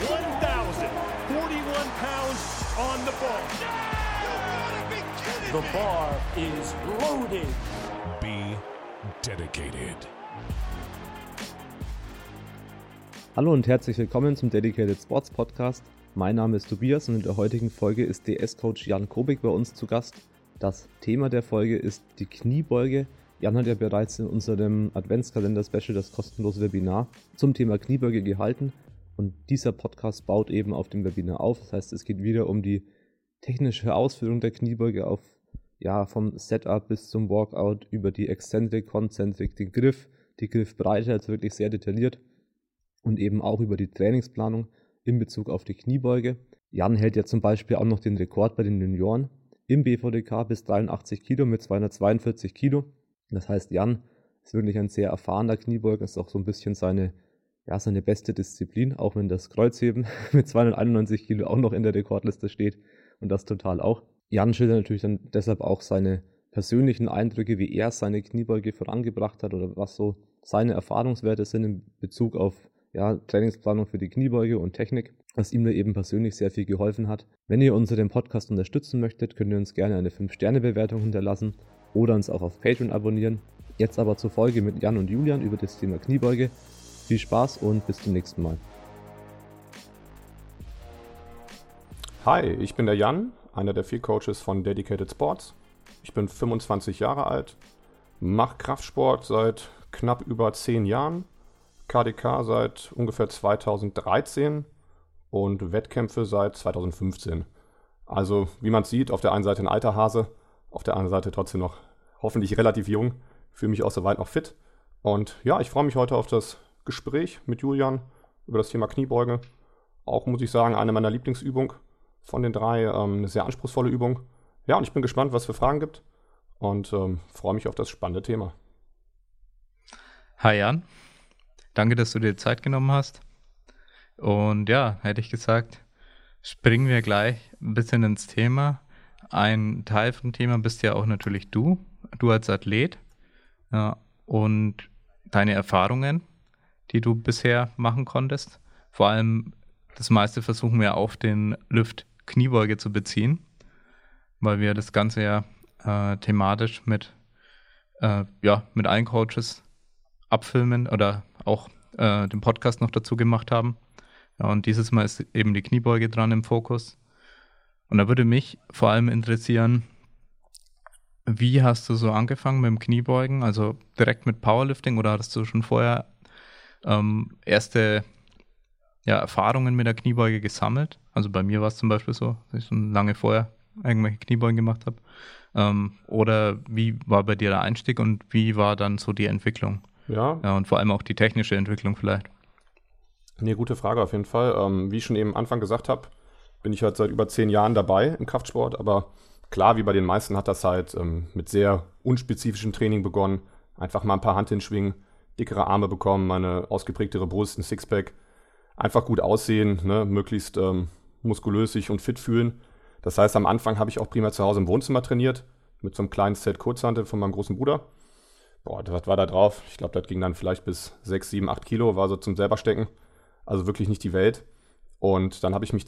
1,041 pounds on the bar. The bar is loaded. Be dedicated. Hallo und herzlich willkommen zum Dedicated Sports Podcast. Mein Name ist Tobias und in der heutigen Folge ist DS-Coach Jan Kobik bei uns zu Gast. Das Thema der Folge ist die Kniebeuge. Jan hat ja bereits in unserem Adventskalender-Special das kostenlose Webinar zum Thema Kniebeuge gehalten und dieser Podcast baut eben auf dem Webinar auf. Das heißt, es geht wieder um die technische Ausführung der Kniebeuge vom Setup bis zum Walkout über die Exzentrik, Konzentrik, den Griff, die Griffbreite, also wirklich sehr detailliert und eben auch über die Trainingsplanung in Bezug auf die Kniebeuge. Jan hält ja zum Beispiel auch noch den Rekord bei den Junioren im BVDK bis 83 Kilo mit 242 Kilo. Das heißt, Jan ist wirklich ein sehr erfahrener Kniebeuger, ist auch so ein bisschen seine beste Disziplin, auch wenn das Kreuzheben mit 291 Kilo auch noch in der Rekordliste steht und das total auch. Jan schildert natürlich dann deshalb auch seine persönlichen Eindrücke, wie er seine Kniebeuge vorangebracht hat oder was so seine Erfahrungswerte sind in Bezug auf Trainingsplanung für die Kniebeuge und Technik, was ihm da eben persönlich sehr viel geholfen hat. Wenn ihr unseren Podcast unterstützen möchtet, könnt ihr uns gerne eine 5-Sterne-Bewertung hinterlassen oder uns auch auf Patreon abonnieren. Jetzt aber zur Folge mit Jan und Julian über das Thema Kniebeuge. Viel Spaß und bis zum nächsten Mal. Hi, ich bin der Jan, einer der 4 Coaches von Dedicated Sports. Ich bin 25 Jahre alt, mache Kraftsport seit knapp über 10 Jahren, KDK seit ungefähr 2013 und Wettkämpfe seit 2015. Also, wie man sieht, auf der einen Seite ein alter Hase, auf der anderen Seite trotzdem noch hoffentlich relativ jung, fühle mich auch soweit noch fit. Und ja, ich freue mich heute auf das Gespräch mit Julian über das Thema Kniebeuge. Auch, muss ich sagen, eine meiner Lieblingsübungen von den 3, eine sehr anspruchsvolle Übung. Ja, und ich bin gespannt, was es für Fragen gibt und freue mich auf das spannende Thema. Hi Jan, danke, dass du dir Zeit genommen hast. Und ja, hätte ich gesagt, springen wir gleich ein bisschen ins Thema. Ein Teil vom Thema bist ja auch natürlich du als Athlet, ja, und deine Erfahrungen, die du bisher machen konntest. Vor allem das meiste versuchen wir auf den Lift Kniebeuge zu beziehen, weil wir das Ganze ja thematisch mit allen Coaches abfilmen oder auch den Podcast noch dazu gemacht haben. Ja, und dieses Mal ist eben die Kniebeuge dran im Fokus. Und da würde mich vor allem interessieren, wie hast du so angefangen mit dem Kniebeugen? Also direkt mit Powerlifting oder hattest du schon vorher erste Erfahrungen mit der Kniebeuge gesammelt? Also bei mir war es zum Beispiel so, dass ich schon lange vorher irgendwelche Kniebeugen gemacht habe. Oder wie war bei dir der Einstieg und wie war dann so die Entwicklung? Ja, und vor allem auch die technische Entwicklung vielleicht. Nee, gute Frage auf jeden Fall. Wie ich schon eben am Anfang gesagt habe, bin ich halt seit über 10 Jahren dabei im Kraftsport, aber klar, wie bei den meisten hat das halt mit sehr unspezifischem Training begonnen. Einfach mal ein paar Handhinschwingen, dickere Arme bekommen, eine ausgeprägtere Brust, ein Sixpack. Einfach gut aussehen, ne? Möglichst muskulös sich und fit fühlen. Das heißt, am Anfang habe ich auch prima zu Hause im Wohnzimmer trainiert, mit so einem kleinen Set Kurzhantel von meinem großen Bruder. Was war da drauf? Ich glaube, das ging dann vielleicht bis 6, 7, 8 Kilo, war so zum selberstecken. Also wirklich nicht die Welt. Und dann habe ich mich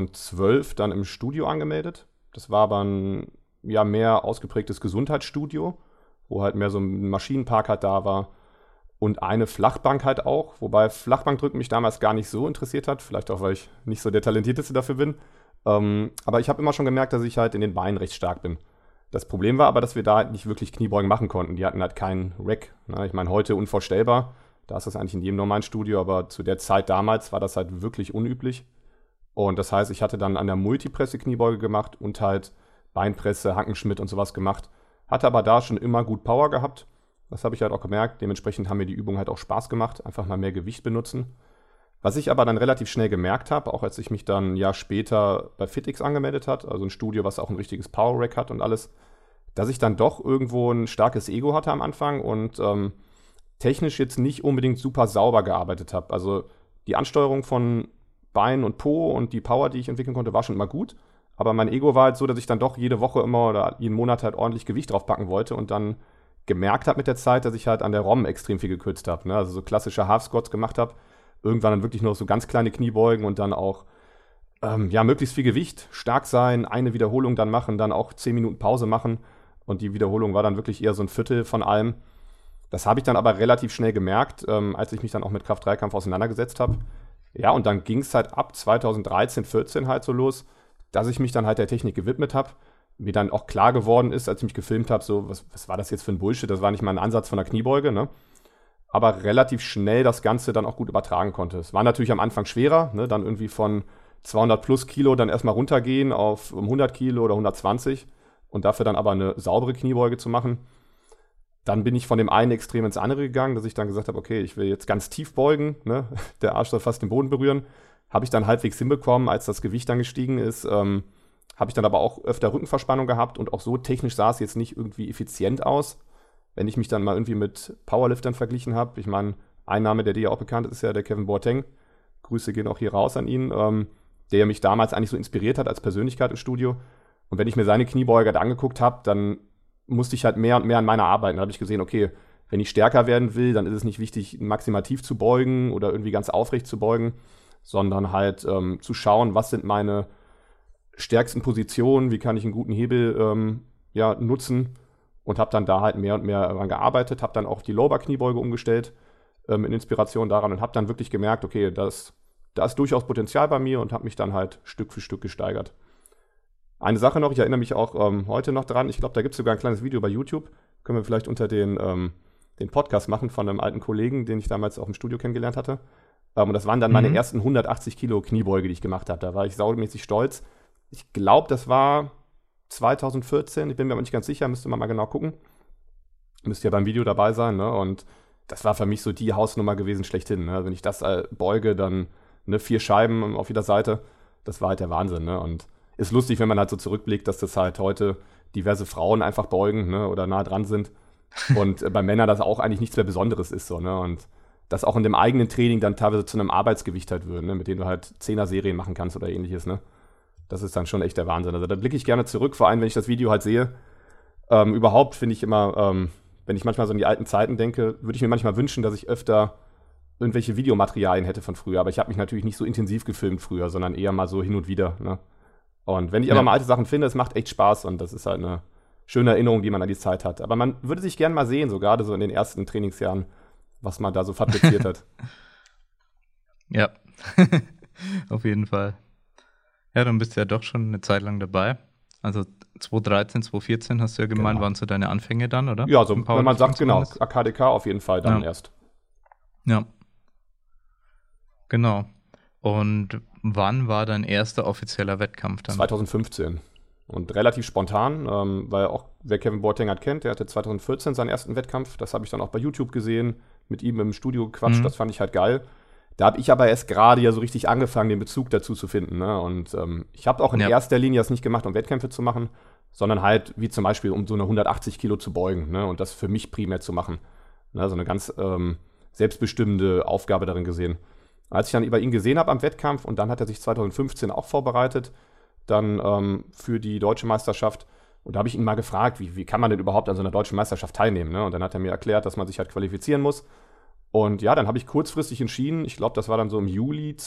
2012 dann im Studio angemeldet. Das war aber ein mehr ausgeprägtes Gesundheitsstudio, wo halt mehr so ein Maschinenpark halt da war und eine Flachbank halt auch, wobei Flachbankdrücken mich damals gar nicht so interessiert hat, vielleicht auch, weil ich nicht so der Talentierteste dafür bin. Aber ich habe immer schon gemerkt, dass ich halt in den Beinen recht stark bin. Das Problem war aber, dass wir da halt nicht wirklich Kniebeugen machen konnten. Die hatten halt keinen Rack. Ne? Ich meine, heute unvorstellbar. Da ist das eigentlich in jedem normalen Studio, aber zu der Zeit damals war das halt wirklich unüblich. Und das heißt, ich hatte dann an der Multipresse Kniebeuge gemacht und halt Beinpresse, Hackenschmidt und sowas gemacht. Hatte aber da schon immer gut Power gehabt. Das habe ich halt auch gemerkt. Dementsprechend haben mir die Übungen halt auch Spaß gemacht. Einfach mal mehr Gewicht benutzen. Was ich aber dann relativ schnell gemerkt habe, auch als ich mich dann ein Jahr später bei FitX angemeldet habe, also ein Studio, was auch ein richtiges Power Rack hat und alles, dass ich dann doch irgendwo ein starkes Ego hatte am Anfang und technisch jetzt nicht unbedingt super sauber gearbeitet habe. Also die Ansteuerung von Bein und Po und die Power, die ich entwickeln konnte, war schon immer gut. Aber mein Ego war halt so, dass ich dann doch jede Woche immer oder jeden Monat halt ordentlich Gewicht draufpacken wollte und dann gemerkt habe mit der Zeit, dass ich halt an der ROM extrem viel gekürzt habe. Ne? Also so klassische Half-Squats gemacht habe, irgendwann dann wirklich nur so ganz kleine Kniebeugen und dann auch möglichst viel Gewicht, stark sein, eine Wiederholung dann machen, dann auch 10 Minuten Pause machen und die Wiederholung war dann wirklich eher so ein Viertel von allem. Das habe ich dann aber relativ schnell gemerkt, als ich mich dann auch mit Kraft-3-Kampf auseinandergesetzt habe. Ja, und dann ging es halt ab 2013, 14 halt so los, dass ich mich dann halt der Technik gewidmet habe. Mir dann auch klar geworden ist, als ich mich gefilmt habe, so, was war das jetzt für ein Bullshit? Das war nicht mal ein Ansatz von der Kniebeuge, ne? Aber relativ schnell das Ganze dann auch gut übertragen konnte. Es war natürlich am Anfang schwerer, ne? Dann irgendwie von 200 plus Kilo dann erstmal runtergehen auf 100 Kilo oder 120 und dafür dann aber eine saubere Kniebeuge zu machen. Dann bin ich von dem einen Extrem ins andere gegangen, dass ich dann gesagt habe, okay, ich will jetzt ganz tief beugen, ne? Der Arsch soll fast den Boden berühren. Habe ich dann halbwegs hinbekommen, als das Gewicht dann gestiegen ist. Habe ich dann aber auch öfter Rückenverspannung gehabt und auch so technisch sah es jetzt nicht irgendwie effizient aus. Wenn ich mich dann mal irgendwie mit Powerliftern verglichen habe, ich meine, ein Name, der dir ja auch bekannt ist, ist ja der Kevin Boateng. Grüße gehen auch hier raus an ihn. Der mich damals eigentlich so inspiriert hat als Persönlichkeit im Studio. Und wenn ich mir seine Kniebeuger da angeguckt habe, dann musste ich halt mehr und mehr an meiner arbeiten. Da habe ich gesehen, okay, wenn ich stärker werden will, dann ist es nicht wichtig, maximal tief zu beugen oder irgendwie ganz aufrecht zu beugen, sondern halt zu schauen, was sind meine stärksten Positionen, wie kann ich einen guten Hebel nutzen und habe dann da halt mehr und mehr daran gearbeitet, habe dann auch die Lower-Kniebeuge umgestellt in Inspiration daran und habe dann wirklich gemerkt, okay, da ist durchaus Potenzial bei mir und habe mich dann halt Stück für Stück gesteigert. Eine Sache noch, ich erinnere mich auch heute noch dran, ich glaube, da gibt es sogar ein kleines Video bei YouTube, können wir vielleicht unter den Podcast machen von einem alten Kollegen, den ich damals auch im Studio kennengelernt hatte. Und das waren dann meine ersten 180 Kilo Kniebeuge, die ich gemacht habe. Da war ich saumäßig stolz. Ich glaube, das war 2014, ich bin mir aber nicht ganz sicher, müsste man mal genau gucken. Müsste ja beim Video dabei sein, ne? Und das war für mich so die Hausnummer gewesen schlechthin, ne? Wenn ich das beuge, dann 4 Scheiben auf jeder Seite, das war halt der Wahnsinn, ne? Und ist lustig, wenn man halt so zurückblickt, dass das halt heute diverse Frauen einfach beugen, ne? Oder nah dran sind. Und bei Männern das auch eigentlich nichts mehr Besonderes ist, so, ne? Und das auch in dem eigenen Training dann teilweise zu einem Arbeitsgewicht halt wird, ne? Mit dem du halt 10er-Serien machen kannst oder ähnliches, ne? Das ist dann schon echt der Wahnsinn. Also da blicke ich gerne zurück, vor allem, wenn ich das Video halt sehe. Überhaupt finde ich immer, wenn ich manchmal so an die alten Zeiten denke, würde ich mir manchmal wünschen, dass ich öfter irgendwelche Videomaterialien hätte von früher. Aber ich habe mich natürlich nicht so intensiv gefilmt früher, sondern eher mal so hin und wieder, ne? Und wenn ich aber mal alte Sachen finde, es macht echt Spaß und das ist halt eine schöne Erinnerung, die man an die Zeit hat. Aber man würde sich gerne mal sehen, so gerade so in den ersten Trainingsjahren, was man da so fabriziert hat. Ja, auf jeden Fall. Ja, dann bist du ja doch schon eine Zeit lang dabei. Also 2013, 2014 hast du ja gemeint, waren so deine Anfänge dann, oder? Ja, so, wenn man sagt, genau, AKDK auf jeden Fall dann erst. Ja. Genau. Und wann war dein erster offizieller Wettkampf dann? 2015. Und relativ spontan, weil auch wer Kevin Boateng kennt, der hatte 2014 seinen ersten Wettkampf. Das habe ich dann auch bei YouTube gesehen, mit ihm im Studio gequatscht. Das fand ich halt geil. Da habe ich aber erst gerade ja so richtig angefangen, den Bezug dazu zu finden, ne? Und ich habe auch in erster Linie das nicht gemacht, um Wettkämpfe zu machen, sondern halt wie zum Beispiel, um so eine 180 Kilo zu beugen, ne? Und das für mich primär zu machen. Ne? So eine ganz selbstbestimmende Aufgabe darin gesehen. Als ich dann über ihn gesehen habe am Wettkampf und dann hat er sich 2015 auch vorbereitet, dann für die Deutsche Meisterschaft. Und da habe ich ihn mal gefragt, wie kann man denn überhaupt an so einer Deutschen Meisterschaft teilnehmen, ne? Und dann hat er mir erklärt, dass man sich halt qualifizieren muss. Und ja, dann habe ich kurzfristig entschieden, ich glaube, das war dann so im Juni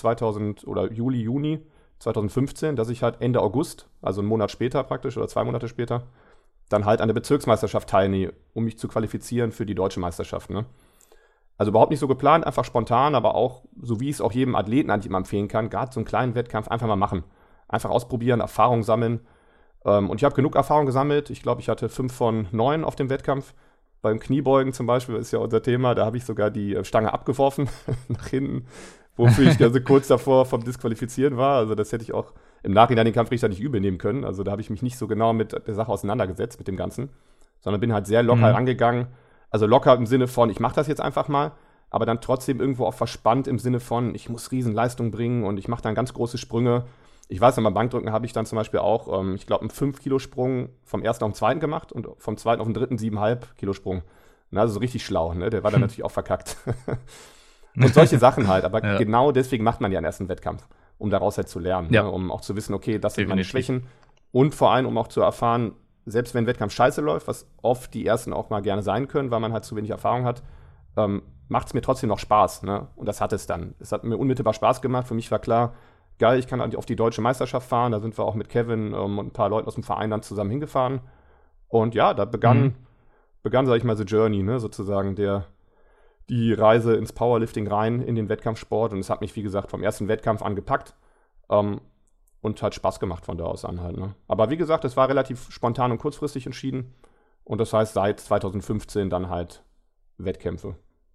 2015, dass ich halt Ende August, also einen Monat später praktisch oder 2 Monate später, dann halt an der Bezirksmeisterschaft teilnehme, um mich zu qualifizieren für die Deutsche Meisterschaft, ne? Also überhaupt nicht so geplant, einfach spontan, aber auch, so wie ich es auch jedem Athleten eigentlich immer empfehlen kann, gerade so einen kleinen Wettkampf einfach mal machen. Einfach ausprobieren, Erfahrung sammeln. Und ich habe genug Erfahrung gesammelt. Ich glaube, ich hatte 5 von 9 auf dem Wettkampf. Beim Kniebeugen zum Beispiel ist ja unser Thema, da habe ich sogar die Stange abgeworfen nach hinten, wofür ich also kurz davor vom Disqualifizieren war. Also das hätte ich auch im Nachhinein den Kampfrichter nicht übel nehmen können. Also da habe ich mich nicht so genau mit der Sache auseinandergesetzt, mit dem Ganzen, sondern bin halt sehr locker rangegangen. Also locker im Sinne von, ich mache das jetzt einfach mal, aber dann trotzdem irgendwo auch verspannt im Sinne von, ich muss Riesenleistung bringen und ich mache dann ganz große Sprünge. Ich weiß, beim Bankdrücken habe ich dann zum Beispiel auch, ich glaube, einen 5-Kilo-Sprung vom ersten auf den zweiten gemacht und vom zweiten auf den dritten 7,5-Kilo-Sprung. Also so richtig schlau, ne? Der war dann natürlich auch verkackt. Und solche Sachen halt. Aber genau deswegen macht man ja einen ersten Wettkampf, um daraus halt zu lernen. Ne? Um auch zu wissen, okay, das sind meine Schwächen. Und vor allem, um auch zu erfahren, selbst wenn ein Wettkampf scheiße läuft, was oft die ersten auch mal gerne sein können, weil man halt zu wenig Erfahrung hat, macht es mir trotzdem noch Spaß. Ne? Und das hat es dann. Es hat mir unmittelbar Spaß gemacht. Für mich war klar, geil, ich kann auf die deutsche Meisterschaft fahren. Da sind wir auch mit Kevin und ein paar Leuten aus dem Verein dann zusammen hingefahren. Und ja, da begann, sag ich mal, the journey, ne? Sozusagen die Reise ins Powerlifting rein, in den Wettkampfsport. Und es hat mich, wie gesagt, vom ersten Wettkampf an gepackt. Und hat Spaß gemacht von da aus an halt. Ne? Aber wie gesagt, es war relativ spontan und kurzfristig entschieden. Und das heißt, seit 2015 dann halt Wettkämpfe.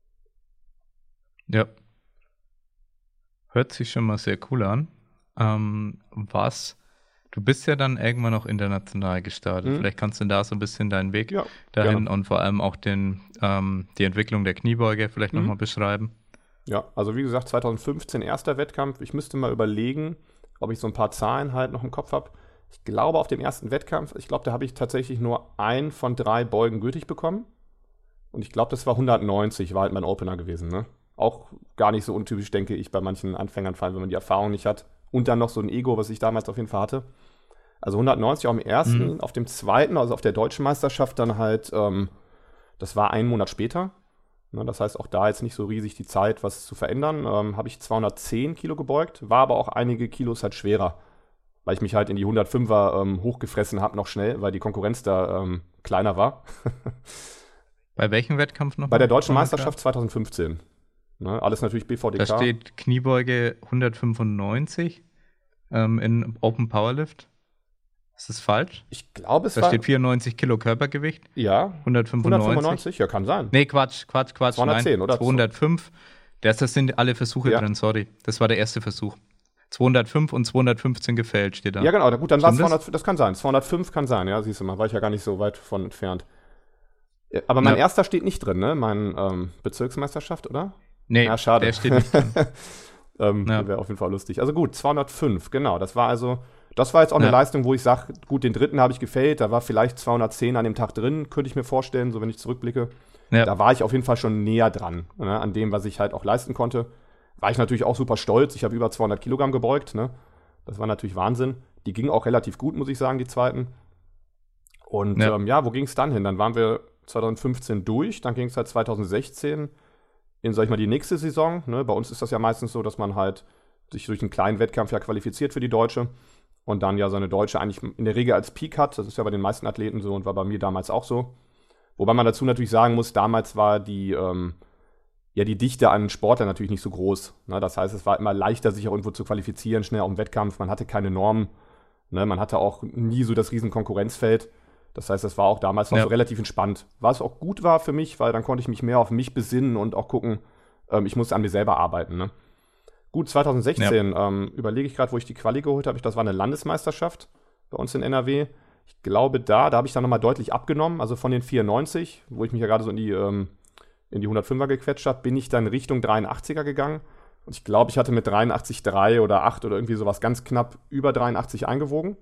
Ja. Hört sich schon mal sehr cool an. Du bist ja dann irgendwann noch international gestartet. Vielleicht kannst du da so ein bisschen deinen Weg dahin gerne. Und vor allem auch die Entwicklung der Kniebeuge vielleicht nochmal beschreiben. Ja, also wie gesagt, 2015 erster Wettkampf. Ich müsste mal überlegen, ob ich so ein paar Zahlen halt noch im Kopf habe. Ich glaube, auf dem ersten Wettkampf, da habe ich tatsächlich nur 1 von 3 Beugen gültig bekommen. Und ich glaube, das war 190, war halt mein Opener gewesen. Ne? Auch gar nicht so untypisch, denke ich, bei manchen Anfängern, vor allem, wenn man die Erfahrung nicht hat. Und dann noch so ein Ego, was ich damals auf jeden Fall hatte. Also 190 auf dem ersten, auf dem zweiten, also auf der deutschen Meisterschaft dann halt, das war 1 Monat später. Ne, das heißt, auch da jetzt nicht so riesig die Zeit, was zu verändern. Habe ich 210 Kilo gebeugt, war aber auch einige Kilos halt schwerer. Weil ich mich halt in die 105er hochgefressen habe noch schnell, weil die Konkurrenz da kleiner war. Bei welchem Wettkampf noch? Bei der deutschen Meisterschaft 2015. Ne, alles natürlich BVDK. Da steht Kniebeuge 195 in Open Powerlift. Ist das falsch? Ich glaube, da steht 94 Kilo Körpergewicht. Ja. 195? Ja, kann sein. Nee, Quatsch. 210, nein, oder? 205. Das sind alle Versuche drin, sorry. Das war der erste Versuch. 205 und 215 gefällt, steht da. Ja, genau. Gut, dann war es 200, das kann sein. 205 kann sein, ja, siehst du mal. War ich ja gar nicht so weit von entfernt. Aber mein erster steht nicht drin, ne? Mein Bezirksmeisterschaft, oder? Nee, ja, schade. Der steht nicht drin. Wäre auf jeden Fall lustig. Also gut, 205, genau. Das war jetzt auch eine Leistung, wo ich sage, gut, den dritten habe ich gefällt. Da war vielleicht 210 an dem Tag drin, könnte ich mir vorstellen, so wenn ich zurückblicke. Ja. Da war ich auf jeden Fall schon näher dran, ne, an dem, was ich halt auch leisten konnte. War ich natürlich auch super stolz. Ich habe über 200 Kilogramm gebeugt. Ne? Das war natürlich Wahnsinn. Die ging auch relativ gut, muss ich sagen, die zweiten. Und wo ging es dann hin? Dann waren wir 2015 durch. Dann ging es halt 2016 in, sag ich mal, die nächste Saison. Ne? Bei uns ist das ja meistens so, dass man halt sich durch einen kleinen Wettkampf ja qualifiziert für die Deutsche. Und dann ja seine Deutsche eigentlich in der Regel als Peak hat. Das ist ja bei den meisten Athleten so und war bei mir damals auch so. Wobei man dazu natürlich sagen muss, damals war die Dichte an Sportlern natürlich nicht so groß. Ne? Das heißt, es war immer leichter, sich auch irgendwo zu qualifizieren, schnell auch im Wettkampf. Man hatte keine Normen. Ne? Man hatte auch nie so das riesen Konkurrenzfeld. Das heißt, das war auch damals noch so relativ entspannt. Was auch gut war für mich, weil dann konnte ich mich mehr auf mich besinnen und auch gucken, ich musste an mir selber arbeiten. Ne? Gut, 2016 überlege ich gerade, wo ich die Quali geholt habe. Das war eine Landesmeisterschaft bei uns in NRW. Ich glaube, da habe ich dann nochmal deutlich abgenommen. Also von den 94, wo ich mich ja gerade so in die 105er gequetscht habe, bin ich dann Richtung 83er gegangen. Und ich glaube, ich hatte mit 83,3 oder 8 oder irgendwie sowas ganz knapp über 83 eingewogen.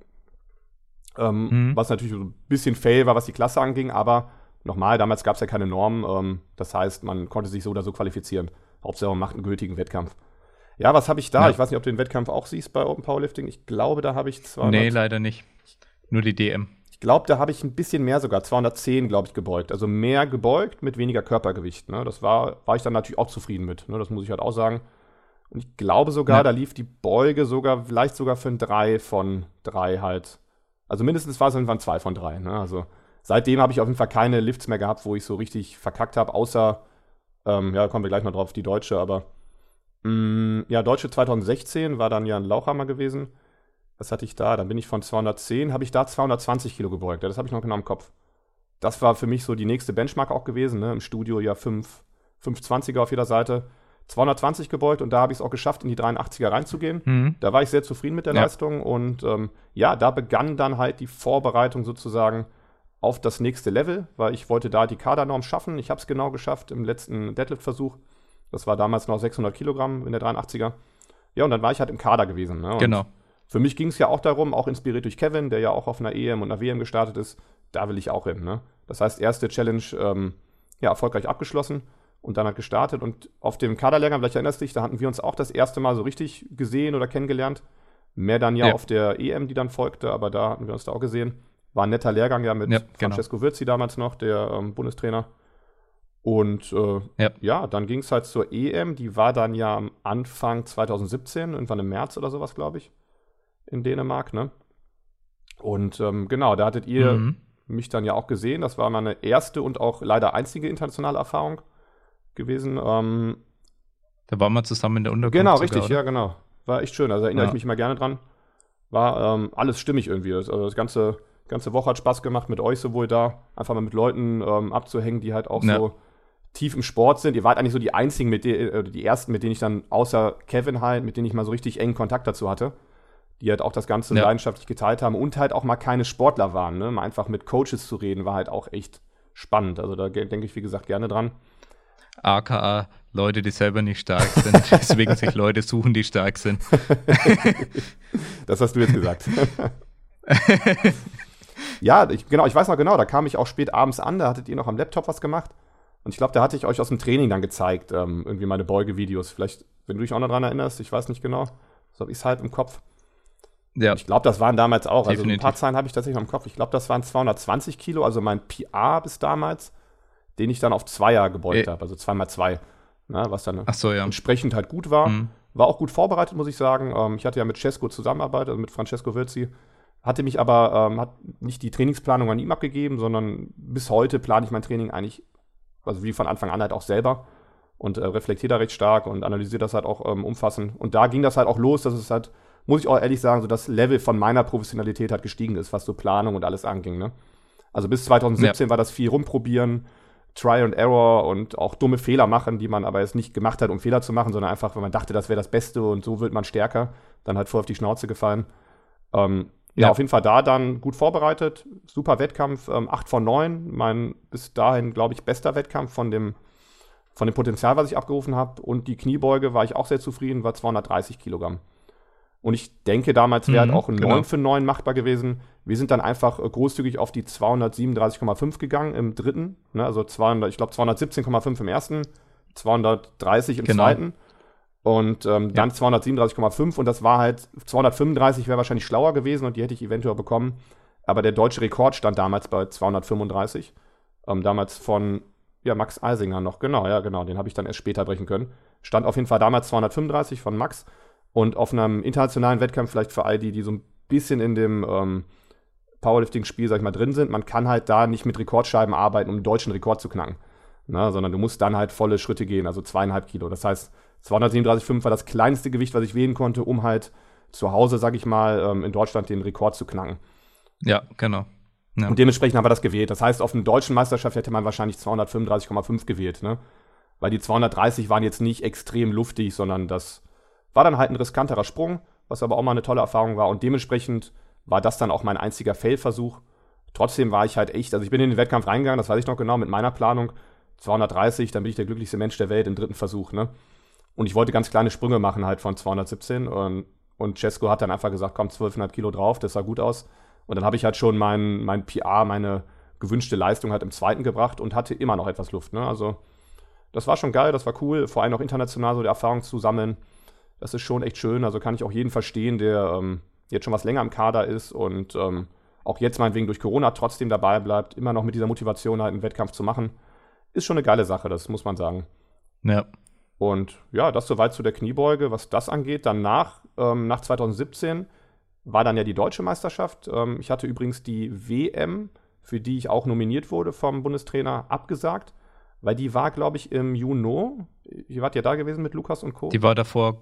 Was natürlich so ein bisschen fail war, was die Klasse anging. Aber nochmal, damals gab es ja keine Normen. Das heißt, man konnte sich so oder so qualifizieren. Hauptsache, man macht einen gültigen Wettkampf. Ja, was habe ich da? Ja. Ich weiß nicht, ob du den Wettkampf auch siehst bei Open Powerlifting. Ich glaube, da habe ich 200. Nee, leider nicht. Nur die DM. Ich glaube, da habe ich ein bisschen mehr sogar. 210, glaube ich, gebeugt. Also mehr gebeugt mit weniger Körpergewicht. Ne? Das war ich dann natürlich auch zufrieden mit. Ne? Das muss ich halt auch sagen. Und ich glaube sogar, da lief die Beuge vielleicht sogar für ein 3 von 3 halt. Also mindestens war es irgendwann 2 von 3. Ne? Also seitdem habe ich auf jeden Fall keine Lifts mehr gehabt, wo ich so richtig verkackt habe. Außer, kommen wir gleich mal drauf, die Deutsche, aber Deutsche 2016 war dann ja ein Lauchhammer gewesen. Was hatte ich da? Dann bin ich von 210, habe ich da 220 Kilo gebeugt. Ja, das habe ich noch genau im Kopf. Das war für mich so die nächste Benchmark auch gewesen. Ne? Im Studio ja 520er auf jeder Seite. 220 gebeugt und da habe ich es auch geschafft, in die 83er reinzugehen. Da war ich sehr zufrieden mit der Leistung und da begann dann halt die Vorbereitung sozusagen auf das nächste Level, weil ich wollte da die Kadernorm schaffen. Ich habe es genau geschafft im letzten Deadlift-Versuch. Das war damals noch 600 Kilogramm in der 83er. Ja, und dann war ich halt im Kader gewesen. Ne? Genau. Für mich ging es ja auch darum, auch inspiriert durch Kevin, der ja auch auf einer EM und einer WM gestartet ist, da will ich auch hin. Ne? Das heißt, erste Challenge erfolgreich abgeschlossen und dann halt gestartet. Und auf dem Kaderlehrgang, vielleicht erinnerst du dich, da hatten wir uns auch das erste Mal so richtig gesehen oder kennengelernt. Mehr dann auf der EM, die dann folgte, aber da hatten wir uns da auch gesehen. War ein netter Lehrgang ja mit Francesco Virzi damals noch, der Bundestrainer. Und dann ging es halt zur EM, die war dann ja am Anfang 2017, irgendwann im März oder sowas, glaube ich, in Dänemark, ne? Und genau, da hattet ihr mich dann ja auch gesehen. Das war meine erste und auch leider einzige internationale Erfahrung gewesen. Da waren wir zusammen in der Unterkunft. Genau, sogar, richtig, oder? ja, genau. War echt schön, also erinnere ich mich immer gerne dran. War alles stimmig irgendwie. Also das ganze Woche hat Spaß gemacht mit euch sowohl da, einfach mal mit Leuten abzuhängen, die halt auch so tief im Sport sind. Ihr wart eigentlich so die einzigen, die ersten, mit denen ich dann, außer Kevin halt, mit denen ich mal so richtig engen Kontakt dazu hatte, die halt auch das Ganze leidenschaftlich geteilt haben und halt auch mal keine Sportler waren. Ne? Mal einfach mit Coaches zu reden, war halt auch echt spannend. Also da denke ich, wie gesagt, gerne dran. AKA Leute, die selber nicht stark sind, deswegen sich Leute suchen, die stark sind. Das hast du jetzt gesagt. Ja, ich weiß noch genau, da kam ich auch spät abends an, da hattet ihr noch am Laptop was gemacht. Und ich glaube, da hatte ich euch aus dem Training dann gezeigt, irgendwie meine Beugevideos. Vielleicht, wenn du dich auch noch dran erinnerst, ich weiß nicht genau, so habe ich es halt im Kopf. Ja. Ich glaube, das waren damals auch, also ein paar Zahlen habe ich tatsächlich noch im Kopf. Ich glaube, das waren 220 Kilo, also mein PR bis damals, den ich dann auf Zweier gebeugt habe, also 2x2. Na, was dann entsprechend halt gut war. War auch gut vorbereitet, muss ich sagen. Ich hatte ja mit Cesco zusammengearbeitet, also mit Francesco Virzi. Hatte mich aber, hat nicht die Trainingsplanung an ihm abgegeben, sondern bis heute plane ich mein Training eigentlich, also wie von Anfang an halt auch selber und reflektiere da recht stark und analysiere das halt auch umfassend. Und da ging das halt auch los, dass es halt, muss ich auch ehrlich sagen, so das Level von meiner Professionalität halt gestiegen ist, was so Planung und alles anging. Ne? Also bis 2017 war das viel rumprobieren, Try and Error und auch dumme Fehler machen, die man aber jetzt nicht gemacht hat, um Fehler zu machen, sondern einfach, weil man dachte, das wäre das Beste und so wird man stärker. Dann halt voll auf die Schnauze gefallen. Auf jeden Fall da dann gut vorbereitet. Super Wettkampf, 8 von 9. Mein bis dahin, glaube ich, bester Wettkampf von dem Potenzial, was ich abgerufen habe. Und die Kniebeuge war ich auch sehr zufrieden, war 230 Kilogramm. Und ich denke, damals wäre halt auch ein 9 für 9 machbar gewesen. Wir sind dann einfach großzügig auf die 237,5 gegangen im dritten. Ne? Also 217,5 im ersten, 230 im zweiten. Und dann 237,5 und das war halt, 235 wäre wahrscheinlich schlauer gewesen und die hätte ich eventuell bekommen. Aber der deutsche Rekord stand damals bei 235. Damals von Max Eisinger noch, genau, den habe ich dann erst später brechen können. Stand auf jeden Fall damals 235 von Max. Und auf einem internationalen Wettkampf, vielleicht für all die so ein bisschen in dem Powerlifting-Spiel, sag ich mal, drin sind, man kann halt da nicht mit Rekordscheiben arbeiten, um einen deutschen Rekord zu knacken. Na, sondern du musst dann halt volle Schritte gehen, also 2,5 Kilo. Das heißt, 237,5 war das kleinste Gewicht, was ich wählen konnte, um halt zu Hause, sag ich mal, in Deutschland den Rekord zu knacken. Ja, genau. Ja. Und dementsprechend haben wir das gewählt. Das heißt, auf einer deutschen Meisterschaft hätte man wahrscheinlich 235,5 gewählt, ne? Weil die 230 waren jetzt nicht extrem luftig, sondern das war dann halt ein riskanterer Sprung, was aber auch mal eine tolle Erfahrung war. Und dementsprechend war das dann auch mein einziger Fail-Versuch. Trotzdem war ich halt echt, also ich bin in den Wettkampf reingegangen, das weiß ich noch genau, mit meiner Planung, 230, dann bin ich der glücklichste Mensch der Welt im dritten Versuch, ne? Und ich wollte ganz kleine Sprünge machen halt von 217 und Cesco hat dann einfach gesagt, komm, 1200 Kilo drauf, das sah gut aus. Und dann habe ich halt schon mein PR, meine gewünschte Leistung halt im zweiten gebracht und hatte immer noch etwas Luft, ne? Also das war schon geil, das war cool, vor allem auch international so die Erfahrung zu sammeln. Das ist schon echt schön, also kann ich auch jeden verstehen, der jetzt schon was länger im Kader ist und auch jetzt meinetwegen durch Corona trotzdem dabei bleibt, immer noch mit dieser Motivation halt einen Wettkampf zu machen. Ist schon eine geile Sache, das muss man sagen. Ja. Und ja, das soweit zu der Kniebeuge, was das angeht. Danach, nach 2017, war dann ja die deutsche Meisterschaft. Ich hatte übrigens die WM, für die ich auch nominiert wurde vom Bundestrainer, abgesagt, weil die war, glaube ich, im Juni. Ihr wart ja da gewesen mit Lukas und Co. Die war davor.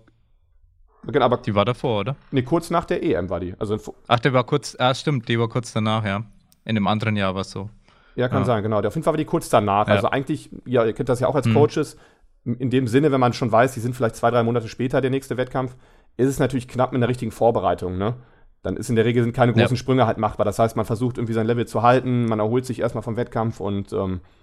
Genau, aber die war davor, oder? Nee, kurz nach der EM war die. Also die war kurz, stimmt, die war kurz danach, ja. In dem anderen Jahr war es so. Ja, kann sein, genau. Auf jeden Fall war die kurz danach. Ja. Also eigentlich, ja, ihr kennt das ja auch als Coaches, in dem Sinne, wenn man schon weiß, die sind vielleicht 2-3 Monate später der nächste Wettkampf, ist es natürlich knapp mit der richtigen Vorbereitung, ne? Dann ist in der Regel sind keine großen Sprünge halt machbar. Das heißt, man versucht irgendwie sein Level zu halten, man erholt sich erstmal vom Wettkampf und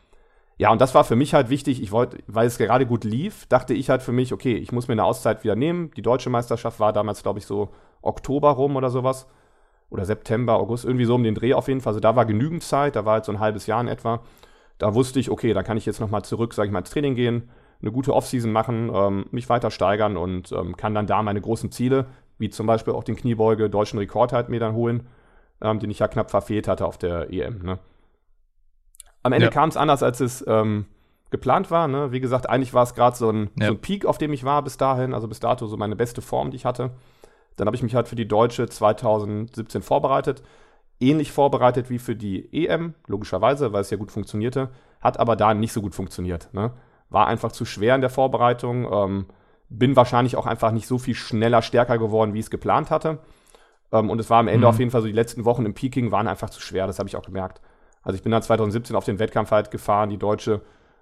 und das war für mich halt wichtig. Weil es gerade gut lief, dachte ich halt für mich, okay, ich muss mir eine Auszeit wieder nehmen. Die deutsche Meisterschaft war damals, glaube ich, so Oktober rum oder sowas. Oder September, August, irgendwie so um den Dreh auf jeden Fall. Also da war genügend Zeit, da war halt so ein halbes Jahr in etwa. Da wusste ich, okay, da kann ich jetzt nochmal zurück, sage ich mal, ins Training gehen, eine gute Offseason machen, mich weiter steigern und kann dann da meine großen Ziele, wie zum Beispiel auch den Kniebeuge, deutschen Rekord halt mir dann holen, den ich ja knapp verfehlt hatte auf der EM, ne? Am Ende kam es anders, als geplant war. Ne? Wie gesagt, eigentlich war es gerade so ein Peak, auf dem ich war bis dahin. Also bis dato so meine beste Form, die ich hatte. Dann habe ich mich halt für die Deutsche 2017 vorbereitet. Ähnlich vorbereitet wie für die EM, logischerweise, weil es ja gut funktionierte. Hat aber da nicht so gut funktioniert. Ne? War einfach zu schwer in der Vorbereitung. Bin wahrscheinlich auch einfach nicht so viel schneller, stärker geworden, wie ich es geplant hatte. Und es war am Ende auf jeden Fall so, die letzten Wochen im Peaking waren einfach zu schwer. Das habe ich auch gemerkt. Also ich bin dann 2017 auf den Wettkampf halt gefahren, die Deutsche.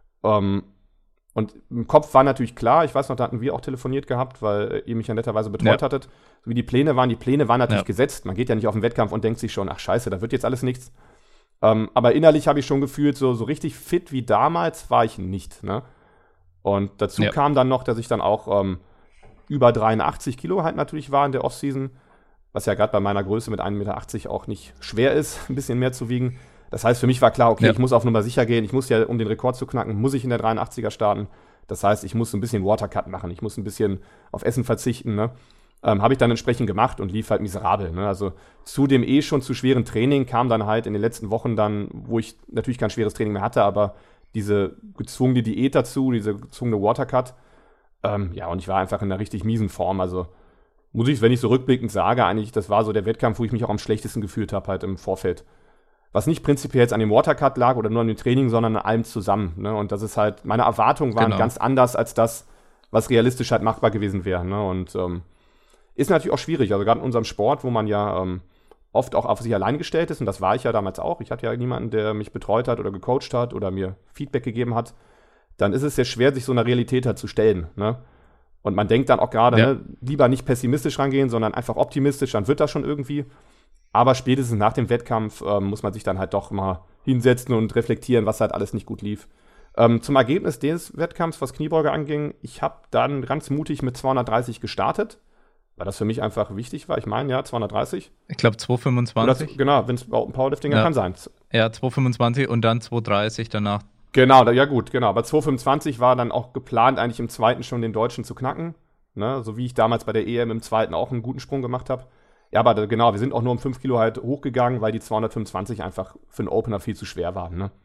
Und im Kopf war natürlich klar, ich weiß noch, da hatten wir auch telefoniert gehabt, weil ihr mich ja netterweise betreut hattet. So wie die Pläne waren natürlich gesetzt. Man geht ja nicht auf den Wettkampf und denkt sich schon, ach scheiße, da wird jetzt alles nichts. Aber innerlich habe ich schon gefühlt, so richtig fit wie damals war ich nicht. Ne? Und dazu kam dann noch, dass ich dann auch über 83 Kilo halt natürlich war in der Offseason, was ja gerade bei meiner Größe mit 1,80 Meter auch nicht schwer ist, ein bisschen mehr zu wiegen. Das heißt, für mich war klar, okay, ich muss auf Nummer sicher gehen. Ich muss ja, um den Rekord zu knacken, muss ich in der 83er starten. Das heißt, ich muss ein bisschen Watercut machen. Ich muss ein bisschen auf Essen verzichten. Ne? Habe ich dann entsprechend gemacht und lief halt miserabel. Ne? Also zu dem schon zu schweren Training kam dann halt in den letzten Wochen dann, wo ich natürlich kein schweres Training mehr hatte, aber diese gezwungene Diät dazu, diese gezwungene Watercut. Und ich war einfach in einer richtig miesen Form. Also muss ich, wenn ich so rückblickend sage, eigentlich, das war so der Wettkampf, wo ich mich auch am schlechtesten gefühlt habe halt im Vorfeld. Was nicht prinzipiell jetzt an dem Watercut lag oder nur an dem Training, sondern an allem zusammen. Ne? Und das ist halt, meine Erwartungen waren ganz anders als das, was realistisch halt machbar gewesen wäre. Ne? Und ist natürlich auch schwierig. Also gerade in unserem Sport, wo man ja oft auch auf sich allein gestellt ist, und das war ich ja damals auch. Ich hatte ja niemanden, der mich betreut hat oder gecoacht hat oder mir Feedback gegeben hat. Dann ist es sehr schwer, sich so einer Realität halt zu stellen. Ne? Und man denkt dann auch gerade, lieber nicht pessimistisch rangehen, sondern einfach optimistisch, dann wird das schon irgendwie. Aber spätestens nach dem Wettkampf muss man sich dann halt doch mal hinsetzen und reflektieren, was halt alles nicht gut lief. Zum Ergebnis des Wettkampfs, was Kniebeuge anging, ich habe dann ganz mutig mit 230 gestartet, weil das für mich einfach wichtig war. Ich meine, 230. Ich glaube 225. Genau, wenn es ein Powerliftinger kann sein. Ja, 225 und dann 230 danach. Genau, genau. Aber 225 war dann auch geplant, eigentlich im zweiten schon den Deutschen zu knacken. Ne? So wie ich damals bei der EM im zweiten auch einen guten Sprung gemacht habe. Ja, aber genau, wir sind auch nur um 5 Kilo halt hochgegangen, weil die 225 einfach für einen Opener viel zu schwer waren. Ne?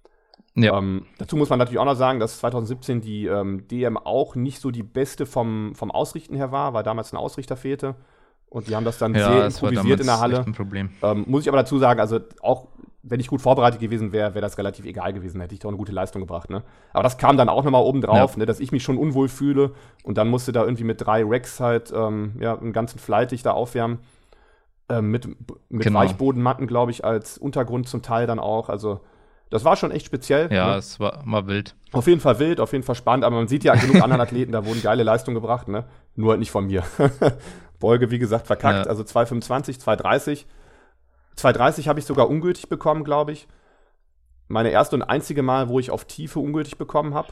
Ja. Dazu muss man natürlich auch noch sagen, dass 2017 die DM auch nicht so die beste vom Ausrichten her war, weil damals ein Ausrichter fehlte. Und die haben das dann sehr improvisiert in der Halle. Echt ein Problem. Muss ich aber dazu sagen, also auch wenn ich gut vorbereitet gewesen wäre, wäre das relativ egal gewesen. Hätte ich doch eine gute Leistung gebracht. Ne? Aber das kam dann auch nochmal oben drauf, ne, dass ich mich schon unwohl fühle. Und dann musste da irgendwie mit 3 Racks halt einen ganzen Flight da aufwärmen. Mit Weichbodenmatten, glaube ich, als Untergrund zum Teil dann auch. Also das war schon echt speziell. Ja, ne? Es war mal wild. Auf jeden Fall wild, auf jeden Fall spannend. Aber man sieht ja an genug anderen Athleten, da wurden geile Leistungen gebracht. Ne? Nur halt nicht von mir. Beuge, wie gesagt, verkackt. Also 2,25, 2,30. 2,30 habe ich sogar ungültig bekommen, glaube ich. Meine erste und einzige Mal, wo ich auf Tiefe ungültig bekommen habe.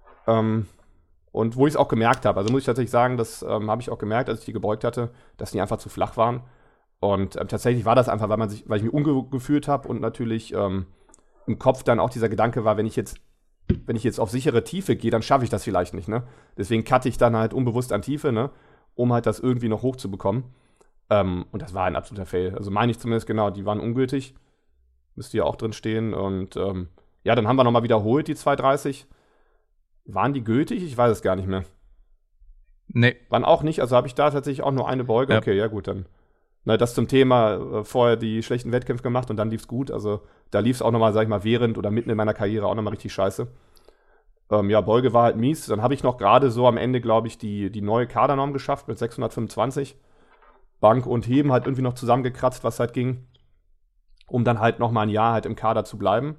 Und wo ich es auch gemerkt habe. Also muss ich tatsächlich sagen, das habe ich auch gemerkt, als ich die gebeugt hatte, dass die einfach zu flach waren. Und tatsächlich war das einfach, weil ich mich unwohl gefühlt habe und natürlich im Kopf dann auch dieser Gedanke war, wenn ich jetzt auf sichere Tiefe gehe, dann schaffe ich das vielleicht nicht. Ne? Deswegen cutte ich dann halt unbewusst an Tiefe, ne? Um halt das irgendwie noch hochzubekommen. Und das war ein absoluter Fail. Also meine ich zumindest genau, die waren ungültig. Müsste ja auch drin stehen. Und dann haben wir nochmal wiederholt, die 2,30. Waren die gültig? Ich weiß es gar nicht mehr. Nee. Waren auch nicht. Also habe ich da tatsächlich auch nur eine Beuge. Ja. Okay, ja gut, dann. Na, das zum Thema, vorher die schlechten Wettkämpfe gemacht und dann lief es gut. Also da lief es auch nochmal, sag ich mal, während oder mitten in meiner Karriere auch nochmal richtig scheiße. Beuge war halt mies. Dann habe ich noch gerade so am Ende, glaube ich, die neue Kadernorm geschafft mit 625. Bank und Heben halt irgendwie noch zusammengekratzt, was halt ging, um dann halt noch mal ein Jahr halt im Kader zu bleiben.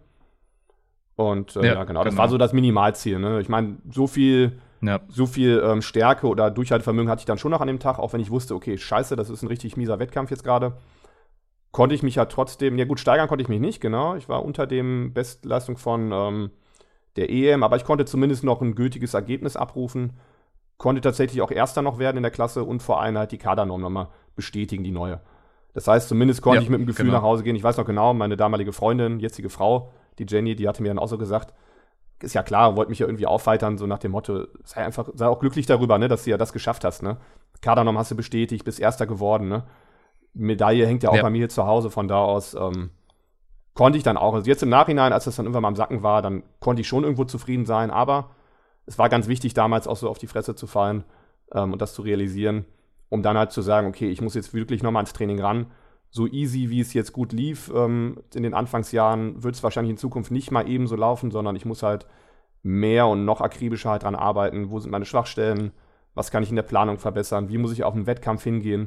Und genau, das war so das Minimalziel. Ne? Ich meine, so viel Stärke oder Durchhaltevermögen hatte ich dann schon noch an dem Tag, auch wenn ich wusste, okay, scheiße, das ist ein richtig mieser Wettkampf jetzt gerade. Konnte ich mich ja trotzdem, steigern konnte ich mich nicht, genau. Ich war unter dem Bestleistung von der EM, aber ich konnte zumindest noch ein gültiges Ergebnis abrufen. Konnte tatsächlich auch Erster noch werden in der Klasse und vor allem halt die Kadernorm nochmal bestätigen, die neue. Das heißt, zumindest konnte ich mit dem Gefühl nach Hause gehen. Ich weiß noch genau, meine damalige Freundin, jetzige Frau, die Jenny, die hatte mir dann auch so gesagt, ist ja klar, wollte mich ja irgendwie aufheitern, so nach dem Motto, sei auch glücklich darüber, ne, dass du ja das geschafft hast. Ne? Kadernorm hast du bestätigt, bist Erster geworden. Ne? Medaille hängt ja auch bei mir hier zu Hause, von da aus, konnte ich dann auch. Also jetzt im Nachhinein, als das dann irgendwann mal am Sacken war, dann konnte ich schon irgendwo zufrieden sein, aber es war ganz wichtig, damals auch so auf die Fresse zu fallen und das zu realisieren, um dann halt zu sagen, okay, ich muss jetzt wirklich nochmal ans Training ran. So easy, wie es jetzt gut lief in den Anfangsjahren, wird es wahrscheinlich in Zukunft nicht mal eben so laufen, sondern ich muss halt mehr und noch akribischer halt dran arbeiten. Wo sind meine Schwachstellen? Was kann ich in der Planung verbessern? Wie muss ich auf einen Wettkampf hingehen?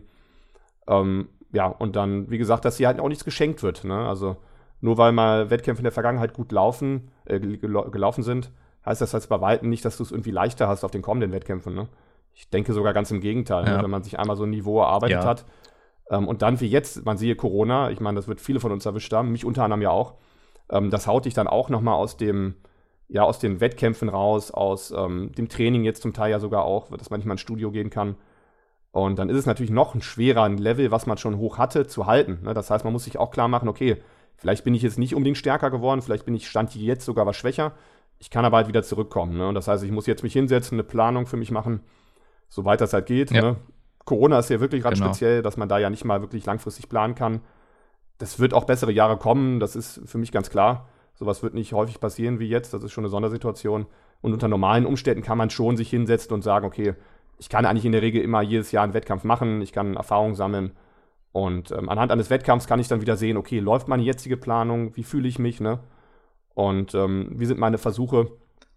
Ja, und dann, wie gesagt, dass hier halt auch nichts geschenkt wird. Ne? Also nur weil mal Wettkämpfe in der Vergangenheit gut gelaufen sind, heißt das jetzt bei Weitem nicht, dass du es irgendwie leichter hast auf den kommenden Wettkämpfen. Ne? Ich denke sogar ganz im Gegenteil, ne? Wenn man sich einmal so ein Niveau erarbeitet hat. Und dann wie jetzt, man sehe Corona, ich meine, das wird viele von uns erwischt haben, mich unter anderem ja auch, das haut dich dann auch nochmal aus den Wettkämpfen raus, aus dem Training jetzt zum Teil ja sogar auch, dass man nicht mal ins Studio gehen kann. Und dann ist es natürlich noch ein schwerer Level, was man schon hoch hatte, zu halten. Ne? Das heißt, man muss sich auch klar machen, okay, vielleicht bin ich jetzt nicht unbedingt stärker geworden, vielleicht stand jetzt sogar was schwächer. Ich kann aber halt wieder zurückkommen. Ne? Und das heißt, ich muss jetzt mich hinsetzen, eine Planung für mich machen, soweit das halt geht. Ja. Ne? Corona ist ja wirklich gerade speziell, dass man da ja nicht mal wirklich langfristig planen kann. Das wird auch bessere Jahre kommen, das ist für mich ganz klar. Sowas wird nicht häufig passieren wie jetzt, das ist schon eine Sondersituation. Und unter normalen Umständen kann man schon sich hinsetzen und sagen, okay, ich kann eigentlich in der Regel immer jedes Jahr einen Wettkampf machen, ich kann Erfahrung sammeln. Und anhand eines Wettkampfs kann ich dann wieder sehen, okay, läuft meine jetzige Planung, wie fühle ich mich, ne? Und wie sind meine Versuche,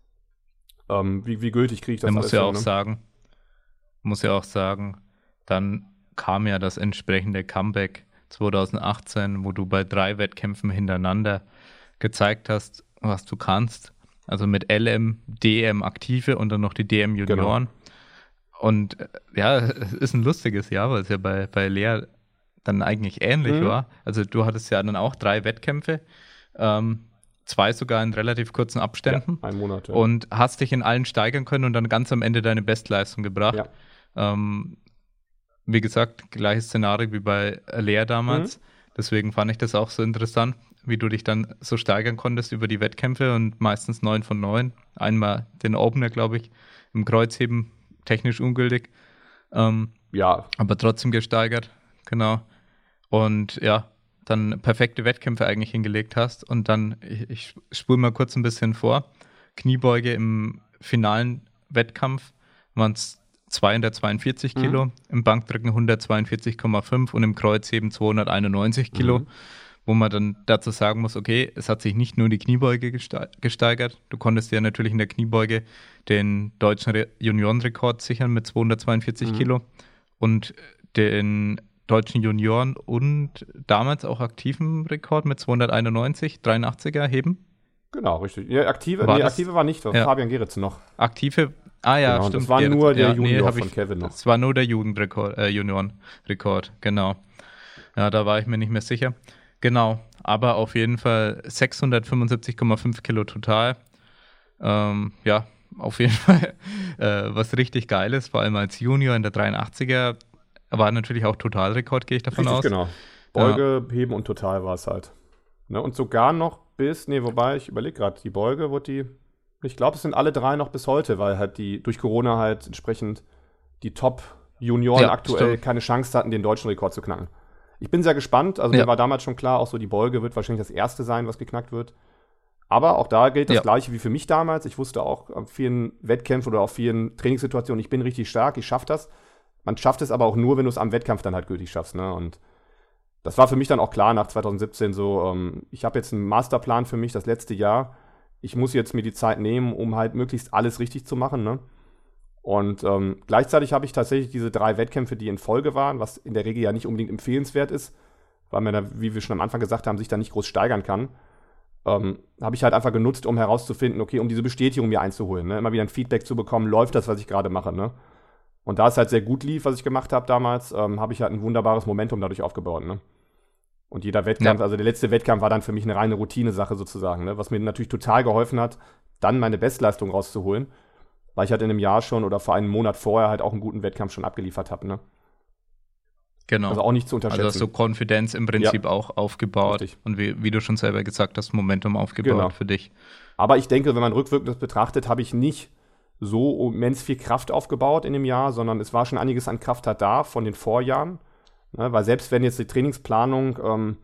wie gültig kriege ich das alles hin, muss ja auch sagen, dann kam ja das entsprechende Comeback 2018, wo du bei 3 Wettkämpfen hintereinander gezeigt hast, was du kannst. Also mit LM, DM Aktive und dann noch die DM Junioren. Genau. Und ja, es ist ein lustiges Jahr, weil es ja bei Lea dann eigentlich ähnlich war. Also du hattest ja dann auch 3 Wettkämpfe, 2 sogar in relativ kurzen Abständen. Ja, 1 Monat. Ja. Und hast dich in allen steigern können und dann ganz am Ende deine Bestleistung gebracht. Ja. Wie gesagt, gleiches Szenario wie bei Lea damals. Deswegen fand ich das auch so interessant, wie du dich dann so steigern konntest über die Wettkämpfe und meistens 9 von 9. Einmal den Opener, glaube ich, im Kreuzheben, technisch ungültig. Aber trotzdem gesteigert, genau. Und ja, dann perfekte Wettkämpfe eigentlich hingelegt hast. Und dann, ich spule mal kurz ein bisschen vor, Kniebeuge im finalen Wettkampf waren es 242 Kilo, im Bankdrücken 142,5 und im Kreuzheben 291 Kilo, wo man dann dazu sagen muss, okay, es hat sich nicht nur die Kniebeuge gesteigert, du konntest ja natürlich in der Kniebeuge den deutschen Juniorenrekord sichern mit 242 Kilo und den deutschen Junioren und damals auch aktiven Rekord mit 291, 83er heben. Genau, richtig. Ja, aktive war nicht, war Fabian Geritz noch. Aktive, genau, stimmt. Das war nur der Junior von Kevin noch. Das war nur der Juniorenrekord, genau. Ja, da war ich mir nicht mehr sicher. Genau, aber auf jeden Fall 675,5 Kilo total. Ja, auf jeden Fall was richtig Geiles, vor allem als Junior in der 83er. War natürlich auch Totalrekord, gehe ich davon aus. Genau. Beuge, Heben und Total war es halt. Ne? Und sogar noch wobei, ich überlege gerade, die Beuge ich glaube, es sind alle 3 noch bis heute, weil halt durch Corona halt entsprechend die Top-Junioren aktuell keine Chance hatten, den deutschen Rekord zu knacken. Ich bin sehr gespannt, also mir war damals schon klar, auch so die Beuge wird wahrscheinlich das erste sein, was geknackt wird. Aber auch da gilt das Gleiche wie für mich damals. Ich wusste auch auf vielen Wettkämpfen oder auf vielen Trainingssituationen, ich bin richtig stark, ich schaffe das. Man schafft es aber auch nur, wenn du es am Wettkampf dann halt gültig schaffst. Ne? Und das war für mich dann auch klar nach 2017 so, ich habe jetzt einen Masterplan für mich das letzte Jahr. Ich muss jetzt mir die Zeit nehmen, um halt möglichst alles richtig zu machen. Ne? Und gleichzeitig habe ich tatsächlich diese 3 Wettkämpfe, die in Folge waren, was in der Regel ja nicht unbedingt empfehlenswert ist, weil man da, wie wir schon am Anfang gesagt haben, sich da nicht groß steigern kann. Habe ich halt einfach genutzt, um herauszufinden, okay, um diese Bestätigung mir einzuholen. Ne? Immer wieder ein Feedback zu bekommen, läuft das, was ich gerade mache. Ne? Und da es halt sehr gut lief, was ich gemacht habe damals, habe ich halt ein wunderbares Momentum dadurch aufgebaut. Ne? Und jeder Wettkampf, also der letzte Wettkampf war dann für mich eine reine Routine-Sache sozusagen, ne? Was mir natürlich total geholfen hat, dann meine Bestleistung rauszuholen, weil ich halt in einem Jahr schon oder vor einem Monat vorher halt auch einen guten Wettkampf schon abgeliefert habe. Ne? Genau. Also auch nicht zu unterschätzen. Also hast du Konfidenz im Prinzip auch aufgebaut. Richtig. Und wie du schon selber gesagt hast, Momentum aufgebaut für dich. Aber ich denke, wenn man rückwirkend das betrachtet, habe ich nicht so immens viel Kraft aufgebaut in dem Jahr, sondern es war schon einiges an Kraft halt da von den Vorjahren. Ne? Weil selbst wenn jetzt die Trainingsplanung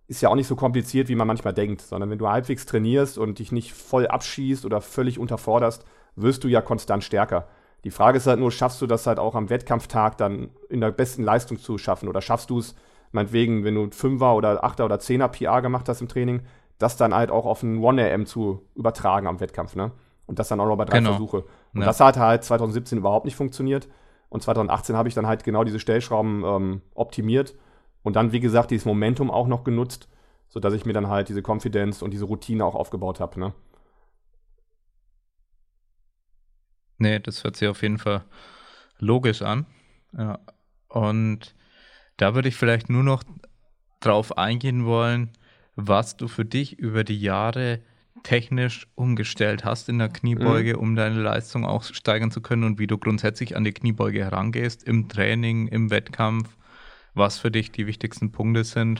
ist ja auch nicht so kompliziert, wie man manchmal denkt, sondern wenn du halbwegs trainierst und dich nicht voll abschießt oder völlig unterforderst, wirst du ja konstant stärker. Die Frage ist halt nur, schaffst du das halt auch am Wettkampftag dann in der besten Leistung zu schaffen? Oder schaffst du es, meinetwegen, wenn du 5er oder 8er oder 10er PR gemacht hast im Training, das dann halt auch auf ein 1AM zu übertragen am Wettkampf, ne? Und das dann auch noch bei 3 Versuche. Und das hat halt 2017 überhaupt nicht funktioniert. Und 2018 habe ich dann halt genau diese Stellschrauben optimiert und dann, wie gesagt, dieses Momentum auch noch genutzt, sodass ich mir dann halt diese Confidence und diese Routine auch aufgebaut habe, ne? Nee, das hört sich auf jeden Fall logisch an. Ja. Und da würde ich vielleicht nur noch drauf eingehen wollen, was du für dich über die Jahre technisch umgestellt hast in der Kniebeuge, um deine Leistung auch steigern zu können und wie du grundsätzlich an die Kniebeuge herangehst, im Training, im Wettkampf, was für dich die wichtigsten Punkte sind.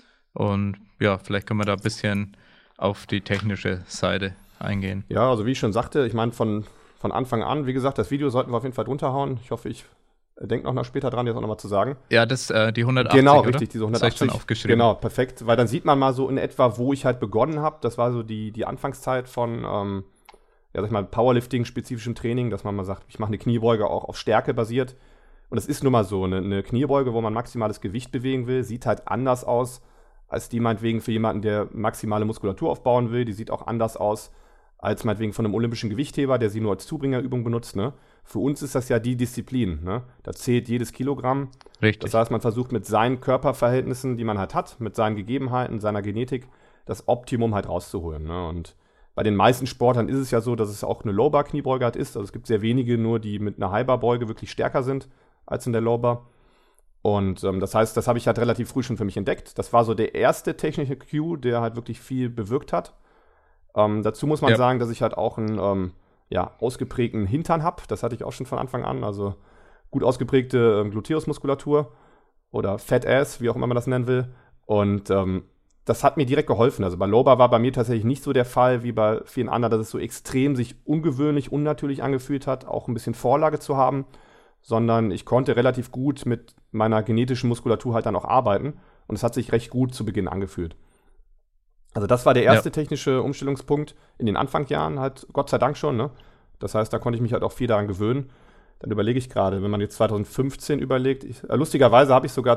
Und ja, vielleicht können wir da ein bisschen auf die technische Seite eingehen. Ja, also wie ich schon sagte, ich meine, von Anfang an, wie gesagt, das Video sollten wir auf jeden Fall drunter hauen. Ich hoffe, ich denke noch später dran, jetzt auch nochmal zu sagen. Ja, das die 180, genau, oder? Richtig, diese 180. Das habe ich schon aufgeschrieben. Genau, perfekt. Weil dann sieht man mal so in etwa, wo ich halt begonnen habe. Das war so die Anfangszeit von, sag ich mal, Powerlifting-spezifischem Training, dass man mal sagt, ich mache eine Kniebeuge auch auf Stärke basiert. Und es ist nun mal so, eine Kniebeuge, wo man maximales Gewicht bewegen will, sieht halt anders aus, als die meinetwegen für jemanden, der maximale Muskulatur aufbauen will. Die sieht auch anders aus, als meinetwegen von einem olympischen Gewichtheber, der sie nur als Zubringerübung benutzt, ne? Für uns ist das ja die Disziplin, ne? Da zählt jedes Kilogramm. Richtig. Das heißt, man versucht mit seinen Körperverhältnissen, die man halt hat, mit seinen Gegebenheiten, seiner Genetik, das Optimum halt rauszuholen, ne? Und bei den meisten Sportlern ist es ja so, dass es auch eine Low-Bar-Kniebeuge halt ist. Also es gibt sehr wenige nur, die mit einer High-Bar-Beuge wirklich stärker sind als in der Low-Bar. Und das heißt, das habe ich halt relativ früh schon für mich entdeckt. Das war so der erste technische Cue, der halt wirklich viel bewirkt hat. Dazu muss man sagen, dass ich halt auch einen ausgeprägten Hintern habe. Das hatte ich auch schon von Anfang an. Also gut ausgeprägte Gluteusmuskulatur oder Fat Ass, wie auch immer man das nennen will. Und das hat mir direkt geholfen. Also bei Low-Bar war bei mir tatsächlich nicht so der Fall wie bei vielen anderen, dass es so extrem sich ungewöhnlich, unnatürlich angefühlt hat, auch ein bisschen Vorlage zu haben, sondern ich konnte relativ gut mit meiner genetischen Muskulatur halt dann auch arbeiten. Und es hat sich recht gut zu Beginn angefühlt. Also das war der erste technische Umstellungspunkt in den Anfangsjahren halt, Gott sei Dank schon, ne? Das heißt, da konnte ich mich halt auch viel daran gewöhnen. Dann überlege ich gerade, wenn man jetzt 2015 überlegt, lustigerweise habe ich sogar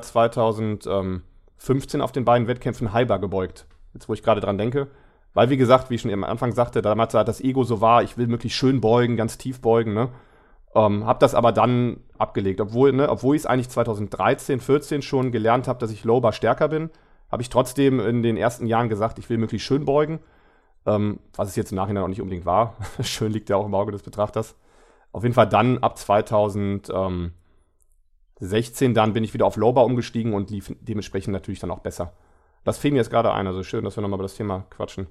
2015 auf den beiden Wettkämpfen High-Bar gebeugt. Jetzt, wo ich gerade dran denke. Weil, wie gesagt, wie ich schon am Anfang sagte, damals halt das Ego so war, ich will möglichst schön beugen, ganz tief beugen, ne? Habe das aber dann abgelegt. Obwohl ich es eigentlich 2013, 14 schon gelernt habe, dass ich Low-Bar stärker bin, habe ich trotzdem in den ersten Jahren gesagt, ich will möglichst schön beugen, was es jetzt im Nachhinein auch nicht unbedingt war. Schön liegt ja auch im Auge des Betrachters. Auf jeden Fall dann ab 2016 dann bin ich wieder auf Low-Bar umgestiegen und lief dementsprechend natürlich dann auch besser. Das fiel mir jetzt gerade ein, also schön, dass wir nochmal über das Thema quatschen.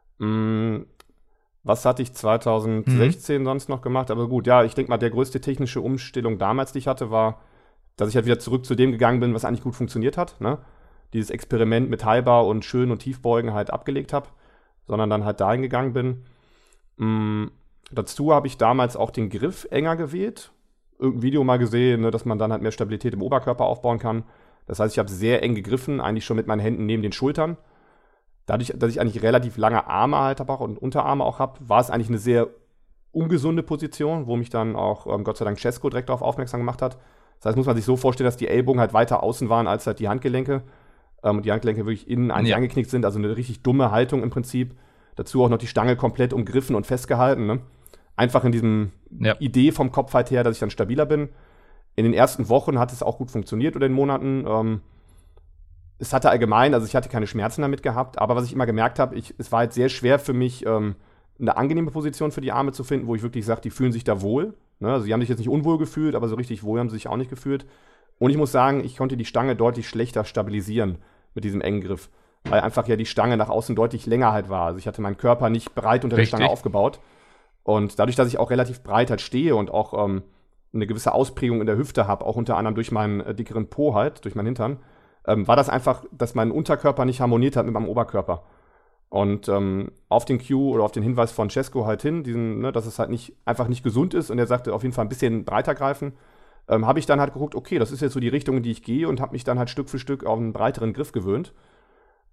Was hatte ich 2016 sonst noch gemacht? Aber gut, ja, ich denke mal, der größte technische Umstellung damals, die ich hatte, war, dass ich halt wieder zurück zu dem gegangen bin, was eigentlich gut funktioniert hat, ne? Dieses Experiment mit High-Bar und Schön- und Tiefbeugen halt abgelegt habe, sondern dann halt dahin gegangen bin. Dazu habe ich damals auch den Griff enger gewählt. Irgendein Video mal gesehen, ne, dass man dann halt mehr Stabilität im Oberkörper aufbauen kann. Das heißt, ich habe sehr eng gegriffen, eigentlich schon mit meinen Händen neben den Schultern. Dadurch, dass ich eigentlich relativ lange Arme halt habe und Unterarme auch habe, war es eigentlich eine sehr ungesunde Position, wo mich dann auch Gott sei Dank Cesco direkt darauf aufmerksam gemacht hat. Das heißt, muss man sich so vorstellen, dass die Ellbogen halt weiter außen waren als halt die Handgelenke. Und die Handgelenke wirklich innen eigentlich angeknickt sind, also eine richtig dumme Haltung im Prinzip. Dazu auch noch die Stange komplett umgriffen und festgehalten, ne? Einfach in diesem Idee vom Kopf halt her, dass ich dann stabiler bin. In den ersten Wochen hat es auch gut funktioniert oder in Monaten. Es hatte allgemein, also ich hatte keine Schmerzen damit gehabt, aber was ich immer gemerkt habe, es war halt sehr schwer für mich, eine angenehme Position für die Arme zu finden, wo ich wirklich sage, die fühlen sich da wohl. Ne? Also die haben sich jetzt nicht unwohl gefühlt, aber so richtig wohl haben sie sich auch nicht gefühlt. Und ich muss sagen, ich konnte die Stange deutlich schlechter stabilisieren mit diesem engen Griff, weil einfach ja die Stange nach außen deutlich länger halt war. Also ich hatte meinen Körper nicht breit unter der Stange aufgebaut. Und dadurch, dass ich auch relativ breit halt stehe und auch eine gewisse Ausprägung in der Hüfte habe, auch unter anderem durch meinen dickeren Po halt, durch meinen Hintern, war das einfach, dass mein Unterkörper nicht harmoniert hat mit meinem Oberkörper. Und auf den Cue oder auf den Hinweis von Cesco halt hin, dass es halt einfach nicht gesund ist und er sagte, auf jeden Fall ein bisschen breiter greifen, habe ich dann halt geguckt, okay, das ist jetzt so die Richtung, in die ich gehe und habe mich dann halt Stück für Stück auf einen breiteren Griff gewöhnt.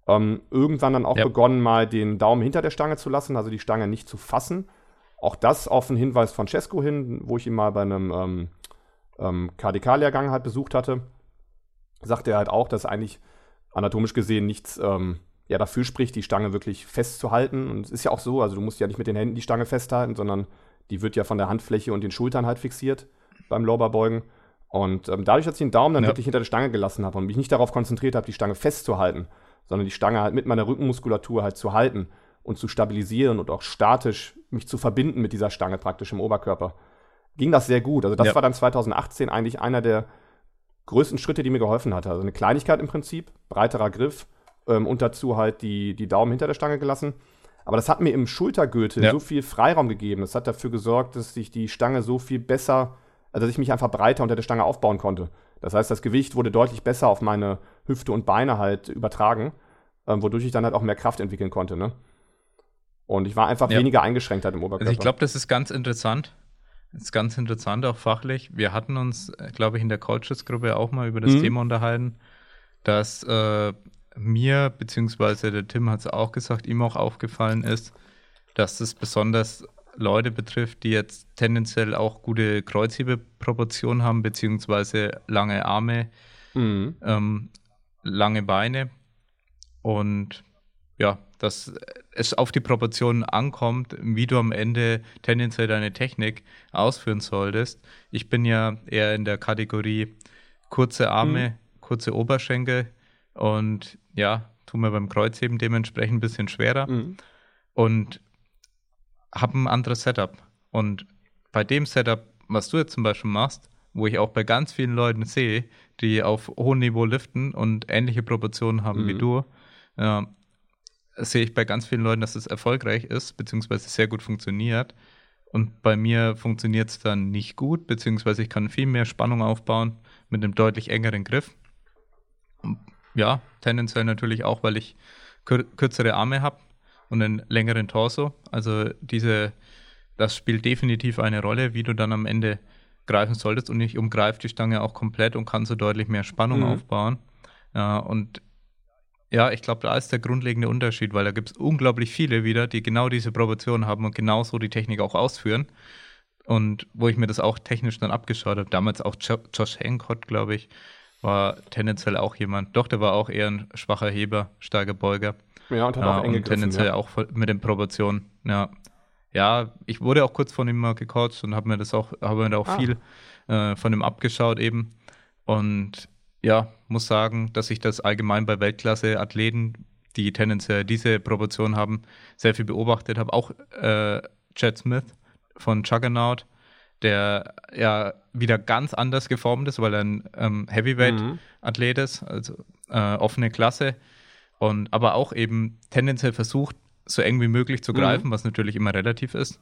Irgendwann dann auch begonnen, mal den Daumen hinter der Stange zu lassen, also die Stange nicht zu fassen. Auch das auf einen Hinweis von Cesco hin, wo ich ihn mal bei einem KDK-Lehrgang halt besucht hatte, sagte er halt auch, dass eigentlich anatomisch gesehen nichts dafür spricht, die Stange wirklich festzuhalten. Und es ist ja auch so, also du musst ja nicht mit den Händen die Stange festhalten, sondern die wird ja von der Handfläche und den Schultern halt fixiert beim Lorbeerbeugen. Und dadurch, dass ich den Daumen dann wirklich hinter der Stange gelassen habe und mich nicht darauf konzentriert habe, die Stange festzuhalten, sondern die Stange halt mit meiner Rückenmuskulatur halt zu halten und zu stabilisieren und auch statisch mich zu verbinden mit dieser Stange praktisch im Oberkörper, ging das sehr gut. Also das war dann 2018 eigentlich einer der größten Schritte, die mir geholfen hatte. Also eine Kleinigkeit im Prinzip, breiterer Griff und dazu halt die Daumen hinter der Stange gelassen. Aber das hat mir im Schultergürtel so viel Freiraum gegeben. Das hat dafür gesorgt, dass ich die Stange so viel besser, also dass ich mich einfach breiter unter der Stange aufbauen konnte. Das heißt, das Gewicht wurde deutlich besser auf meine Hüfte und Beine halt übertragen, wodurch ich dann halt auch mehr Kraft entwickeln konnte, ne? Und ich war einfach weniger eingeschränkt halt im Oberkörper. Also ich glaube, das ist ganz interessant. Das ist ganz interessant, auch fachlich. Wir hatten uns, glaube ich, in der Coaches-Gruppe auch mal über das Thema unterhalten, dass mir, beziehungsweise der Tim hat es auch gesagt, ihm auch aufgefallen ist, dass das besonders Leute betrifft, die jetzt tendenziell auch gute Kreuzhebeproportionen haben, beziehungsweise lange Arme, lange Beine und ja, dass es auf die Proportionen ankommt, wie du am Ende tendenziell deine Technik ausführen solltest. Ich bin ja eher in der Kategorie kurze Arme, kurze Oberschenkel und ja, tue mir beim Kreuzheben dementsprechend ein bisschen schwerer und habe ein anderes Setup. Und bei dem Setup, was du jetzt zum Beispiel machst, wo ich auch bei ganz vielen Leuten sehe, die auf hohem Niveau liften und ähnliche Proportionen haben wie du, sehe ich bei ganz vielen Leuten, dass es erfolgreich ist, beziehungsweise sehr gut funktioniert. Und bei mir funktioniert es dann nicht gut, beziehungsweise ich kann viel mehr Spannung aufbauen mit einem deutlich engeren Griff. Und ja, tendenziell natürlich auch, weil ich kürzere Arme habe und einen längeren Torso. Also das spielt definitiv eine Rolle, wie du dann am Ende greifen solltest. Und ich umgreife die Stange auch komplett und kann so deutlich mehr Spannung aufbauen. Und ja, ich glaube, da ist der grundlegende Unterschied, weil da gibt es unglaublich viele wieder, die genau diese Proportionen haben und genauso die Technik auch ausführen. Und wo ich mir das auch technisch dann abgeschaut habe, damals auch Josh Hancock, glaube ich, war tendenziell auch jemand. Doch, der war auch eher ein schwacher Heber, starker Beuger. Ja, und hat auch eng gegriffen, tendenziell auch mit den Proportionen, Ja, ich wurde auch kurz von ihm mal gecoacht und habe mir da auch viel von ihm abgeschaut eben. Und ja, muss sagen, dass ich das allgemein bei Weltklasse-Athleten, die tendenziell diese Proportion haben, sehr viel beobachtet habe. Auch Chad Smith von Juggernaut, der ja wieder ganz anders geformt ist, weil er ein Heavyweight-Athlet ist, also offene Klasse. Aber auch eben tendenziell versucht, so eng wie möglich zu greifen, was natürlich immer relativ ist.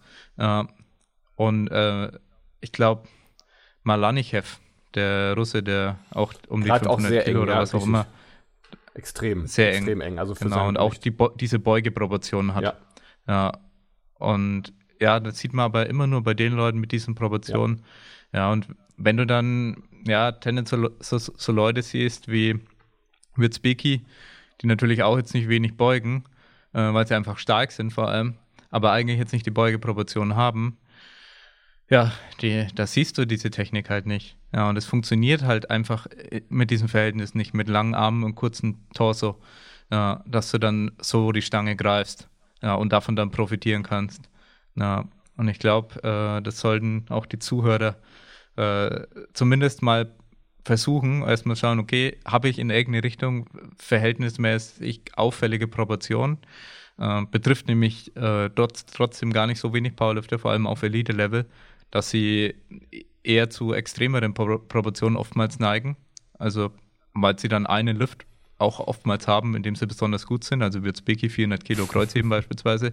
Ich glaube, Malanichev, der Russe, der auch um die 500 Kilo oder was auch immer. Extrem eng. Also genau, und auch diese Beugeproportionen hat. Und ja, das sieht man aber immer nur bei den Leuten mit diesen Proportionen. Ja, und wenn du dann tendenziell so Leute siehst wie Witzbicki, die natürlich auch jetzt nicht wenig beugen, weil sie einfach stark sind vor allem, aber eigentlich jetzt nicht die Beugeproportionen haben, ja, da siehst du diese Technik halt nicht. Ja, und es funktioniert halt einfach mit diesem Verhältnis nicht, mit langen Armen und kurzen Torso, dass du dann so die Stange greifst und davon dann profitieren kannst. Ja, und ich glaube, das sollten auch die Zuhörer zumindest mal versuchen, erstmal schauen, okay, habe ich in irgendeine Richtung verhältnismäßig auffällige Proportionen? Betrifft nämlich trotzdem gar nicht so wenig Powerlifter, vor allem auf Elite-Level, dass sie eher zu extremeren Proportionen oftmals neigen. Also, weil sie dann einen Lift auch oftmals haben, in dem sie besonders gut sind. Also wird Witzbicki 400 Kilo Kreuzheben beispielsweise.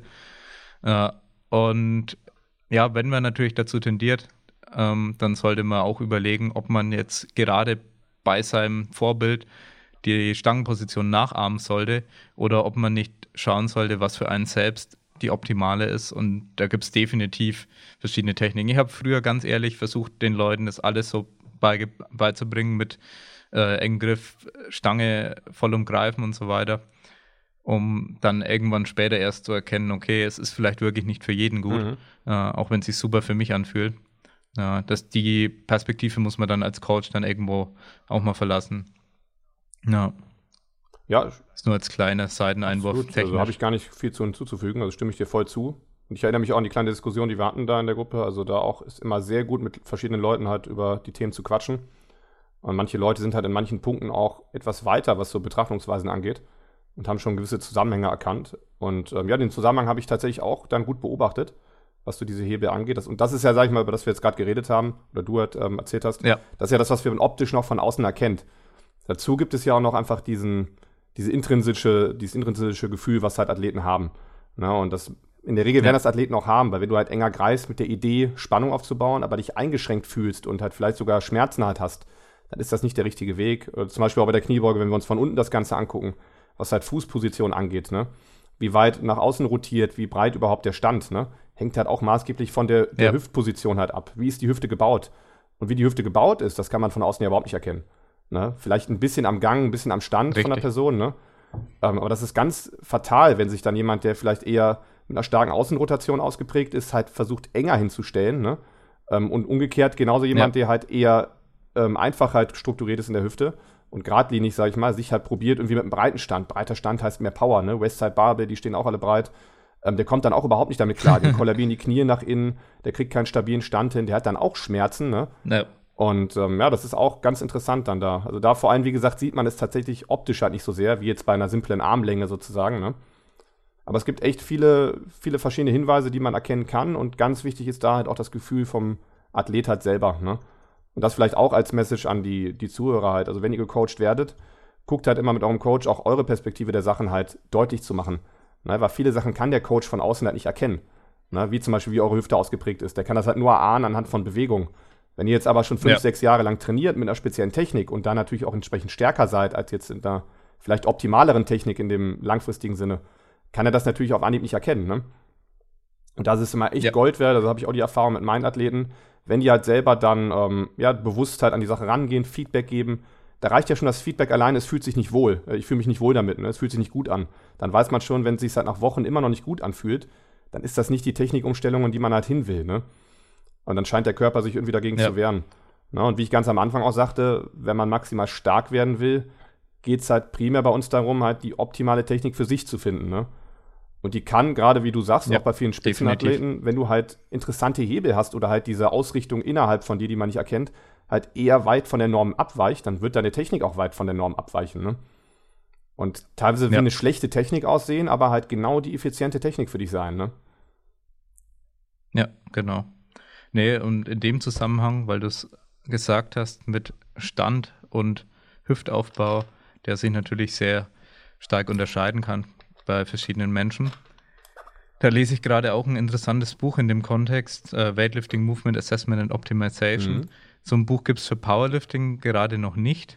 Und ja, wenn man natürlich dazu tendiert, dann sollte man auch überlegen, ob man jetzt gerade bei seinem Vorbild die Stangenposition nachahmen sollte oder ob man nicht schauen sollte, was für einen selbst die optimale ist. Und da gibt es definitiv verschiedene Techniken. Ich habe früher ganz ehrlich versucht, den Leuten das alles so beizubringen mit engen Griff, Stange voll umgreifen und so weiter. um dann irgendwann später erst zu erkennen, okay, es ist vielleicht wirklich nicht für jeden gut, auch wenn es sich super für mich anfühlt. Die Perspektive muss man dann als Coach dann irgendwo auch mal verlassen. Ja. Ist nur als kleiner Seiteneinwurf. Absolut. Also habe ich gar nicht viel hinzuzufügen, also stimme ich dir voll zu. Und ich erinnere mich auch an die kleine Diskussion, die wir hatten da in der Gruppe. Also da auch ist immer sehr gut, mit verschiedenen Leuten halt über die Themen zu quatschen. Und manche Leute sind halt in manchen Punkten auch etwas weiter, was so Betrachtungsweisen angeht und haben schon gewisse Zusammenhänge erkannt. Und den Zusammenhang habe ich tatsächlich auch dann gut beobachtet, was so diese Hebel angeht. Und das ist ja, sag ich mal, über das wir jetzt gerade geredet haben, oder du halt erzählt hast, das ist ja das, was wir optisch noch von außen erkennt. Dazu gibt es ja auch noch einfach dieses intrinsische Gefühl, was halt Athleten haben. Und das in der Regel werden das Athleten auch haben, weil wenn du halt enger greifst mit der Idee, Spannung aufzubauen, aber dich eingeschränkt fühlst und halt vielleicht sogar Schmerzen halt hast, dann ist das nicht der richtige Weg. Zum Beispiel auch bei der Kniebeuge, wenn wir uns von unten das Ganze angucken, was halt Fußposition angeht, ne? Wie weit nach außen rotiert, wie breit überhaupt der Stand, ne? Hängt halt auch maßgeblich von der Hüftposition halt ab. Wie ist die Hüfte gebaut? Und wie die Hüfte gebaut ist, das kann man von außen ja überhaupt nicht erkennen. Ne? Vielleicht ein bisschen am Gang, ein bisschen am Stand von der Person, ne? Aber das ist ganz fatal, wenn sich dann jemand, der vielleicht eher mit einer starken Außenrotation ausgeprägt ist, halt versucht, enger hinzustellen, ne? Und umgekehrt genauso jemand, der halt eher einfach halt strukturiert ist in der Hüfte und geradlinig, sage ich mal, sich halt probiert irgendwie mit einem breiten Stand. Breiter Stand heißt mehr Power, ne? Westside Barbell, die stehen auch alle breit. Der kommt dann auch überhaupt nicht damit klar. Den kollabieren die Knie nach innen, der kriegt keinen stabilen Stand hin, der hat dann auch Schmerzen, ne? Ja. Und das ist auch ganz interessant dann da. Also da vor allem, wie gesagt, sieht man es tatsächlich optisch halt nicht so sehr, wie jetzt bei einer simplen Armlänge sozusagen, ne? Aber es gibt echt viele, viele verschiedene Hinweise, die man erkennen kann. Und ganz wichtig ist da halt auch das Gefühl vom Athlet halt selber, ne? Und das vielleicht auch als Message an die Zuhörer halt. Also wenn ihr gecoacht werdet, guckt halt immer mit eurem Coach auch eure Perspektive der Sachen halt deutlich zu machen. Ne? Weil viele Sachen kann der Coach von außen halt nicht erkennen. Ne? Wie zum Beispiel, wie eure Hüfte ausgeprägt ist. Der kann das halt nur erahnen anhand von Bewegung. Wenn ihr jetzt aber schon 5-6 Jahre lang trainiert mit einer speziellen Technik und da natürlich auch entsprechend stärker seid als jetzt in einer vielleicht optimaleren Technik in dem langfristigen Sinne, kann er das natürlich auf Anhieb nicht erkennen. Ne? Und das ist immer echt Gold wert. Also habe ich auch die Erfahrung mit meinen Athleten, wenn die halt selber dann bewusst halt an die Sache rangehen, Feedback geben, da reicht ja schon das Feedback allein, es fühlt sich nicht wohl. Ich fühle mich nicht wohl damit, ne? Es fühlt sich nicht gut an. Dann weiß man schon, wenn es sich halt nach Wochen immer noch nicht gut anfühlt, dann ist das nicht die Technikumstellung, in die man halt hin will. Ne? Und dann scheint der Körper sich irgendwie dagegen zu wehren. Na, und wie ich ganz am Anfang auch sagte, wenn man maximal stark werden will, geht es halt primär bei uns darum, halt die optimale Technik für sich zu finden. Ne? Und die kann, gerade wie du sagst, auch bei vielen Spitzenathleten, wenn du halt interessante Hebel hast oder halt diese Ausrichtung innerhalb von dir, die man nicht erkennt, halt eher weit von der Norm abweicht, dann wird deine Technik auch weit von der Norm abweichen. Ne? Und teilweise wie eine schlechte Technik aussehen, aber halt genau die effiziente Technik für dich sein. Ne? Ja, genau. Nee, und in dem Zusammenhang, weil du es gesagt hast, mit Stand und Hüftaufbau, der sich natürlich sehr stark unterscheiden kann bei verschiedenen Menschen. Da lese ich gerade auch ein interessantes Buch in dem Kontext, Weightlifting Movement Assessment and Optimization. So ein Buch gibt es für Powerlifting gerade noch nicht.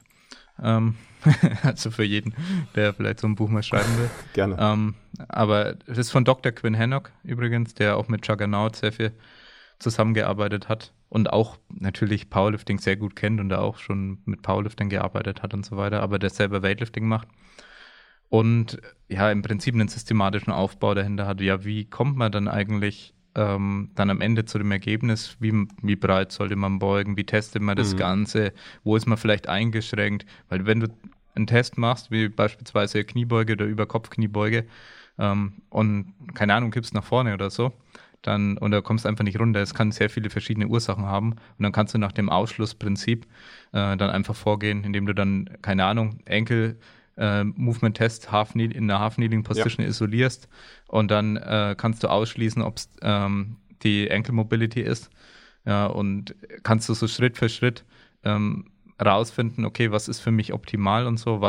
Also für jeden, der vielleicht so ein Buch mal schreiben will. Gerne. Aber es ist von Dr. Quinn Henoch übrigens, der auch mit Juggernaut sehr viel zusammengearbeitet hat und auch natürlich Powerlifting sehr gut kennt und da auch schon mit Powerlifting gearbeitet hat und so weiter, aber der selber Weightlifting macht und ja im Prinzip einen systematischen Aufbau dahinter hat. Ja, wie kommt man dann eigentlich dann am Ende zu dem Ergebnis, wie breit sollte man beugen, wie testet man das Ganze, wo ist man vielleicht eingeschränkt, weil wenn du einen Test machst, wie beispielsweise Kniebeuge oder Überkopfkniebeuge und keine Ahnung, kippst nach vorne oder so, dann, und da kommst du einfach nicht runter. Es kann sehr viele verschiedene Ursachen haben und dann kannst du nach dem Ausschlussprinzip dann einfach vorgehen, indem du dann, keine Ahnung, Movement-Test in einer Half-Kneeling-Position isolierst und dann kannst du ausschließen, ob es die Ankle Mobility ist und kannst du so Schritt für Schritt rausfinden, okay, was ist für mich optimal und so,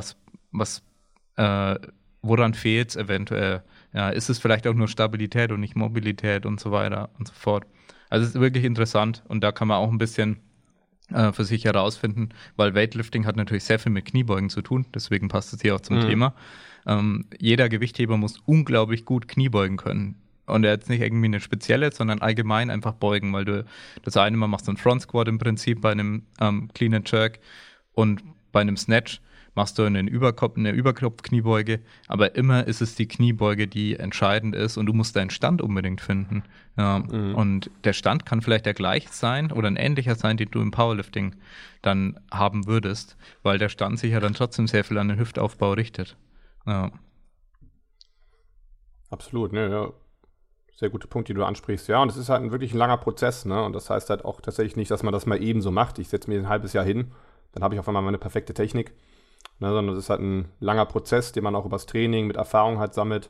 woran fehlt es eventuell? Ja, ist es vielleicht auch nur Stabilität und nicht Mobilität und so weiter und so fort. Also es ist wirklich interessant und da kann man auch ein bisschen für sich herausfinden, weil Weightlifting hat natürlich sehr viel mit Kniebeugen zu tun, deswegen passt es hier auch zum Thema. Jeder Gewichtheber muss unglaublich gut Kniebeugen können. Und er jetzt nicht irgendwie eine spezielle, sondern allgemein einfach beugen, weil du das eine Mal machst einen Front Squat im Prinzip bei einem Clean and Jerk und bei einem Snatch machst du eine Überkopf-Kniebeuge, aber immer ist es die Kniebeuge, die entscheidend ist und du musst deinen Stand unbedingt finden. Und der Stand kann vielleicht der gleiche sein oder ein ähnlicher sein, den du im Powerlifting dann haben würdest, weil der Stand sich ja dann trotzdem sehr viel an den Hüftaufbau richtet. Ja. Absolut, ne, ja. Sehr gute Punkt, die du ansprichst. Ja, und es ist halt wirklich ein langer Prozess, ne? Und das heißt halt auch tatsächlich nicht, dass man das mal eben so macht. Ich setze mir ein halbes Jahr hin, dann habe ich auf einmal meine perfekte Technik. Ne? Sondern es ist halt ein langer Prozess, den man auch übers Training mit Erfahrung halt sammelt.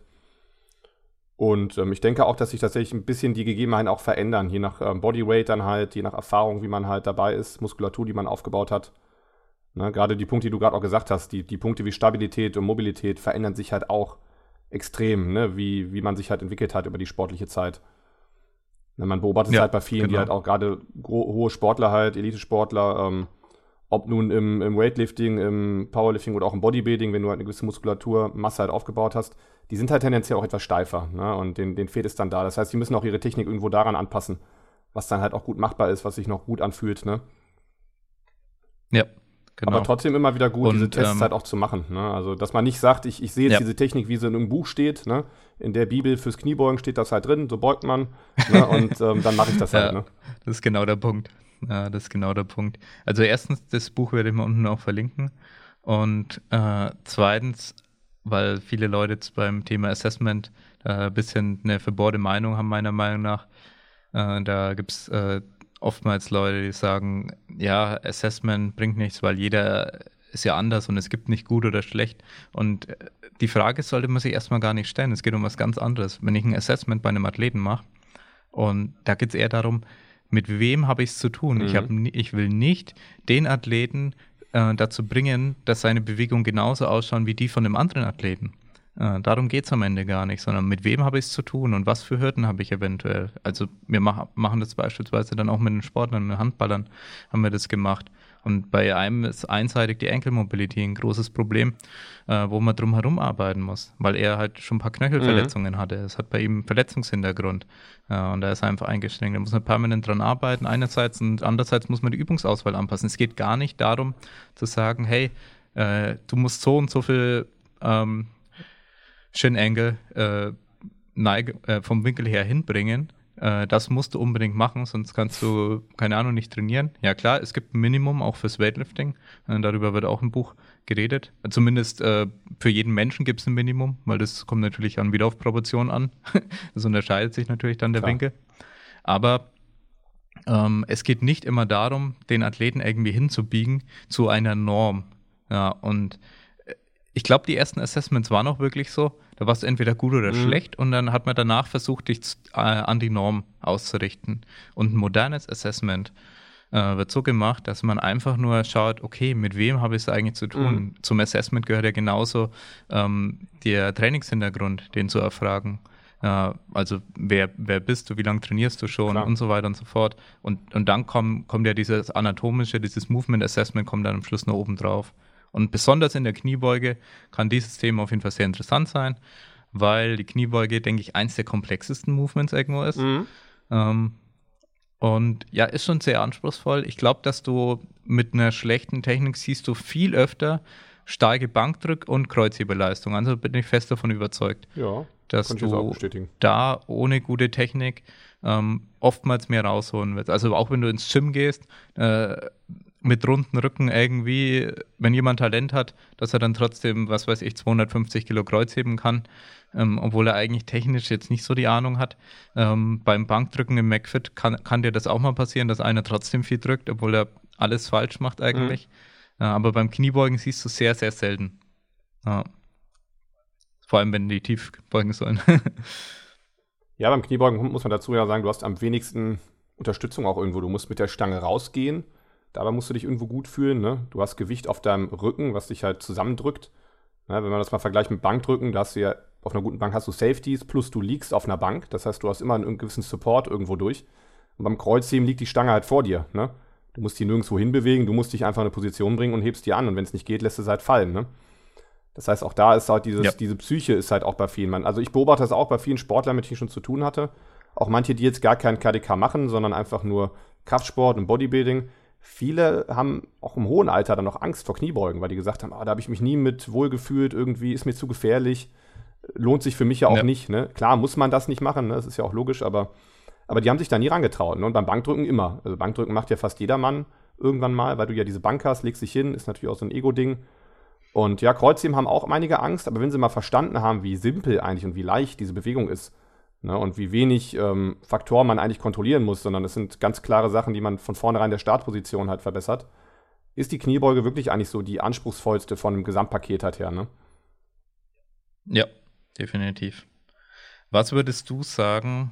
Und ich denke auch, dass sich tatsächlich ein bisschen die Gegebenheiten auch verändern, je nach Bodyweight dann halt, je nach Erfahrung, wie man halt dabei ist, Muskulatur, die man aufgebaut hat. Ne? Gerade die Punkte, die du gerade auch gesagt hast, die Punkte wie Stabilität und Mobilität verändern sich halt auch extrem, ne? Wie man sich halt entwickelt hat über die sportliche Zeit. Ne, man beobachtet es halt bei vielen, die halt auch gerade hohe Sportler halt, Elite-Sportler, ob nun im Weightlifting, im Powerlifting oder auch im Bodybuilding, wenn du halt eine gewisse Muskulaturmasse halt aufgebaut hast, die sind halt tendenziell auch etwas steifer, ne? Und denen fehlt es dann da. Das heißt, die müssen auch ihre Technik irgendwo daran anpassen, was dann halt auch gut machbar ist, was sich noch gut anfühlt, ne? Ja. Genau. Aber trotzdem immer wieder gut, diese Tests halt auch zu machen. Ne? Also, dass man nicht sagt, ich sehe jetzt diese Technik, wie sie in einem Buch steht. Ne? In der Bibel fürs Kniebeugen steht das halt drin, so beugt man. Ne? Und dann mache ich das halt. Ne? Das ist genau der Punkt. Ja, das ist genau der Punkt. Also erstens, das Buch werde ich mal unten auch verlinken. Und zweitens, weil viele Leute jetzt beim Thema Assessment ein bisschen eine verbohrte Meinung haben, meiner Meinung nach. Da gibt es oftmals Leute, die sagen, ja, Assessment bringt nichts, weil jeder ist ja anders und es gibt nicht gut oder schlecht. Und die Frage sollte man sich erstmal gar nicht stellen. Es geht um was ganz anderes. Wenn ich ein Assessment bei einem Athleten mache, und da geht es eher darum, mit wem habe ich es zu tun? Ich will nicht den Athleten dazu bringen, dass seine Bewegungen genauso ausschauen wie die von dem anderen Athleten. Darum geht es am Ende gar nicht, sondern mit wem habe ich es zu tun und was für Hürden habe ich eventuell. Also wir machen das beispielsweise dann auch mit den Sportlern, mit den Handballern haben wir das gemacht. Und bei einem ist einseitig die Ankle Mobility ein großes Problem, wo man drum herum arbeiten muss, weil er halt schon ein paar Knöchelverletzungen hatte. Es hat bei ihm einen Verletzungshintergrund und da ist er einfach eingeschränkt. Da muss man permanent dran arbeiten einerseits und andererseits muss man die Übungsauswahl anpassen. Es geht gar nicht darum zu sagen, hey, du musst so und so viel Shin-Angle vom Winkel her hinbringen. Das musst du unbedingt machen, sonst kannst du, keine Ahnung, nicht trainieren. Ja klar, es gibt ein Minimum auch fürs Weightlifting. Darüber wird auch im Buch geredet. Zumindest für jeden Menschen gibt es ein Minimum, weil das kommt natürlich wieder auf Proportion an. Das unterscheidet sich natürlich dann der Winkel. Aber es geht nicht immer darum, den Athleten irgendwie hinzubiegen zu einer Norm. Ja, und ich glaube, die ersten Assessments waren auch wirklich so. Da warst du entweder gut oder schlecht und dann hat man danach versucht, dich an die Norm auszurichten. Und ein modernes Assessment wird so gemacht, dass man einfach nur schaut, okay, mit wem habe ich es eigentlich zu tun? Zum Assessment gehört ja genauso der Trainingshintergrund, den zu erfragen. Also wer bist du, wie lange trainierst du schon und so weiter und so fort. Und dann kommt ja dieses anatomische, dieses Movement Assessment kommt dann am Schluss noch oben drauf. Und besonders in der Kniebeuge kann dieses Thema auf jeden Fall sehr interessant sein, weil die Kniebeuge, denke ich, eins der komplexesten Movements irgendwo ist. Und ja, ist schon sehr anspruchsvoll. Ich glaube, dass du mit einer schlechten Technik siehst du viel öfter starke Bankdrück- und Kreuzhebeleistung. Also bin ich fest davon überzeugt, dass du da ohne gute Technik oftmals mehr rausholen wirst. Also auch wenn du ins Gym gehst, mit runden Rücken irgendwie, wenn jemand Talent hat, dass er dann trotzdem, 250 Kilo Kreuz heben kann, obwohl er eigentlich technisch jetzt nicht so die Ahnung hat. Beim Bankdrücken im McFit kann dir das auch mal passieren, dass einer trotzdem viel drückt, obwohl er alles falsch macht eigentlich. Aber beim Kniebeugen siehst du sehr, sehr selten. Ja. Vor allem, wenn die tief beugen sollen. Ja, beim Kniebeugen muss man dazu ja sagen, du hast am wenigsten Unterstützung auch irgendwo. Du musst mit der Stange rausgehen. Dabei musst du dich irgendwo gut fühlen. Ne? Du hast Gewicht auf deinem Rücken, was dich halt zusammendrückt. Ja, wenn man das mal vergleicht mit Bankdrücken, da hast du ja auf einer guten Bank hast du Safeties, plus du liegst auf einer Bank. Das heißt, du hast immer einen gewissen Support irgendwo durch. Und beim Kreuzheben liegt die Stange halt vor dir. Ne? Du musst die nirgendwo hinbewegen, du musst dich einfach in eine Position bringen und hebst die an. Und wenn es nicht geht, lässt es halt fallen. Ne? Das heißt, auch da ist halt diese Psyche ist halt auch bei vielen. Also ich beobachte das auch bei vielen Sportlern, mit denen ich schon zu tun hatte. Auch manche, die jetzt gar keinen KDK machen, sondern einfach nur Kraftsport und Bodybuilding. viele haben auch im hohen Alter dann noch Angst vor Kniebeugen, weil die gesagt haben, da habe ich mich nie mit wohlgefühlt, irgendwie ist mir zu gefährlich, lohnt sich für mich ja auch nicht. Ne? Klar muss man das nicht machen, ne? Das ist ja auch logisch, aber die haben sich da nie rangetraut. Ne? Und beim Bankdrücken immer. Also Bankdrücken macht ja fast jeder Mann irgendwann mal, weil du ja diese Bank hast, legst dich hin, ist natürlich auch so ein Ego-Ding. Und ja, Kreuzheben haben auch einige Angst, aber wenn sie mal verstanden haben, wie simpel eigentlich und wie leicht diese Bewegung ist, ne, und wie wenig Faktoren man eigentlich kontrollieren muss, sondern es sind ganz klare Sachen, die man von vornherein der Startposition halt verbessert, ist die Kniebeuge wirklich eigentlich so die anspruchsvollste von dem Gesamtpaket halt her, ne? Ja, definitiv. Was würdest du sagen,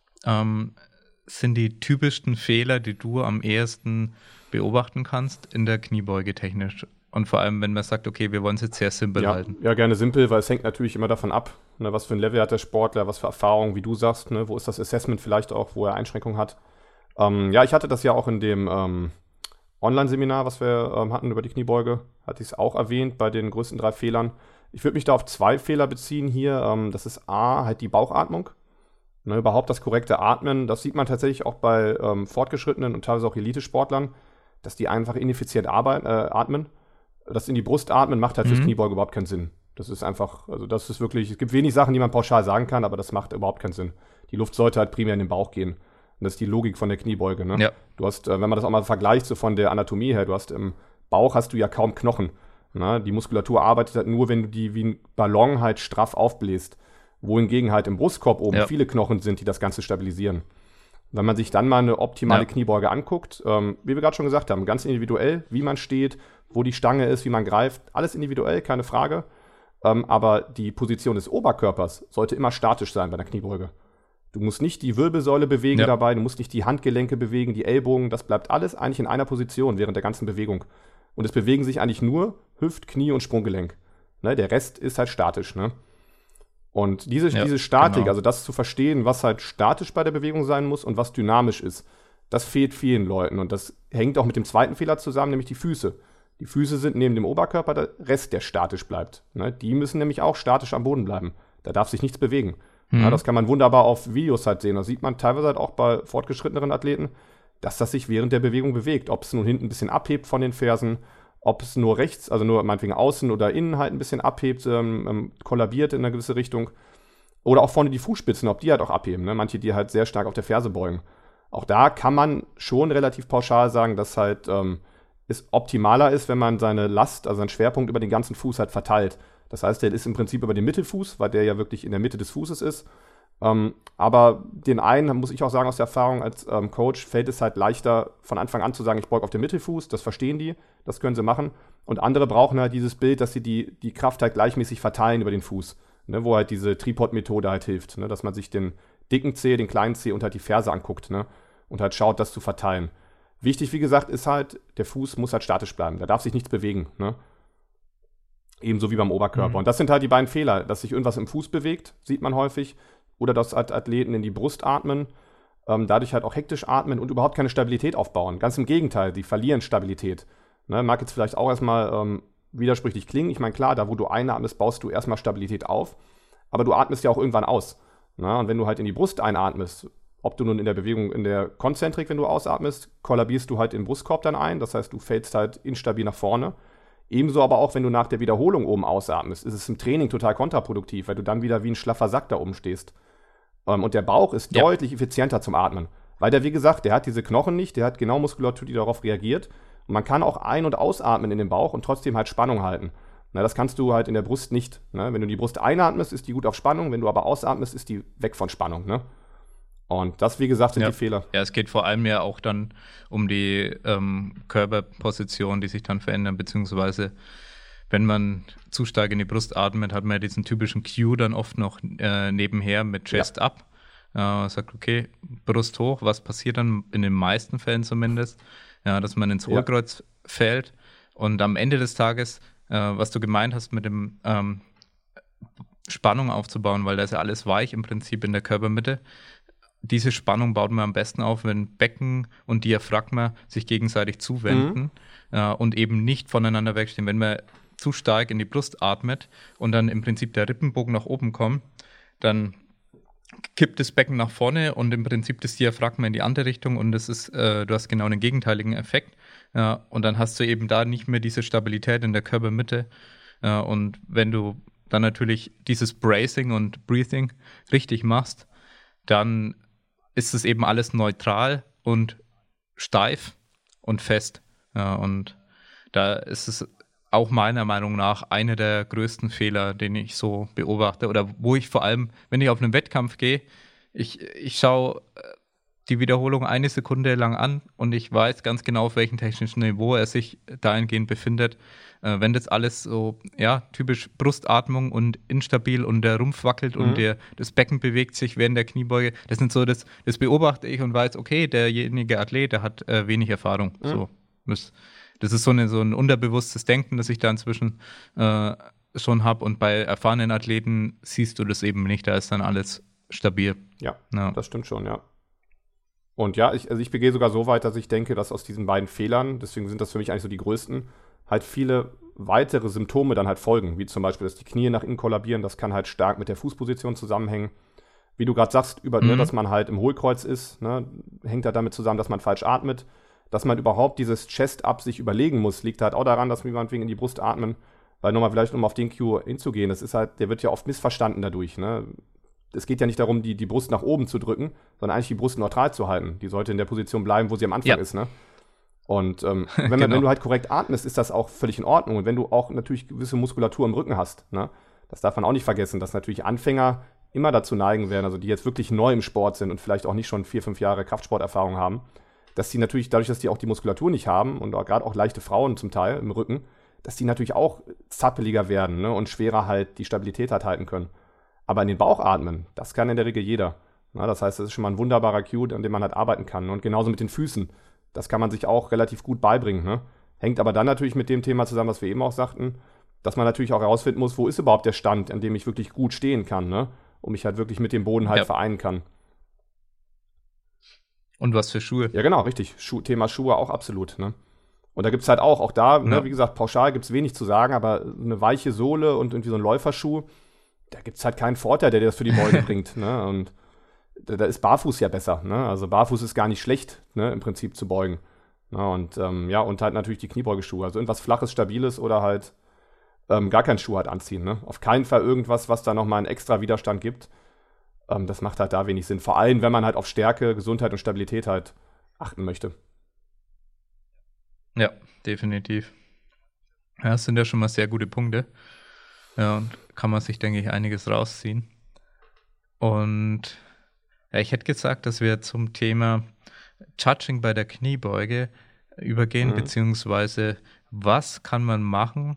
sind die typischsten Fehler, die du am ehesten beobachten kannst in der Kniebeuge technisch? Und vor allem, wenn man sagt, okay, wir wollen es jetzt sehr simpel halten. Ja, gerne simpel, weil es hängt natürlich immer davon ab, ne, was für ein Level hat der Sportler, was für Erfahrungen, wie du sagst, ne, wo ist das Assessment vielleicht auch, wo er Einschränkungen hat. Ich hatte das ja auch in dem Online-Seminar, was wir hatten über die Kniebeuge, hatte ich es auch erwähnt, bei den größten 3 Fehlern. Ich würde mich da auf 2 Fehler beziehen hier. Das ist A, halt die Bauchatmung. Ne, überhaupt das korrekte Atmen, das sieht man tatsächlich auch bei fortgeschrittenen und teilweise auch Elite-Sportlern, dass die einfach ineffizient atmen. Das in die Brust atmen macht halt fürs Kniebeuge überhaupt keinen Sinn. Das ist einfach, also das ist wirklich, es gibt wenig Sachen, die man pauschal sagen kann, aber das macht überhaupt keinen Sinn. Die Luft sollte halt primär in den Bauch gehen. Und das ist die Logik von der Kniebeuge, ne? Ja. Du hast, wenn man das auch mal vergleicht, so von der Anatomie her, du hast im Bauch hast du ja kaum Knochen. Ne? Die Muskulatur arbeitet halt nur, wenn du die wie ein Ballon halt straff aufbläst. Wohingegen halt im Brustkorb oben viele Knochen sind, die das Ganze stabilisieren. Wenn man sich dann mal eine optimale Kniebeuge anguckt, wie wir gerade schon gesagt haben, ganz individuell, wie man steht, wo die Stange ist, wie man greift, alles individuell, keine Frage. Aber die Position des Oberkörpers sollte immer statisch sein bei der Kniebeuge. Du musst nicht die Wirbelsäule bewegen dabei, du musst nicht die Handgelenke bewegen, die Ellbogen, das bleibt alles eigentlich in einer Position während der ganzen Bewegung. Und es bewegen sich eigentlich nur Hüft-, Knie- und Sprunggelenk. Ne, der Rest ist halt statisch, ne? Und diese Statik, also das zu verstehen, was halt statisch bei der Bewegung sein muss und was dynamisch ist, das fehlt vielen Leuten. Und das hängt auch mit dem zweiten Fehler zusammen, nämlich die Füße. Die Füße sind neben dem Oberkörper der Rest, der statisch bleibt. Ne? Die müssen nämlich auch statisch am Boden bleiben. Da darf sich nichts bewegen. Ja, das kann man wunderbar auf Videos halt sehen. Da sieht man teilweise halt auch bei fortgeschritteneren Athleten, dass das sich während der Bewegung bewegt. Ob es nun hinten ein bisschen abhebt von den Fersen, ob es nur rechts, also nur meinetwegen außen oder innen halt ein bisschen abhebt, kollabiert in eine gewisse Richtung. Oder auch vorne die Fußspitzen, ob die halt auch abheben. Ne? Manche, die halt sehr stark auf der Ferse beugen. Auch da kann man schon relativ pauschal sagen, dass halt es optimaler ist, wenn man seine Last, also seinen Schwerpunkt über den ganzen Fuß halt verteilt. Das heißt, der ist im Prinzip über den Mittelfuß, weil der ja wirklich in der Mitte des Fußes ist. Aber den einen, muss ich auch sagen aus der Erfahrung als Coach, fällt es halt leichter von Anfang an zu sagen, ich beuge auf den Mittelfuß, das verstehen die, das können sie machen. Und andere brauchen halt dieses Bild, dass sie die Kraft halt gleichmäßig verteilen über den Fuß, ne, wo halt diese Tripod-Methode halt hilft, ne, dass man sich den dicken Zeh, den kleinen Zeh und halt die Ferse anguckt, ne, und halt schaut, das zu verteilen. Wichtig, wie gesagt, ist halt, der Fuß muss halt statisch bleiben, da darf sich nichts bewegen, ne. Ebenso wie beim Oberkörper. Und das sind halt die beiden Fehler, dass sich irgendwas im Fuß bewegt, sieht man häufig, oder dass Athleten in die Brust atmen, dadurch halt auch hektisch atmen und überhaupt keine Stabilität aufbauen. Ganz im Gegenteil, die verlieren Stabilität. Ne, mag jetzt vielleicht auch erstmal widersprüchlich klingen. Ich meine, klar, da wo du einatmest, baust du erstmal Stabilität auf, aber du atmest ja auch irgendwann aus. Ne? Und wenn du halt in die Brust einatmest, ob du nun in der Bewegung, in der Konzentrik, wenn du ausatmest, kollabierst du halt den Brustkorb dann ein, das heißt, du fällst halt instabil nach vorne. Ebenso aber auch, wenn du nach der Wiederholung oben ausatmest, ist es im Training total kontraproduktiv, weil du dann wieder wie ein schlaffer Sack da oben stehst. Und der Bauch ist deutlich effizienter zum Atmen. Weil der, wie gesagt, der hat diese Knochen nicht, der hat genau Muskulatur, die darauf reagiert. Und man kann auch ein- und ausatmen in den Bauch und trotzdem halt Spannung halten. Na, das kannst du halt in der Brust nicht. Ne? Wenn du die Brust einatmest, ist die gut auf Spannung. Wenn du aber ausatmest, ist die weg von Spannung. Ne? Und das, wie gesagt, sind die Fehler. Ja, es geht vor allem ja auch dann um die Körperposition, die sich dann verändern, beziehungsweise wenn man zu stark in die Brust atmet, hat man ja diesen typischen Cue dann oft noch nebenher mit Chest up. Sagt, okay, Brust hoch, was passiert dann in den meisten Fällen zumindest? Ja, dass man ins Hohlkreuz fällt und am Ende des Tages, was du gemeint hast mit dem Spannung aufzubauen, weil da ist ja alles weich im Prinzip in der Körpermitte. Diese Spannung baut man am besten auf, wenn Becken und Diaphragma sich gegenseitig zuwenden und eben nicht voneinander wegstehen. Wenn man zu stark in die Brust atmet und dann im Prinzip der Rippenbogen nach oben kommt, dann kippt das Becken nach vorne und im Prinzip das Diaphragma in die andere Richtung und das ist, du hast genau den gegenteiligen Effekt. Ja, und dann hast du eben da nicht mehr diese Stabilität in der Körpermitte. Und wenn du dann natürlich dieses Bracing und Breathing richtig machst, dann ist es eben alles neutral und steif und fest. Ja, und da ist es auch meiner Meinung nach einer der größten Fehler, den ich so beobachte oder wo ich vor allem, wenn ich auf einen Wettkampf gehe, ich schaue die Wiederholung 1 Sekunde lang an und ich weiß ganz genau, auf welchem technischen Niveau er sich dahingehend befindet. Wenn das alles so, ja, typisch Brustatmung und instabil und der Rumpf wackelt und das Becken bewegt sich während der Kniebeuge, das beobachte ich und weiß, okay, derjenige Athlet, der hat wenig Erfahrung. So, das ist so ein unterbewusstes Denken, das ich da inzwischen schon habe. Und bei erfahrenen Athleten siehst du das eben nicht. Da ist dann alles stabil. Ja. Das stimmt schon, ja. Und ja, ich begehe sogar so weit, dass ich denke, dass aus diesen beiden Fehlern, deswegen sind das für mich eigentlich so die größten, halt viele weitere Symptome dann halt folgen. Wie zum Beispiel, dass die Knie nach innen kollabieren. Das kann halt stark mit der Fußposition zusammenhängen. Wie du gerade sagst, dass man halt im Hohlkreuz ist, ne, hängt halt damit zusammen, dass man falsch atmet. Dass man überhaupt dieses Chest-Up sich überlegen muss, liegt halt auch daran, dass wir meinetwegen in die Brust atmen. Weil vielleicht um auf den Cue hinzugehen, das ist halt, der wird ja oft missverstanden dadurch. Ne? Es geht ja nicht darum, die Brust nach oben zu drücken, sondern eigentlich die Brust neutral zu halten. Die sollte in der Position bleiben, wo sie am Anfang ist. Ne? Und wenn du halt korrekt atmest, ist das auch völlig in Ordnung. Und wenn du auch natürlich gewisse Muskulatur im Rücken hast, ne? Das darf man auch nicht vergessen, dass natürlich Anfänger immer dazu neigen werden, also die jetzt wirklich neu im Sport sind und vielleicht auch nicht schon 4-5 Jahre Kraftsporterfahrung haben, dass die natürlich, dadurch, dass die auch die Muskulatur nicht haben und gerade auch leichte Frauen zum Teil im Rücken, dass die natürlich auch zappeliger werden, ne, und schwerer halt die Stabilität halt halten können. Aber in den Bauch atmen, das kann in der Regel jeder. Na, das heißt, das ist schon mal ein wunderbarer Cue, an dem man halt arbeiten kann. Und genauso mit den Füßen. Das kann man sich auch relativ gut beibringen. Ne? Hängt aber dann natürlich mit dem Thema zusammen, was wir eben auch sagten, dass man natürlich auch herausfinden muss, wo ist überhaupt der Stand, an dem ich wirklich gut stehen kann, ne? Und mich halt wirklich mit dem Boden halt vereinen kann. Und was für Schuhe. Ja, genau, richtig. Thema Schuhe auch absolut. Ne? Und da gibt es halt auch da, ne, wie gesagt, pauschal gibt es wenig zu sagen, aber eine weiche Sohle und irgendwie so ein Läuferschuh, da gibt es halt keinen Vorteil, der dir das für die Beuge bringt. Ne? Und da ist Barfuß ja besser. Ne? Also Barfuß ist gar nicht schlecht, ne, im Prinzip zu beugen. Ja, und und halt natürlich die Kniebeugeschuhe. Also irgendwas Flaches, Stabiles oder halt gar keinen Schuh halt anziehen. Ne? Auf keinen Fall irgendwas, was da nochmal einen extra Widerstand gibt. Das macht halt da wenig Sinn. Vor allem, wenn man halt auf Stärke, Gesundheit und Stabilität halt achten möchte. Ja, definitiv. Ja, das sind ja schon mal sehr gute Punkte. Ja, und kann man sich, denke ich, einiges rausziehen. Und ja, ich hätte gesagt, dass wir zum Thema Judging bei der Kniebeuge übergehen, beziehungsweise was kann man machen,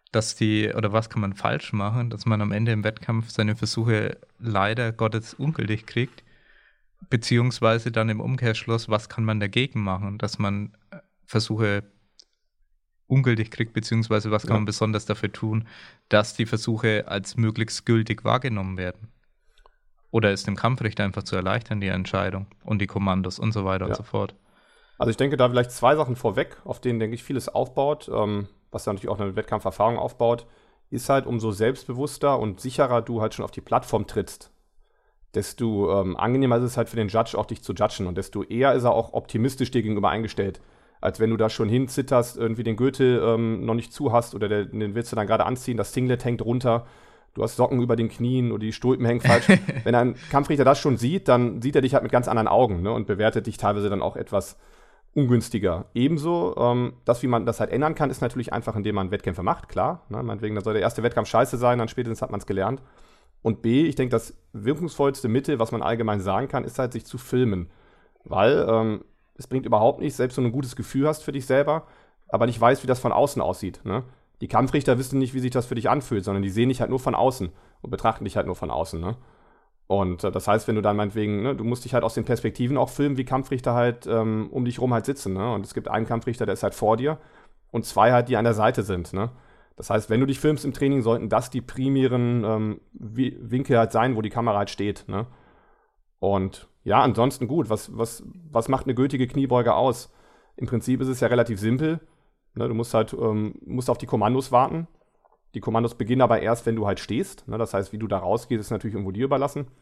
was kann man falsch machen, dass man am Ende im Wettkampf seine Versuche leider Gottes ungültig kriegt, beziehungsweise dann im Umkehrschluss, was kann man dagegen machen, dass man Versuche ungültig kriegt, beziehungsweise was kann man besonders dafür tun, dass die Versuche als möglichst gültig wahrgenommen werden. Oder ist dem Kampfrichter einfach zu erleichtern, die Entscheidung und die Kommandos und so weiter und so fort. Also ich denke da vielleicht 2 Sachen vorweg, auf denen, denke ich, vieles aufbaut, was dann natürlich auch eine Wettkampferfahrung aufbaut, ist halt, umso selbstbewusster und sicherer du halt schon auf die Plattform trittst, desto angenehmer ist es halt für den Judge auch dich zu judgen und desto eher ist er auch optimistisch dir gegenüber eingestellt, als wenn du da schon hinzitterst, irgendwie den Gürtel noch nicht zu hast oder den willst du dann gerade anziehen, das Singlet hängt runter, du hast Socken über den Knien oder die Stulpen hängen falsch. Wenn ein Kampfrichter das schon sieht, dann sieht er dich halt mit ganz anderen Augen, ne, und bewertet dich teilweise dann auch etwas ungünstiger. Ebenso, wie man das halt ändern kann, ist natürlich einfach, indem man Wettkämpfe macht, klar. Ne, meinetwegen, da soll der erste Wettkampf scheiße sein, dann spätestens hat man es gelernt. Und B, ich denke, das wirkungsvollste Mittel, was man allgemein sagen kann, ist halt, sich zu filmen. Weil es bringt überhaupt nichts, selbst wenn du ein gutes Gefühl hast für dich selber, aber nicht weißt, wie das von außen aussieht. Ne? Die Kampfrichter wissen nicht, wie sich das für dich anfühlt, sondern die sehen dich halt nur von außen und betrachten dich halt nur von außen. Ne? Und das heißt, wenn du dann meinetwegen, ne, du musst dich halt aus den Perspektiven auch filmen, wie Kampfrichter halt um dich rum halt sitzen. Ne? Und es gibt einen Kampfrichter, der ist halt vor dir und 2 halt, die an der Seite sind. Ne? Das heißt, wenn du dich filmst im Training, sollten das die primären Winkel halt sein, wo die Kamera halt steht. Ne? Und ja, ansonsten gut, was macht eine gültige Kniebeuge aus? Im Prinzip ist es ja relativ simpel. Ne? Du musst halt auf die Kommandos warten. Die Kommandos beginnen aber erst, wenn du halt stehst. Ne? Das heißt, wie du da rausgehst, ist natürlich irgendwo dir überlassen.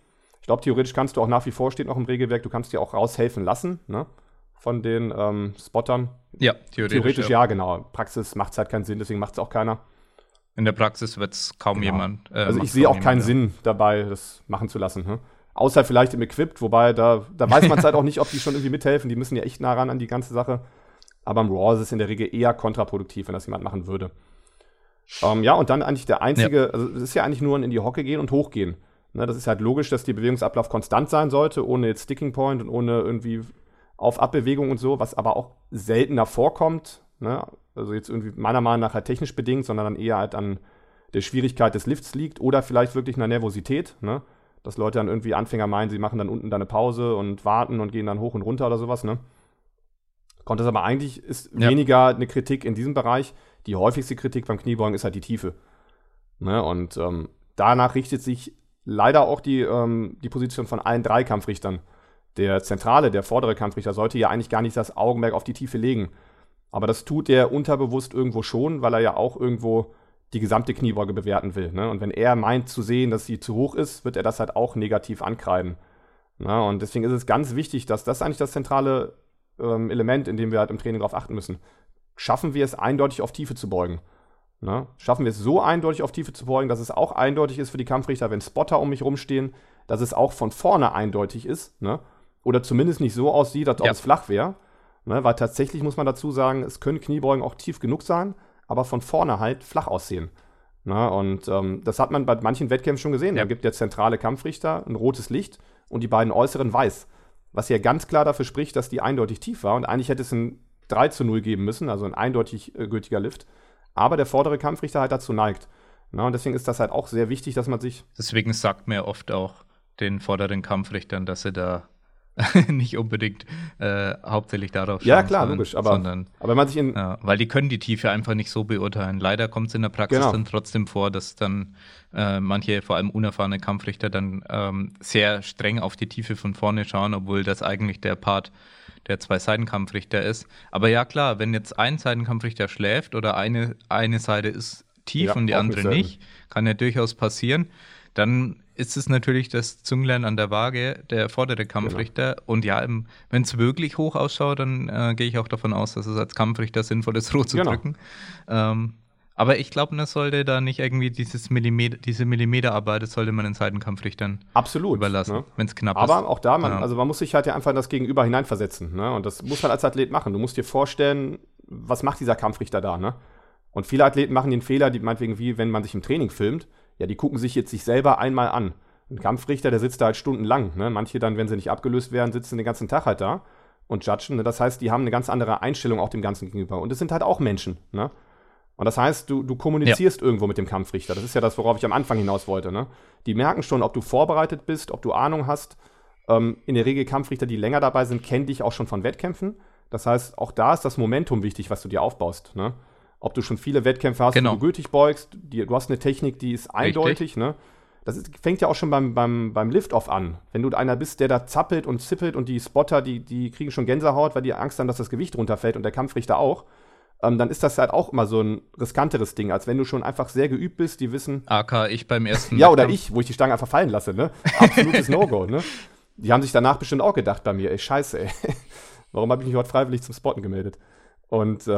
Ich glaube, theoretisch kannst du auch nach wie vor, steht noch im Regelwerk, du kannst dir auch raushelfen lassen, ne? Von den Spottern. Ja, theoretisch ja, genau. Praxis macht es halt keinen Sinn, deswegen macht es auch keiner. In der Praxis wird es kaum jemand. Also ich sehe auch keinen Sinn dabei, das machen zu lassen. Ne? Außer vielleicht im Equipped, wobei da weiß man es halt auch nicht, ob die schon irgendwie mithelfen. Die müssen ja echt nah ran an die ganze Sache. Aber im Raw ist es in der Regel eher kontraproduktiv, wenn das jemand machen würde. Ja, und dann eigentlich der einzige, also es ist ja eigentlich nur ein in die Hocke gehen und hochgehen. Ne, das ist halt logisch, dass der Bewegungsablauf konstant sein sollte, ohne jetzt Sticking Point und ohne irgendwie Auf-Ab-Bewegung und so, was aber auch seltener vorkommt. Ne? Also jetzt irgendwie meiner Meinung nach halt technisch bedingt, sondern dann eher halt an der Schwierigkeit des Lifts liegt oder vielleicht wirklich einer Nervosität, ne? Dass Leute dann irgendwie Anfänger meinen, sie machen dann unten dann eine Pause und warten und gehen dann hoch und runter oder sowas, ne? Kommt das aber eigentlich, ist weniger eine Kritik in diesem Bereich. Die häufigste Kritik beim Kniebeugen ist halt die Tiefe. Ne? Und danach richtet sich leider auch die Position von allen 3 Kampfrichtern. Der zentrale, der vordere Kampfrichter sollte ja eigentlich gar nicht das Augenmerk auf die Tiefe legen. Aber das tut er unterbewusst irgendwo schon, weil er ja auch irgendwo die gesamte Kniebeuge bewerten will. Ne? Und wenn er meint zu sehen, dass sie zu hoch ist, wird er das halt auch negativ ankreiden. Ne? Und deswegen ist es ganz wichtig, dass das eigentlich das zentrale Element, in dem wir halt im Training darauf achten müssen. Schaffen wir es eindeutig auf Tiefe zu beugen? Ne? Schaffen wir es so eindeutig auf Tiefe zu beugen, dass es auch eindeutig ist für die Kampfrichter, wenn Spotter um mich rumstehen, dass es auch von vorne eindeutig ist, ne? Oder zumindest nicht so aussieht, als ob es flach wäre. Ne? Weil tatsächlich muss man dazu sagen, es können Kniebeugen auch tief genug sein, aber von vorne halt flach aussehen. Ne? Und das hat man bei manchen Wettkämpfen schon gesehen. Da gibt der zentrale Kampfrichter ein rotes Licht und die beiden äußeren weiß. Was ja ganz klar dafür spricht, dass die eindeutig tief war. Und eigentlich hätte es ein 3:0 geben müssen, also ein eindeutig gültiger Lift. Aber der vordere Kampfrichter halt dazu neigt. Na, und deswegen ist das halt auch sehr wichtig, dass man sich. Deswegen sagt man ja oft auch den vorderen Kampfrichtern, dass sie da nicht unbedingt hauptsächlich darauf schauen. Ja, klar, logisch. Aber wenn man sich weil die können die Tiefe einfach nicht so beurteilen. Leider kommt es in der Praxis dann trotzdem vor, dass dann manche, vor allem unerfahrene Kampfrichter, dann sehr streng auf die Tiefe von vorne schauen, obwohl das eigentlich der Part der 2 Seitenkampfrichter ist. Aber ja, klar, wenn jetzt ein Seitenkampfrichter schläft oder eine Seite ist tief und die andere nicht, kann ja durchaus passieren, dann ist es natürlich das Zünglein an der Waage, der vordere Kampfrichter. Genau. Und ja, wenn es wirklich hoch ausschaut, dann gehe ich auch davon aus, dass es als Kampfrichter sinnvoll ist, rot zu drücken. Aber ich glaube, das sollte da nicht irgendwie diese Millimeterarbeit, das sollte man den Seitenkampfrichtern überlassen, ne? Wenn es knapp ist. Aber auch da, man muss sich halt ja einfach in das Gegenüber hineinversetzen. Ne? Und das muss man als Athlet machen. Du musst dir vorstellen, was macht dieser Kampfrichter da? Ne? Und viele Athleten machen den Fehler, die meinetwegen wie, wenn man sich im Training filmt, ja, die gucken sich jetzt sich selber einmal an. Ein Kampfrichter, der sitzt da halt stundenlang. Ne? Manche dann, wenn sie nicht abgelöst werden, sitzen den ganzen Tag halt da und judgen. Ne? Das heißt, die haben eine ganz andere Einstellung auch dem Ganzen gegenüber. Und es sind halt auch Menschen. Ne? Und das heißt, du kommunizierst irgendwo mit dem Kampfrichter. Das ist ja das, worauf ich am Anfang hinaus wollte. Ne? Die merken schon, ob du vorbereitet bist, ob du Ahnung hast. In der Regel Kampfrichter, die länger dabei sind, kennen dich auch schon von Wettkämpfen. Das heißt, auch da ist das Momentum wichtig, was du dir aufbaust. Ne? Ob du schon viele Wettkämpfe hast, wo du gültig beugst, du hast eine Technik, die ist eindeutig. Ne? Fängt ja auch schon beim Lift-Off an. Wenn du einer bist, der da zappelt und zippelt und die Spotter, die kriegen schon Gänsehaut, weil die Angst haben, dass das Gewicht runterfällt und der Kampfrichter auch, dann ist das halt auch immer so ein riskanteres Ding, als wenn du schon einfach sehr geübt bist, die wissen. AK, ich beim ersten Ja, oder ich, wo ich die Stange einfach fallen lasse, ne? Absolutes No-Go, ne? Die haben sich danach bestimmt auch gedacht bei mir, ey, scheiße, ey. Warum habe ich mich heute freiwillig zum Spotten gemeldet? Und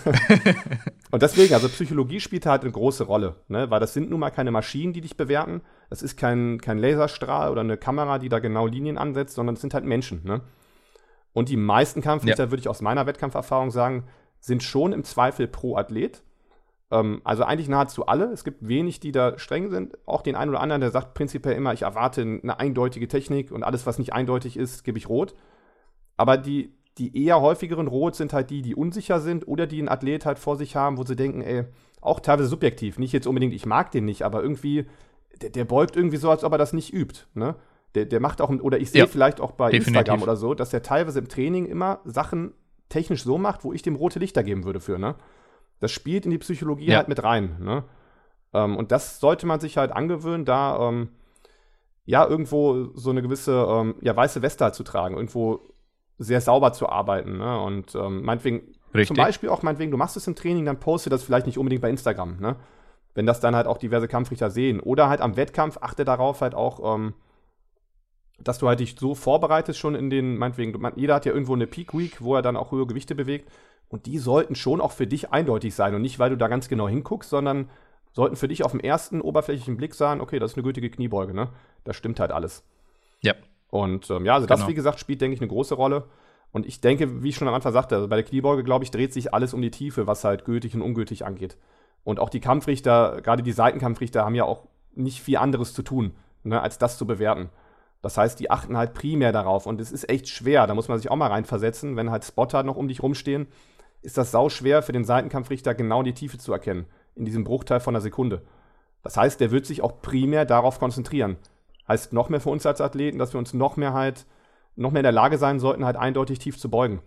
deswegen, also Psychologie spielt halt eine große Rolle, ne? Weil das sind nun mal keine Maschinen, die dich bewerten. Das ist kein Laserstrahl oder eine Kamera, die da genau Linien ansetzt, sondern es sind halt Menschen, ne? Und die meisten Kampfrichter, würde ich aus meiner Wettkampferfahrung sagen, sind schon im Zweifel pro Athlet. Also eigentlich nahezu alle. Es gibt wenig, die da streng sind. Auch den einen oder anderen, der sagt prinzipiell immer, ich erwarte eine eindeutige Technik und alles, was nicht eindeutig ist, gebe ich rot. Aber die eher häufigeren Rot sind halt die unsicher sind oder die einen Athlet halt vor sich haben, wo sie denken, ey, auch teilweise subjektiv, nicht jetzt unbedingt, ich mag den nicht, aber irgendwie, der beugt irgendwie so, als ob er das nicht übt, ne? Der macht auch, oder ich sehe vielleicht auch bei Instagram oder so, dass der teilweise im Training immer Sachen technisch so macht, wo ich dem rote Lichter geben würde für, ne? Das spielt in die Psychologie halt mit rein, ne? Und das sollte man sich halt angewöhnen, da irgendwo so eine gewisse weiße Weste halt zu tragen, irgendwo sehr sauber zu arbeiten, ne? Und meinetwegen, zum Beispiel auch meinetwegen, du machst es im Training, dann poste das vielleicht nicht unbedingt bei Instagram, ne? Wenn das dann halt auch diverse Kampfrichter sehen. Oder halt am Wettkampf achte darauf halt auch, dass du halt dich so vorbereitest schon in den, meinetwegen, jeder hat ja irgendwo eine Peak Week, wo er dann auch höhere Gewichte bewegt und die sollten schon auch für dich eindeutig sein und nicht, weil du da ganz genau hinguckst, sondern sollten für dich auf dem ersten oberflächlichen Blick sagen, okay, das ist eine gültige Kniebeuge, ne? Das stimmt halt alles. Ja. Und also das, wie gesagt, spielt, denke ich, eine große Rolle. Und ich denke, wie ich schon am Anfang sagte, also bei der Kniebeuge, glaube ich, dreht sich alles um die Tiefe, was halt gültig und ungültig angeht. Und auch die Kampfrichter, gerade die Seitenkampfrichter, haben ja auch nicht viel anderes zu tun, ne, als das zu bewerten. Das heißt, die achten halt primär darauf. Und es ist echt schwer, da muss man sich auch mal reinversetzen, wenn halt Spotter noch um dich rumstehen, ist das sau schwer für den Seitenkampfrichter genau die Tiefe zu erkennen, in diesem Bruchteil von einer Sekunde. Das heißt, der wird sich auch primär darauf konzentrieren. Heißt noch mehr für uns als Athleten, dass wir uns noch mehr in der Lage sein sollten, halt eindeutig tief zu beugen.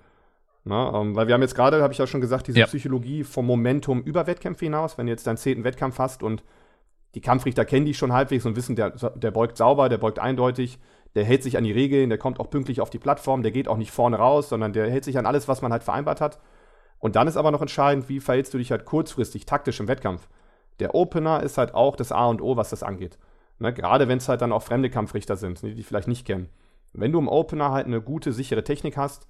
Weil wir haben jetzt gerade, habe ich ja schon gesagt, diese Psychologie vom Momentum über Wettkämpfe hinaus. Wenn du jetzt deinen 10. Wettkampf hast und die Kampfrichter kennen die schon halbwegs und wissen, der beugt sauber, der beugt eindeutig, der hält sich an die Regeln, der kommt auch pünktlich auf die Plattform, der geht auch nicht vorne raus, sondern der hält sich an alles, was man halt vereinbart hat. Und dann ist aber noch entscheidend, wie verhältst du dich halt kurzfristig, taktisch im Wettkampf. Der Opener ist halt auch das A und O, was das angeht. Ne, gerade wenn es halt dann auch fremde Kampfrichter sind, die vielleicht nicht kennen. Wenn du im Opener halt eine gute, sichere Technik hast,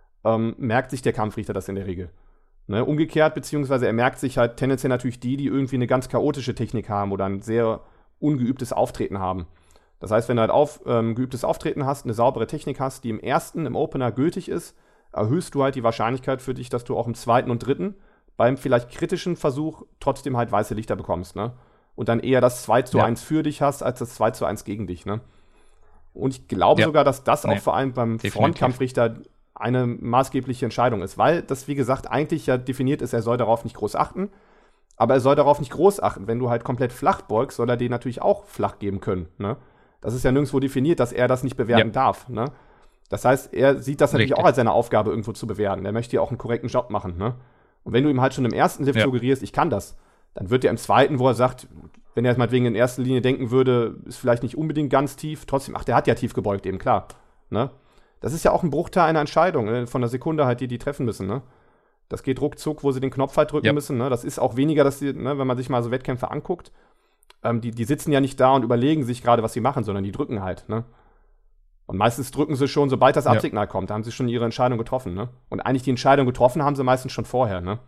merkt sich der Kampfrichter das in der Regel. Ne, umgekehrt, beziehungsweise er merkt sich halt tendenziell natürlich die irgendwie eine ganz chaotische Technik haben oder ein sehr ungeübtes Auftreten haben. Das heißt, wenn du halt geübtes Auftreten hast, eine saubere Technik hast, die im Opener gültig ist, erhöhst du halt die Wahrscheinlichkeit für dich, dass du auch im 2. und 3. beim vielleicht kritischen Versuch trotzdem halt weiße Lichter bekommst, ne? Und dann eher das 2:1 für dich hast, als das 2:1 gegen dich, ne? Und ich glaube sogar, dass das auch vor allem beim Frontkampfrichter eine maßgebliche Entscheidung ist, weil das, wie gesagt, eigentlich ja definiert ist, er soll darauf nicht groß achten, aber er soll darauf nicht groß achten. Wenn du halt komplett flach beugst, soll er den natürlich auch flach geben können, ne? Das ist ja nirgendwo definiert, dass er das nicht bewerten darf, ne? Das heißt, er sieht das natürlich auch als seine Aufgabe, irgendwo zu bewerten. Er möchte ja auch einen korrekten Job machen, ne? Und wenn du ihm halt schon im ersten Lift suggerierst, ich kann das, dann wird er im zweiten, wo er sagt, wenn er jetzt mal wegen in erster Linie denken würde, ist vielleicht nicht unbedingt ganz tief, trotzdem, der hat ja tief gebeugt eben, klar. Ne? Das ist ja auch ein Bruchteil einer Entscheidung, von einer Sekunde halt, die treffen müssen, ne? Das geht ruckzuck, wo sie den Knopf halt drücken müssen, ne? Das ist auch weniger, dass die, ne, wenn man sich mal so Wettkämpfe anguckt, die sitzen ja nicht da und überlegen sich gerade, was sie machen, sondern die drücken halt, ne? Und meistens drücken sie schon, sobald das Absignal kommt, da haben sie schon ihre Entscheidung getroffen, ne? Und eigentlich die Entscheidung getroffen haben sie meistens schon vorher, ne?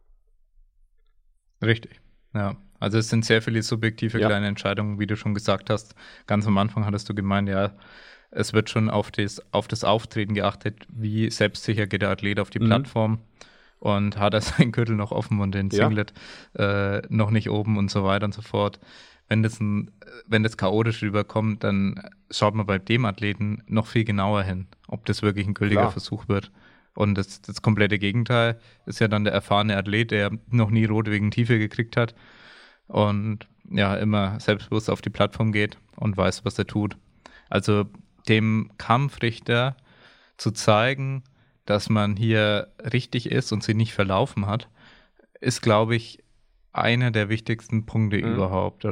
Richtig, ja. Also es sind sehr viele subjektive kleine Entscheidungen, wie du schon gesagt hast. Ganz am Anfang hattest du gemeint, es wird schon auf das Auftreten geachtet, wie selbstsicher geht der Athlet auf die Plattform und hat er seinen Gürtel noch offen und den Singlet noch nicht oben und so weiter und so fort. Wenn das chaotisch rüberkommt, dann schaut man bei dem Athleten noch viel genauer hin, ob das wirklich ein gültiger Versuch wird. Und das komplette Gegenteil ist ja dann der erfahrene Athlet, der noch nie Rot wegen Tiefe gekriegt hat und ja immer selbstbewusst auf die Plattform geht und weiß, was er tut. Also dem Kampfrichter zu zeigen, dass man hier richtig ist und sich nicht verlaufen hat, ist, glaube ich, einer der wichtigsten Punkte überhaupt.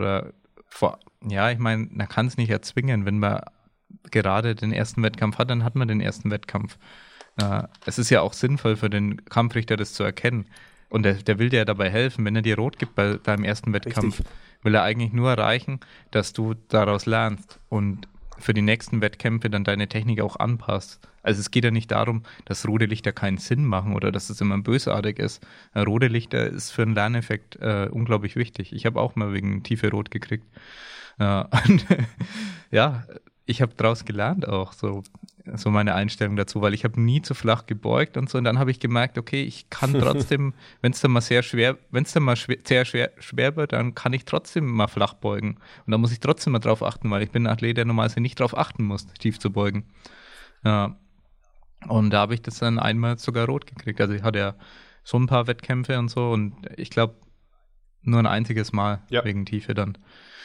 Ich meine, man kann es nicht erzwingen. Wenn man gerade den ersten Wettkampf hat, dann hat man den ersten Wettkampf. Es ist ja auch sinnvoll für den Kampfrichter, das zu erkennen. Und der will dir dabei helfen. Wenn er dir rot gibt bei deinem ersten Wettkampf, will er eigentlich nur erreichen, dass du daraus lernst und für die nächsten Wettkämpfe dann deine Technik auch anpasst. Also es geht ja nicht darum, dass rote Lichter keinen Sinn machen oder dass es immer bösartig ist. Rote Lichter ist für einen Lerneffekt unglaublich wichtig. Ich habe auch mal wegen Tiefe rot gekriegt. Ich habe daraus gelernt auch, so meine Einstellung dazu, weil ich habe nie zu flach gebeugt und so. Und dann habe ich gemerkt, okay, ich kann trotzdem, wenn es dann mal sehr schwer wird, dann kann ich trotzdem mal flach beugen. Und da muss ich trotzdem mal drauf achten, weil ich bin ein Athlet, der normalerweise nicht drauf achten muss, tief zu beugen. Ja. Und da habe ich das dann einmal sogar rot gekriegt. Also ich hatte ja schon ein paar Wettkämpfe und so und ich glaube nur ein einziges Mal wegen Tiefe dann.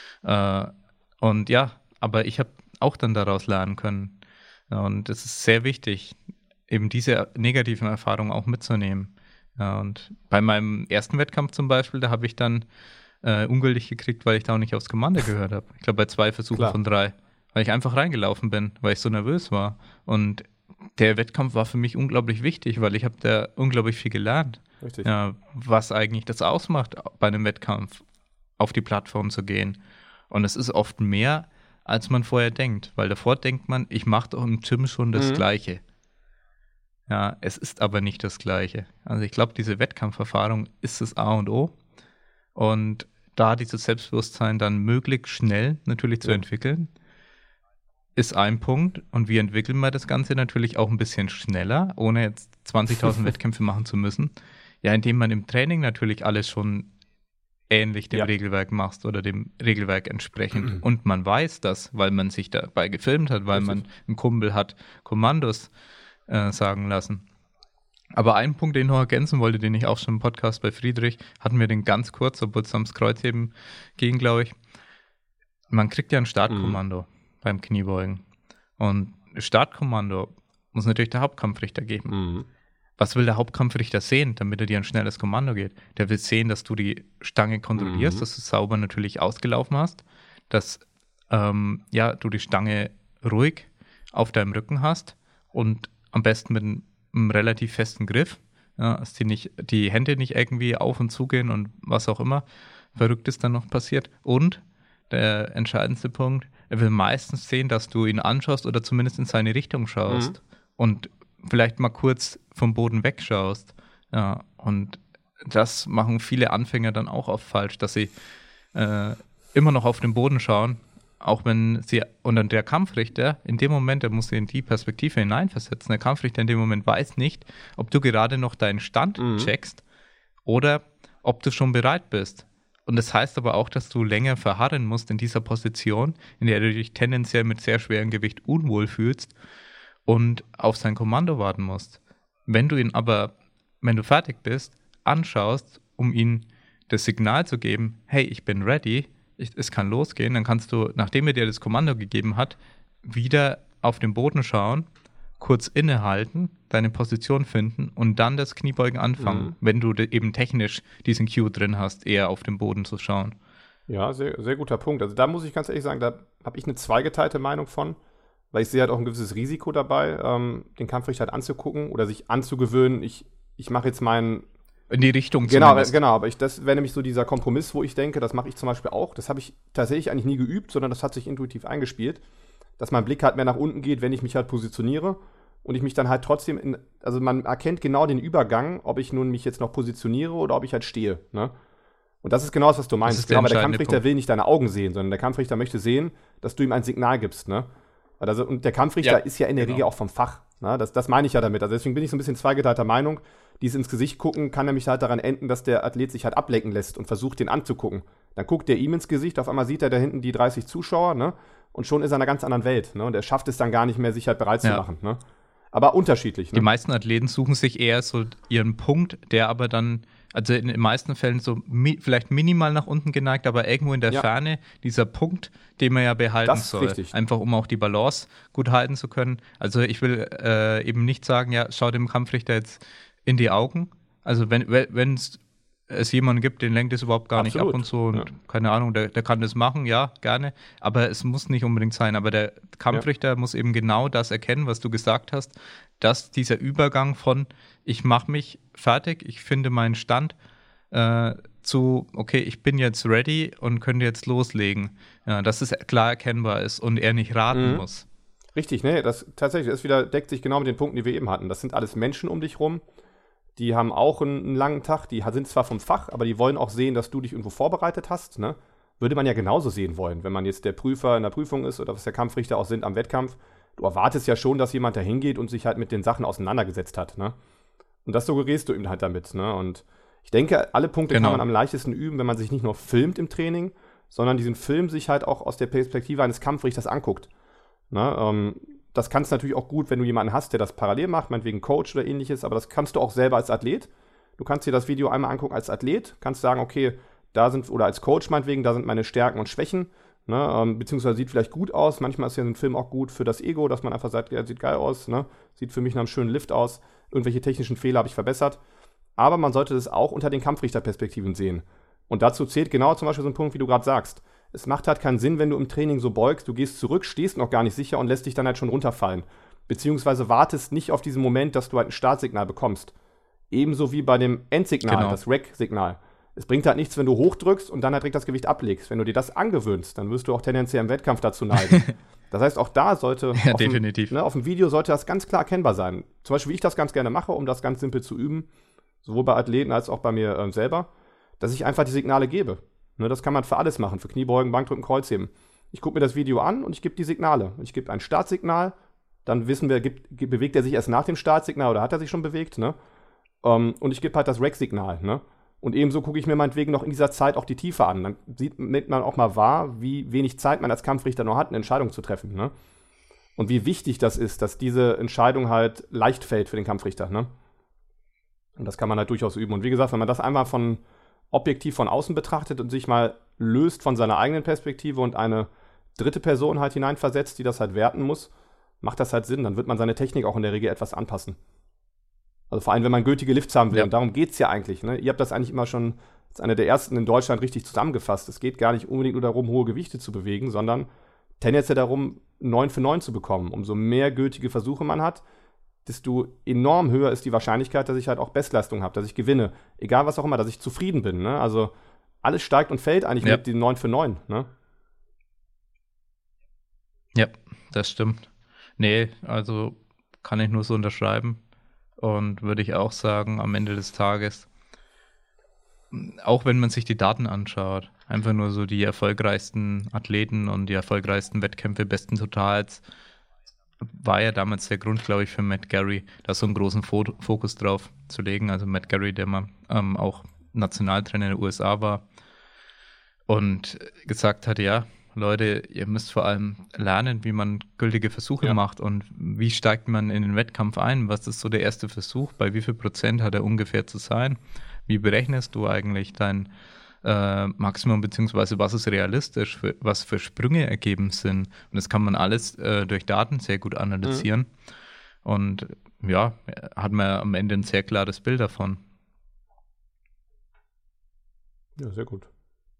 Aber ich habe auch dann daraus lernen können. Und es ist sehr wichtig, eben diese negativen Erfahrungen auch mitzunehmen. Ja, und bei meinem ersten Wettkampf zum Beispiel, da habe ich dann ungültig gekriegt, weil ich da auch nicht aufs Kommando gehört habe. Ich glaube bei 2 Versuchen von 3. Weil ich einfach reingelaufen bin, weil ich so nervös war. Und der Wettkampf war für mich unglaublich wichtig, weil ich habe da unglaublich viel gelernt. Richtig. Ja, was eigentlich das ausmacht, bei einem Wettkampf auf die Plattform zu gehen. Und es ist oft mehr, als man vorher denkt. Weil davor denkt man, ich mache doch im Gym schon das Gleiche. Ja, es ist aber nicht das Gleiche. Also ich glaube, diese Wettkampferfahrung ist das A und O. Und da dieses Selbstbewusstsein dann möglichst schnell natürlich zu entwickeln, ist ein Punkt. Und wie entwickeln wir das Ganze natürlich auch ein bisschen schneller, ohne jetzt 20.000 Wettkämpfe machen zu müssen? Ja, indem man im Training natürlich alles schon ähnlich dem Regelwerk machst oder dem Regelwerk entsprechend. Und man weiß das, weil man sich dabei gefilmt hat, weil man einen Kumpel hat Kommandos sagen lassen. Aber einen Punkt, den ich noch ergänzen wollte, den ich auch schon im Podcast bei Friedrich, hatten wir den ganz kurz, obwohl es ams Kreuzheben ging, glaube ich. Man kriegt ja ein Startkommando beim Kniebeugen. Und Startkommando muss natürlich der Hauptkampfrichter geben. Was will der Hauptkampfrichter sehen, damit er dir ein schnelles Kommando geht? Der will sehen, dass du die Stange kontrollierst, dass du sauber natürlich ausgelaufen hast, dass du die Stange ruhig auf deinem Rücken hast und am besten mit einem relativ festen Griff, dass die Hände nicht irgendwie auf und zugehen und was auch immer Verrücktes dann noch passiert. Und der entscheidendste Punkt, er will meistens sehen, dass du ihn anschaust oder zumindest in seine Richtung schaust und vielleicht mal kurz vom Boden wegschaust. Ja, und das machen viele Anfänger dann auch oft falsch, dass sie immer noch auf den Boden schauen, auch wenn sie, und dann der Kampfrichter, in dem Moment, der muss sie in die Perspektive hineinversetzen. Der Kampfrichter in dem Moment weiß nicht, ob du gerade noch deinen Stand checkst oder ob du schon bereit bist. Und das heißt aber auch, dass du länger verharren musst in dieser Position, in der du dich tendenziell mit sehr schwerem Gewicht unwohl fühlst und auf sein Kommando warten musst. Wenn du ihn aber, wenn du fertig bist, anschaust, um ihm das Signal zu geben, hey, ich bin ready, es kann losgehen, dann kannst du, nachdem er dir das Kommando gegeben hat, wieder auf den Boden schauen, kurz innehalten, deine Position finden und dann das Kniebeugen anfangen, wenn du eben technisch diesen Cue drin hast, eher auf den Boden zu schauen. Ja, sehr, sehr guter Punkt. Also da muss ich ganz ehrlich sagen, da habe ich eine zweigeteilte Meinung von, weil ich sehe halt auch ein gewisses Risiko dabei, den Kampfrichter halt anzugucken oder sich anzugewöhnen, ich mache jetzt meinen in die Richtung zumindest. Genau, aber das wäre nämlich so dieser Kompromiss, wo ich denke, das mache ich zum Beispiel auch. Das habe ich tatsächlich eigentlich nie geübt, sondern das hat sich intuitiv eingespielt, dass mein Blick halt mehr nach unten geht, wenn ich mich halt positioniere und ich mich dann halt trotzdem, also man erkennt genau den Übergang, ob ich nun mich jetzt noch positioniere oder ob ich halt stehe, ne? Und das ist genau das, was du meinst. Genau, aber der Kampfrichter will nicht deine Augen sehen, sondern der Kampfrichter möchte sehen, dass du ihm ein Signal gibst, ne? Also, und der Kampfrichter ist ja in der Regel auch vom Fach. Ne? Das meine ich ja damit. Also deswegen bin ich so ein bisschen zweigeteilter Meinung. Dieses ins Gesicht gucken kann nämlich halt daran enden, dass der Athlet sich halt ablenken lässt und versucht, den anzugucken. Dann guckt der ihm ins Gesicht, auf einmal sieht er da hinten die 30 Zuschauer, ne? Und schon ist er in einer ganz anderen Welt. Ne? Und er schafft es dann gar nicht mehr, sich halt bereit zu machen. Ne? Aber unterschiedlich. Ne? Die meisten Athleten suchen sich eher so ihren Punkt, der aber dann, also in den meisten Fällen so vielleicht minimal nach unten geneigt, aber irgendwo in der Ferne, dieser Punkt, den man ja behalten soll. Richtig. Einfach um auch die Balance gut halten zu können. Also ich will eben nicht sagen, ja, schau dem Kampfrichter jetzt in die Augen. Also wenn es jemanden gibt, den lenkt es überhaupt gar nicht ab und so und keine Ahnung, der kann das machen, ja, gerne, aber es muss nicht unbedingt sein, aber der Kampfrichter muss eben genau das erkennen, was du gesagt hast, dass dieser Übergang von ich mache mich fertig, ich finde meinen Stand zu, okay, ich bin jetzt ready und könnte jetzt loslegen, dass es klar erkennbar ist und er nicht raten muss. Richtig, ne, das tatsächlich, das deckt sich genau mit den Punkten, die wir eben hatten. Das sind alles Menschen um dich rum. Die haben auch einen langen Tag, die sind zwar vom Fach, aber die wollen auch sehen, dass du dich irgendwo vorbereitet hast. Ne? Würde man ja genauso sehen wollen, wenn man jetzt der Prüfer in der Prüfung ist oder was der Kampfrichter auch sind am Wettkampf. Du erwartest ja schon, dass jemand da hingeht und sich halt mit den Sachen auseinandergesetzt hat. Ne? Und das suggerierst du ihm halt damit. Ne? Und ich denke, alle Punkte kann man am leichtesten üben, wenn man sich nicht nur filmt im Training, sondern diesen Film sich halt auch aus der Perspektive eines Kampfrichters anguckt. Ne? Das kannst du natürlich auch gut, wenn du jemanden hast, der das parallel macht, meinetwegen Coach oder ähnliches, aber das kannst du auch selber als Athlet. Du kannst dir das Video einmal angucken als Athlet, kannst sagen, okay, oder als Coach meinetwegen, da sind meine Stärken und Schwächen, ne, beziehungsweise sieht vielleicht gut aus. Manchmal ist ja ein Film auch gut für das Ego, dass man einfach sagt, ja, sieht geil aus, ne, sieht für mich nach einem schönen Lift aus, irgendwelche technischen Fehler habe ich verbessert. Aber man sollte das auch unter den Kampfrichterperspektiven sehen. Und dazu zählt genau zum Beispiel so ein Punkt, wie du gerade sagst. Es macht halt keinen Sinn, wenn du im Training so beugst, du gehst zurück, stehst noch gar nicht sicher und lässt dich dann halt schon runterfallen. Beziehungsweise wartest nicht auf diesen Moment, dass du halt ein Startsignal bekommst. Ebenso wie bei dem Endsignal, das Rec-Signal. Es bringt halt nichts, wenn du hochdrückst und dann halt direkt das Gewicht ablegst. Wenn du dir das angewöhnst, dann wirst du auch tendenziell im Wettkampf dazu neigen. Das heißt, auch da sollte definitiv. Auf dem Video sollte das ganz klar erkennbar sein. Zum Beispiel, wie ich das ganz gerne mache, um das ganz simpel zu üben, sowohl bei Athleten als auch bei mir selber, dass ich einfach die Signale gebe. Ne, das kann man für alles machen, für Kniebeugen, Bankdrücken, Kreuzheben. Ich gucke mir das Video an und ich gebe die Signale. Ich gebe ein Startsignal, dann wissen wir, bewegt er sich erst nach dem Startsignal oder hat er sich schon bewegt, ne? Und ich gebe halt das Rack-Signal, ne? Und ebenso gucke ich mir meinetwegen noch in dieser Zeit auch die Tiefe an. Dann nimmt man auch mal wahr, wie wenig Zeit man als Kampfrichter noch hat, eine Entscheidung zu treffen, ne? Und wie wichtig das ist, dass diese Entscheidung halt leicht fällt für den Kampfrichter, ne? Und das kann man halt durchaus üben. Und wie gesagt, wenn man das einmal objektiv von außen betrachtet und sich mal löst von seiner eigenen Perspektive und eine dritte Person halt hineinversetzt, die das halt werten muss, macht das halt Sinn. Dann wird man seine Technik auch in der Regel etwas anpassen. Also vor allem, wenn man gültige Lifts haben will. Ja. Und darum geht es ja eigentlich. Ne? Ihr habt das eigentlich immer schon als einer der ersten in Deutschland richtig zusammengefasst. Es geht gar nicht unbedingt nur darum, hohe Gewichte zu bewegen, sondern tendenziell darum, 9 für 9 zu bekommen. Umso mehr gültige Versuche man hat, desto enorm höher ist die Wahrscheinlichkeit, dass ich halt auch Bestleistung habe, dass ich gewinne. Egal was auch immer, dass ich zufrieden bin. Ne? Also alles steigt und fällt eigentlich mit den 9 für 9. Ne? Ja, das stimmt. Nee, also kann ich nur so unterschreiben. Und würde ich auch sagen, am Ende des Tages, auch wenn man sich die Daten anschaut, einfach nur so die erfolgreichsten Athleten und die erfolgreichsten Wettkämpfe besten Totals, war ja damals der Grund, glaube ich, für Matt Gary, da so einen großen Fokus drauf zu legen. Also Matt Gary, der mal auch Nationaltrainer in den USA war und gesagt hat, ja, Leute, ihr müsst vor allem lernen, wie man gültige Versuche macht und wie steigt man in den Wettkampf ein. Was ist so der erste Versuch? Bei wie viel Prozent hat er ungefähr zu sein? Wie berechnest du eigentlich dein Maximum, beziehungsweise was ist realistisch, was für Sprünge ergeben sind? Und das kann man alles durch Daten sehr gut analysieren. Und ja, hat man am Ende ein sehr klares Bild davon. Ja, sehr gut.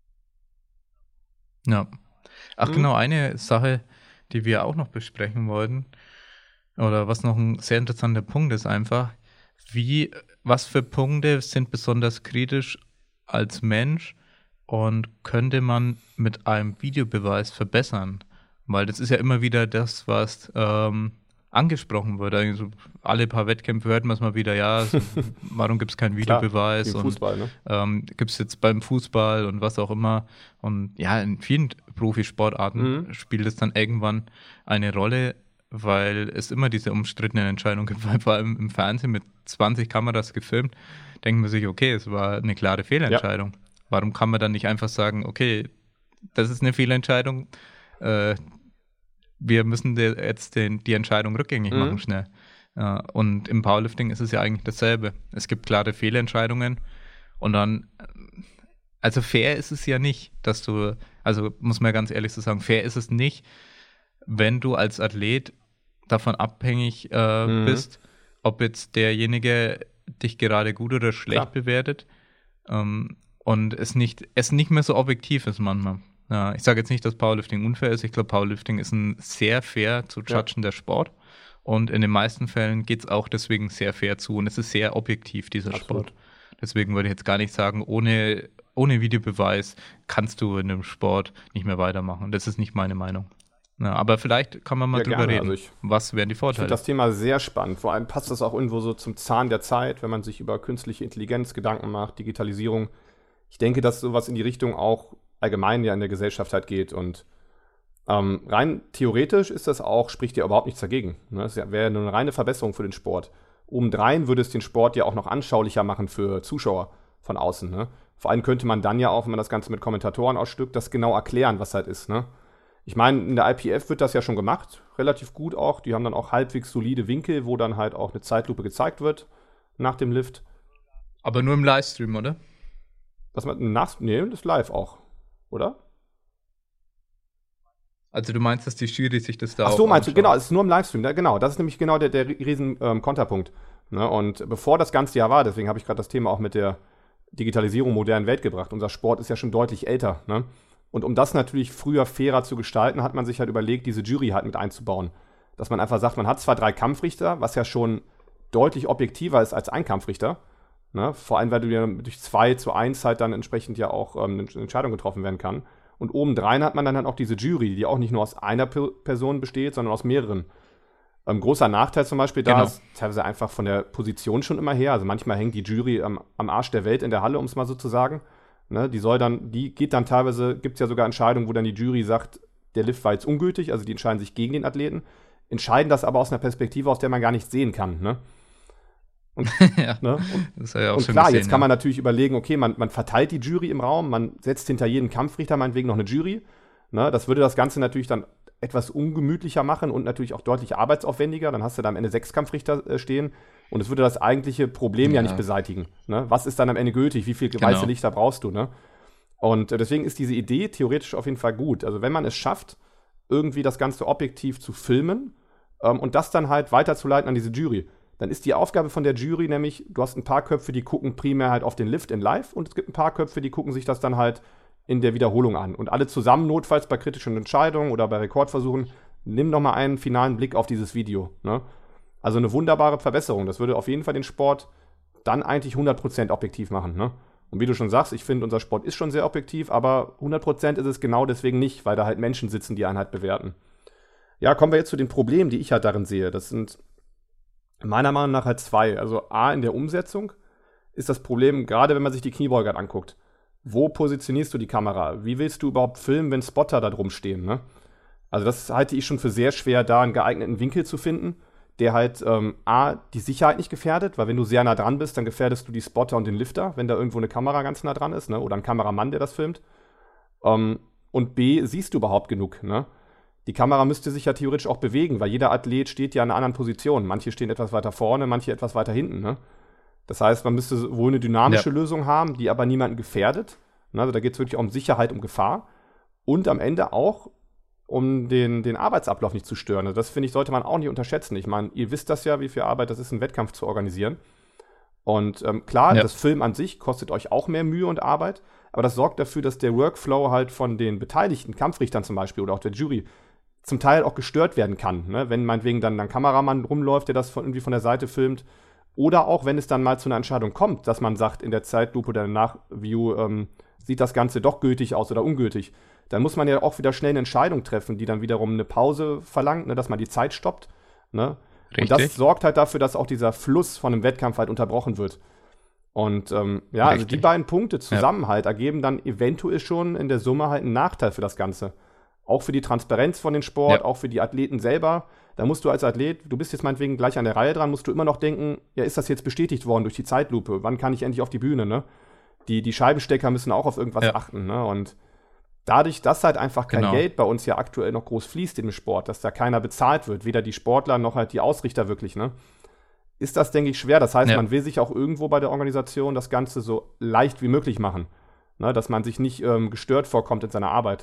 Ja. Ach genau, eine Sache, die wir auch noch besprechen wollten, oder was noch ein sehr interessanter Punkt ist einfach, was für Punkte sind besonders kritisch als Mensch und könnte man mit einem Videobeweis verbessern? Weil das ist ja immer wieder das, was angesprochen wird. Also alle paar Wettkämpfe hört man es mal wieder, ja, warum gibt es keinen Videobeweis? Klar, Fußball, ne? Gibt es jetzt beim Fußball und was auch immer. Und ja, in vielen Profisportarten spielt es dann irgendwann eine Rolle, weil es immer diese umstrittenen Entscheidungen gibt, weil vor allem im Fernsehen mit 20 Kameras gefilmt, denkt man sich, okay, es war eine klare Fehlentscheidung. Ja. Warum kann man dann nicht einfach sagen, okay, das ist eine Fehlentscheidung, wir müssen jetzt die Entscheidung rückgängig machen schnell. Und im Powerlifting ist es ja eigentlich dasselbe. Es gibt klare Fehlentscheidungen und dann, also fair ist es ja nicht, also muss man ganz ehrlich so sagen, fair ist es nicht, wenn du als Athlet davon abhängig bist, ob jetzt derjenige dich gerade gut oder schlecht bewertet und es nicht mehr so objektiv ist manchmal. Ja, ich sage jetzt nicht, dass Powerlifting unfair ist. Ich glaube, Powerlifting ist ein sehr fair zu judgender Sport. Und in den meisten Fällen geht es auch deswegen sehr fair zu. Und es ist sehr objektiv, dieser Sport. Deswegen würde ich jetzt gar nicht sagen, ohne Videobeweis kannst du in dem Sport nicht mehr weitermachen. Das ist nicht meine Meinung. Ja, aber vielleicht kann man mal drüber reden. Also was wären die Vorteile? Ich finde das Thema sehr spannend. Vor allem passt das auch irgendwo so zum Zahn der Zeit, wenn man sich über künstliche Intelligenz Gedanken macht, Digitalisierung. Ich denke, dass sowas in die Richtung auch allgemein ja in der Gesellschaft halt geht. Und rein theoretisch ist das auch, spricht ja überhaupt nichts dagegen. Ne? Das wäre eine reine Verbesserung für den Sport. Obendrein würde es den Sport ja auch noch anschaulicher machen für Zuschauer von außen. Ne? Vor allem könnte man dann ja auch, wenn man das Ganze mit Kommentatoren ausstückt, das genau erklären, was halt ist. Ne? Ich meine, in der IPF wird das ja schon gemacht, relativ gut auch. Die haben dann auch halbwegs solide Winkel, wo dann halt auch eine Zeitlupe gezeigt wird nach dem Lift. Aber nur im Livestream, oder? Nee, das ist live auch, oder? Also du meinst, dass die Jury sich das da auch meinst du, genau, es ist nur im Livestream. Genau, das ist nämlich genau der riesen Konterpunkt. Ne? Und bevor das ganze Jahr war, deswegen habe ich gerade das Thema auch mit der Digitalisierung modernen Welt gebracht. Unser Sport ist ja schon deutlich älter. Ne? Und um das natürlich früher fairer zu gestalten, hat man sich halt überlegt, diese Jury halt mit einzubauen. Dass man einfach sagt, man hat zwar 3 Kampfrichter, was ja schon deutlich objektiver ist als ein Kampfrichter, Ne? Vor allem, weil du ja durch 2:1 halt dann entsprechend ja auch eine Entscheidung getroffen werden kann. Und obendrein hat man dann halt auch diese Jury, die auch nicht nur aus einer Person besteht, sondern aus mehreren. Großer Nachteil zum Beispiel da ist teilweise einfach von der Position schon immer her. Also manchmal hängt die Jury am Arsch der Welt in der Halle, um es mal so zu sagen. Ne? Die geht dann teilweise, gibt es ja sogar Entscheidungen, wo dann die Jury sagt, der Lift war jetzt ungültig, also die entscheiden sich gegen den Athleten, entscheiden das aber aus einer Perspektive, aus der man gar nicht sehen kann. Ne? Und, ja, ne? das ist ja auch und schon klar, gesehen, jetzt kann man natürlich überlegen, okay, man verteilt die Jury im Raum, man setzt hinter jedem Kampfrichter meinetwegen noch eine Jury. Ne? Das würde das Ganze natürlich dann etwas ungemütlicher machen und natürlich auch deutlich arbeitsaufwendiger. Dann hast du da am Ende 6 Kampfrichter stehen und es würde das eigentliche Problem ja nicht beseitigen. Ne? Was ist dann am Ende gültig? Wie viel weiße Lichter brauchst du? Ne? Und deswegen ist diese Idee theoretisch auf jeden Fall gut. Also wenn man es schafft, irgendwie das Ganze objektiv zu filmen und das dann halt weiterzuleiten an diese Jury, dann ist die Aufgabe von der Jury nämlich, du hast ein paar Köpfe, die gucken primär halt auf den Lift in live und es gibt ein paar Köpfe, die gucken sich das dann halt in der Wiederholung an. Und alle zusammen, notfalls bei kritischen Entscheidungen oder bei Rekordversuchen, nimm noch mal einen finalen Blick auf dieses Video. Ne? Also eine wunderbare Verbesserung. Das würde auf jeden Fall den Sport dann eigentlich 100% objektiv machen. Ne? Und wie du schon sagst, ich finde, unser Sport ist schon sehr objektiv, aber 100% ist es genau deswegen nicht, weil da halt Menschen sitzen, die einen halt bewerten. Ja, kommen wir jetzt zu den Problemen, die ich halt darin sehe. Das sind meiner Meinung nach halt 2. Also A, in der Umsetzung ist das Problem, gerade wenn man sich die Kniebeuger anguckt. Wo positionierst du die Kamera? Wie willst du überhaupt filmen, wenn Spotter da drum stehen? Ne? Also das halte ich schon für sehr schwer, da einen geeigneten Winkel zu finden, der halt A, die Sicherheit nicht gefährdet, weil wenn du sehr nah dran bist, dann gefährdest du die Spotter und den Lifter, wenn da irgendwo eine Kamera ganz nah dran ist, ne? Oder ein Kameramann, der das filmt. Und B, siehst du überhaupt genug? Ne? Die Kamera müsste sich ja theoretisch auch bewegen, weil jeder Athlet steht ja in einer anderen Position. Manche stehen etwas weiter vorne, manche etwas weiter hinten. Ne? Das heißt, man müsste wohl eine dynamische Lösung haben, die aber niemanden gefährdet. Also da geht es wirklich um Sicherheit, um Gefahr. Und am Ende auch, um den Arbeitsablauf nicht zu stören. Also das, finde ich, sollte man auch nicht unterschätzen. Ich meine, ihr wisst das ja, wie viel Arbeit das ist, einen Wettkampf zu organisieren. Und klar, das Film an sich kostet euch auch mehr Mühe und Arbeit. Aber das sorgt dafür, dass der Workflow halt von den beteiligten Kampfrichtern zum Beispiel oder auch der Jury zum Teil auch gestört werden kann. Ne? Wenn meinetwegen dann ein Kameramann rumläuft, der das irgendwie von der Seite filmt. Oder auch, wenn es dann mal zu einer Entscheidung kommt, dass man sagt, in der Zeitlupe oder Nachview sieht das Ganze doch gültig aus oder ungültig. Dann muss man ja auch wieder schnell eine Entscheidung treffen, die dann wiederum eine Pause verlangt, ne, dass man die Zeit stoppt. Ne? Und das sorgt halt dafür, dass auch dieser Fluss von einem Wettkampf halt unterbrochen wird. Und also die beiden Punkte zusammen halt ergeben dann eventuell schon in der Summe halt einen Nachteil für das Ganze. Auch für die Transparenz von dem Sport, auch für die Athleten selber. Da musst du als Athlet, du bist jetzt meinetwegen gleich an der Reihe dran, musst du immer noch denken, ja, ist das jetzt bestätigt worden durch die Zeitlupe? Wann kann ich endlich auf die Bühne, ne? Die Scheibenstecker müssen auch auf irgendwas achten, ne? Und dadurch, dass halt einfach kein Geld bei uns ja aktuell noch groß fließt in dem Sport, dass da keiner bezahlt wird, weder die Sportler noch halt die Ausrichter wirklich, ne? Ist das, denke ich, schwer. Das heißt, man will sich auch irgendwo bei der Organisation das Ganze so leicht wie möglich machen, ne? Dass man sich nicht gestört vorkommt in seiner Arbeit.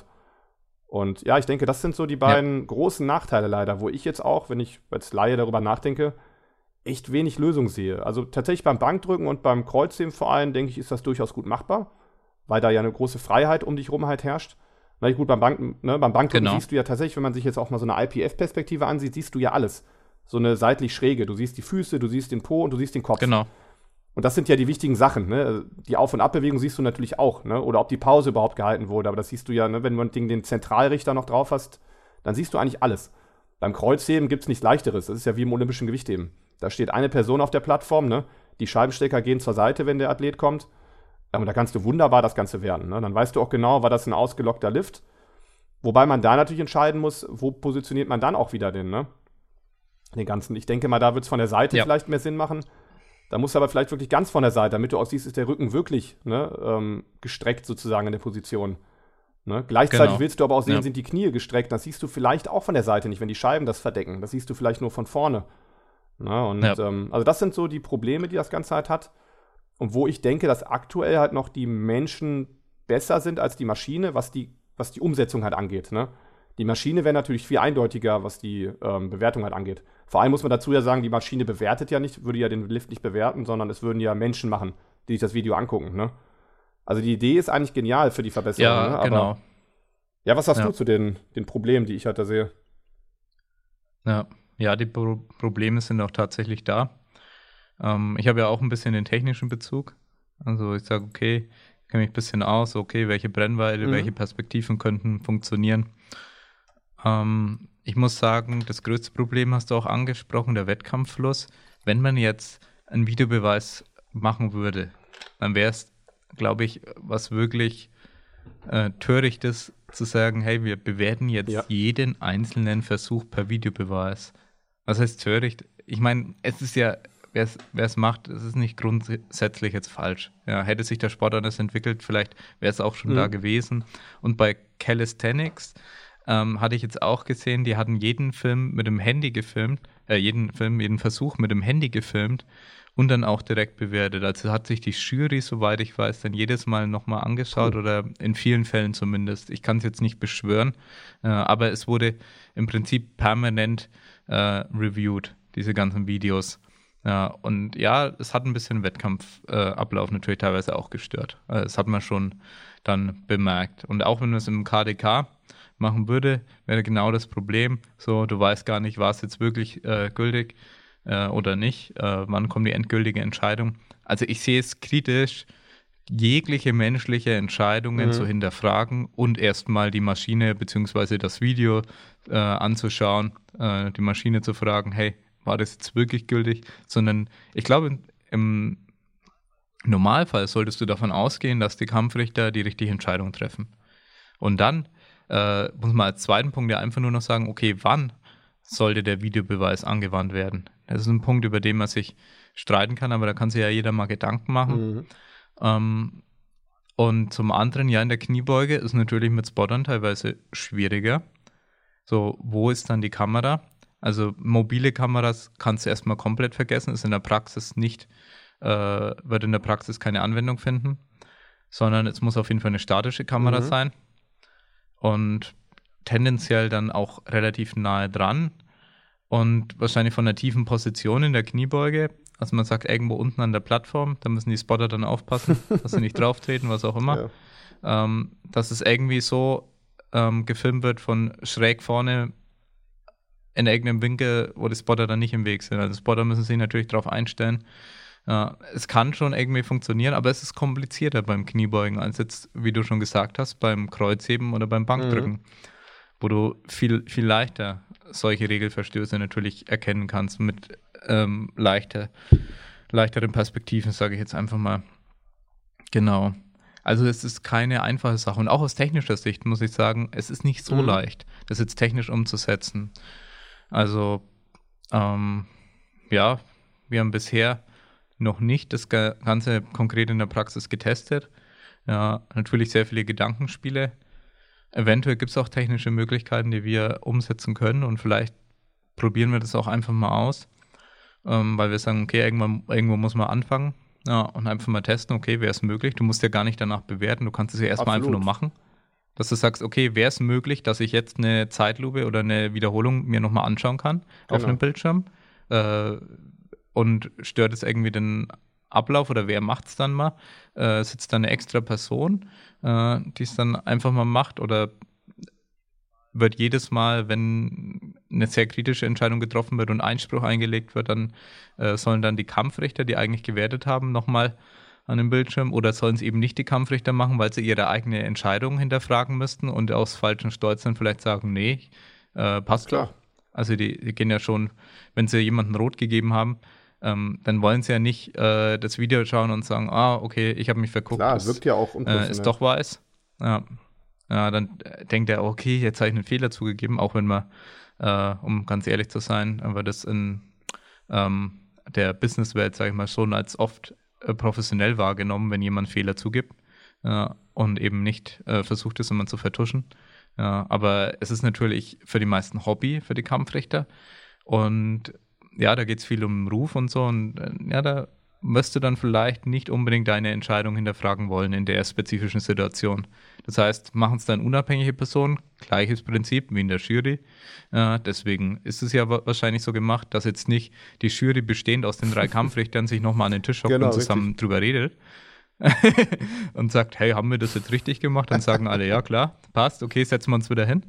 Und ja, ich denke, das sind so die beiden großen Nachteile leider, wo ich jetzt auch, wenn ich als Laie darüber nachdenke, echt wenig Lösung sehe. Also tatsächlich beim Bankdrücken und beim Kreuzheben vor allem, denke ich, ist das durchaus gut machbar, weil da ja eine große Freiheit um dich rum halt herrscht. Na gut, beim Bankdrücken siehst du ja tatsächlich, wenn man sich jetzt auch mal so eine IPF-Perspektive ansieht, siehst du ja alles. So eine seitlich schräge. Du siehst die Füße, du siehst den Po und du siehst den Kopf. Genau. Und das sind ja die wichtigen Sachen, ne? Die Auf- und Abbewegung siehst du natürlich auch, ne? Oder ob die Pause überhaupt gehalten wurde. Aber das siehst du ja, ne? Wenn du den Zentralrichter noch drauf hast, dann siehst du eigentlich alles. Beim Kreuzheben gibt es nichts Leichteres. Das ist ja wie im olympischen Gewichtheben. Da steht eine Person auf der Plattform, ne? Die Scheibenstecker gehen zur Seite, wenn der Athlet kommt. Aber da kannst du wunderbar das Ganze werden, ne? Dann weißt du auch genau, war das ein ausgelockter Lift. Wobei man da natürlich entscheiden muss, wo positioniert man dann auch wieder den ganzen. Ich denke mal, da wird es von der Seite vielleicht mehr Sinn machen. Da musst du aber vielleicht wirklich ganz von der Seite, damit du auch siehst, ist der Rücken wirklich gestreckt sozusagen in der Position. Ne? Gleichzeitig willst du aber auch sehen, sind die Knie gestreckt. Das siehst du vielleicht auch von der Seite nicht, wenn die Scheiben das verdecken. Das siehst du vielleicht nur von vorne. Ne? Und also das sind so die Probleme, die das Ganze halt hat. Und wo ich denke, dass aktuell halt noch die Menschen besser sind als die Maschine, was die Umsetzung halt angeht. Ne? Die Maschine wäre natürlich viel eindeutiger, was die Bewertung halt angeht. Vor allem muss man dazu ja sagen, die Maschine bewertet ja nicht, würde ja den Lift nicht bewerten, sondern es würden ja Menschen machen, die sich das Video angucken. Ne? Also die Idee ist eigentlich genial für die Verbesserung. Ja, ne? Aber, genau. Ja, was hast du zu den Problemen, die ich halt da sehe? Ja, die Probleme sind auch tatsächlich da. Ich habe ja auch ein bisschen den technischen Bezug. Also ich sage, okay, ich kenne mich ein bisschen aus, okay, welche Brennweite, welche Perspektiven könnten funktionieren. Ich muss sagen, das größte Problem hast du auch angesprochen, der Wettkampffluss. Wenn man jetzt einen Videobeweis machen würde, dann wäre es, glaube ich, was wirklich Törichtes zu sagen, hey, wir bewerten jetzt jeden einzelnen Versuch per Videobeweis. Was heißt töricht? Ich meine, es ist ja, wer es macht, es ist nicht grundsätzlich jetzt falsch. Ja, hätte sich der Sport anders entwickelt, vielleicht wäre es auch schon da gewesen. Und bei Calisthenics hatte ich jetzt auch gesehen, die hatten jeden Film mit dem Handy gefilmt, jeden Versuch mit dem Handy gefilmt und dann auch direkt bewertet. Also hat sich die Jury, soweit ich weiß, dann jedes Mal nochmal angeschaut oder in vielen Fällen zumindest. Ich kann es jetzt nicht beschwören, aber es wurde im Prinzip permanent reviewed, diese ganzen Videos. Und ja, es hat ein bisschen Wettkampfablauf natürlich teilweise auch gestört. Das hat man schon dann bemerkt. Und auch wenn man es im KDK machen würde, wäre genau das Problem. So, du weißt gar nicht, war es jetzt wirklich gültig oder nicht. Wann kommt die endgültige Entscheidung? Also ich sehe es kritisch, jegliche menschliche Entscheidungen zu hinterfragen und erstmal die Maschine bzw. das Video anzuschauen, die Maschine zu fragen, hey, war das jetzt wirklich gültig? Sondern ich glaube, im Normalfall solltest du davon ausgehen, dass die Kampfrichter die richtige Entscheidung treffen. Und dann muss man als zweiten Punkt ja einfach nur noch sagen, okay, wann sollte der Videobeweis angewandt werden? Das ist ein Punkt, über den man sich streiten kann, aber da kann sich ja jeder mal Gedanken machen. Und zum anderen, ja, in der Kniebeuge ist natürlich mit Spottern teilweise schwieriger. So, wo ist dann die Kamera? Also mobile Kameras kannst du erstmal komplett vergessen, ist in der Praxis nicht, wird in der Praxis keine Anwendung finden, sondern es muss auf jeden Fall eine statische Kamera sein und tendenziell dann auch relativ nahe dran und wahrscheinlich von einer tiefen Position in der Kniebeuge. Also man sagt irgendwo unten an der Plattform, da müssen die Spotter dann aufpassen, dass sie nicht drauf treten, was auch immer. Ja. Dass es irgendwie so gefilmt wird von schräg vorne in irgendeinem Winkel, wo die Spotter dann nicht im Weg sind. Also Spotter müssen sich natürlich darauf einstellen. Es kann schon irgendwie funktionieren, aber es ist komplizierter beim Kniebeugen als jetzt, wie du schon gesagt hast, beim Kreuzheben oder beim Bankdrücken, wo du viel, viel leichter solche Regelverstöße natürlich erkennen kannst mit leichteren Perspektiven, sage ich jetzt einfach mal. Genau. Also es ist keine einfache Sache. Und auch aus technischer Sicht muss ich sagen, es ist nicht so leicht, das jetzt technisch umzusetzen. Also, ja, wir haben bisher noch nicht das Ganze konkret in der Praxis getestet. Ja, natürlich sehr viele Gedankenspiele. Eventuell gibt es auch technische Möglichkeiten, die wir umsetzen können und vielleicht probieren wir das auch einfach mal aus, weil wir sagen, okay, irgendwo muss man anfangen, ja, und einfach mal testen, okay, wäre es möglich? Du musst ja gar nicht danach bewerten, du kannst es ja erstmal einfach nur machen. Dass du sagst, okay, wäre es möglich, dass ich jetzt eine Zeitlupe oder eine Wiederholung mir nochmal anschauen kann auf einem Bildschirm? Und stört es irgendwie den Ablauf oder wer macht es dann mal? Sitzt da eine extra Person, die es dann einfach mal macht? Oder wird jedes Mal, wenn eine sehr kritische Entscheidung getroffen wird und Einspruch eingelegt wird, dann sollen dann die Kampfrichter, die eigentlich gewertet haben, nochmal an dem Bildschirm, oder sollen es eben nicht die Kampfrichter machen, weil sie ihre eigene Entscheidung hinterfragen müssten und aus falschem Stolz dann vielleicht sagen, nee, passt klar. Also die gehen ja schon, wenn sie jemanden rot gegeben haben, dann wollen sie ja nicht das Video schauen und sagen, okay, ich habe mich verguckt. Klar, das wirkt ja auch unprofessionell. Ist doch weiß. Ja, dann denkt er, okay, jetzt habe ich einen Fehler zugegeben, auch wenn man, um ganz ehrlich zu sein, aber das in der Businesswelt, sage ich mal, schon als oft professionell wahrgenommen, wenn jemand Fehler zugibt und eben nicht versucht ist, immer zu vertuschen. Aber es ist natürlich für die meisten Hobby, für die Kampfrichter. Und ja, da geht es viel um Ruf und so. Und da wirst du dann vielleicht nicht unbedingt deine Entscheidung hinterfragen wollen in der spezifischen Situation. Das heißt, machen es dann unabhängige Personen, gleiches Prinzip wie in der Jury. Deswegen ist es ja wahrscheinlich so gemacht, dass jetzt nicht die Jury bestehend aus den 3 Kampfrichtern sich nochmal an den Tisch hockt und zusammen drüber redet und sagt, hey, haben wir das jetzt richtig gemacht? Dann sagen alle, ja klar, passt, okay, setzen wir uns wieder hin.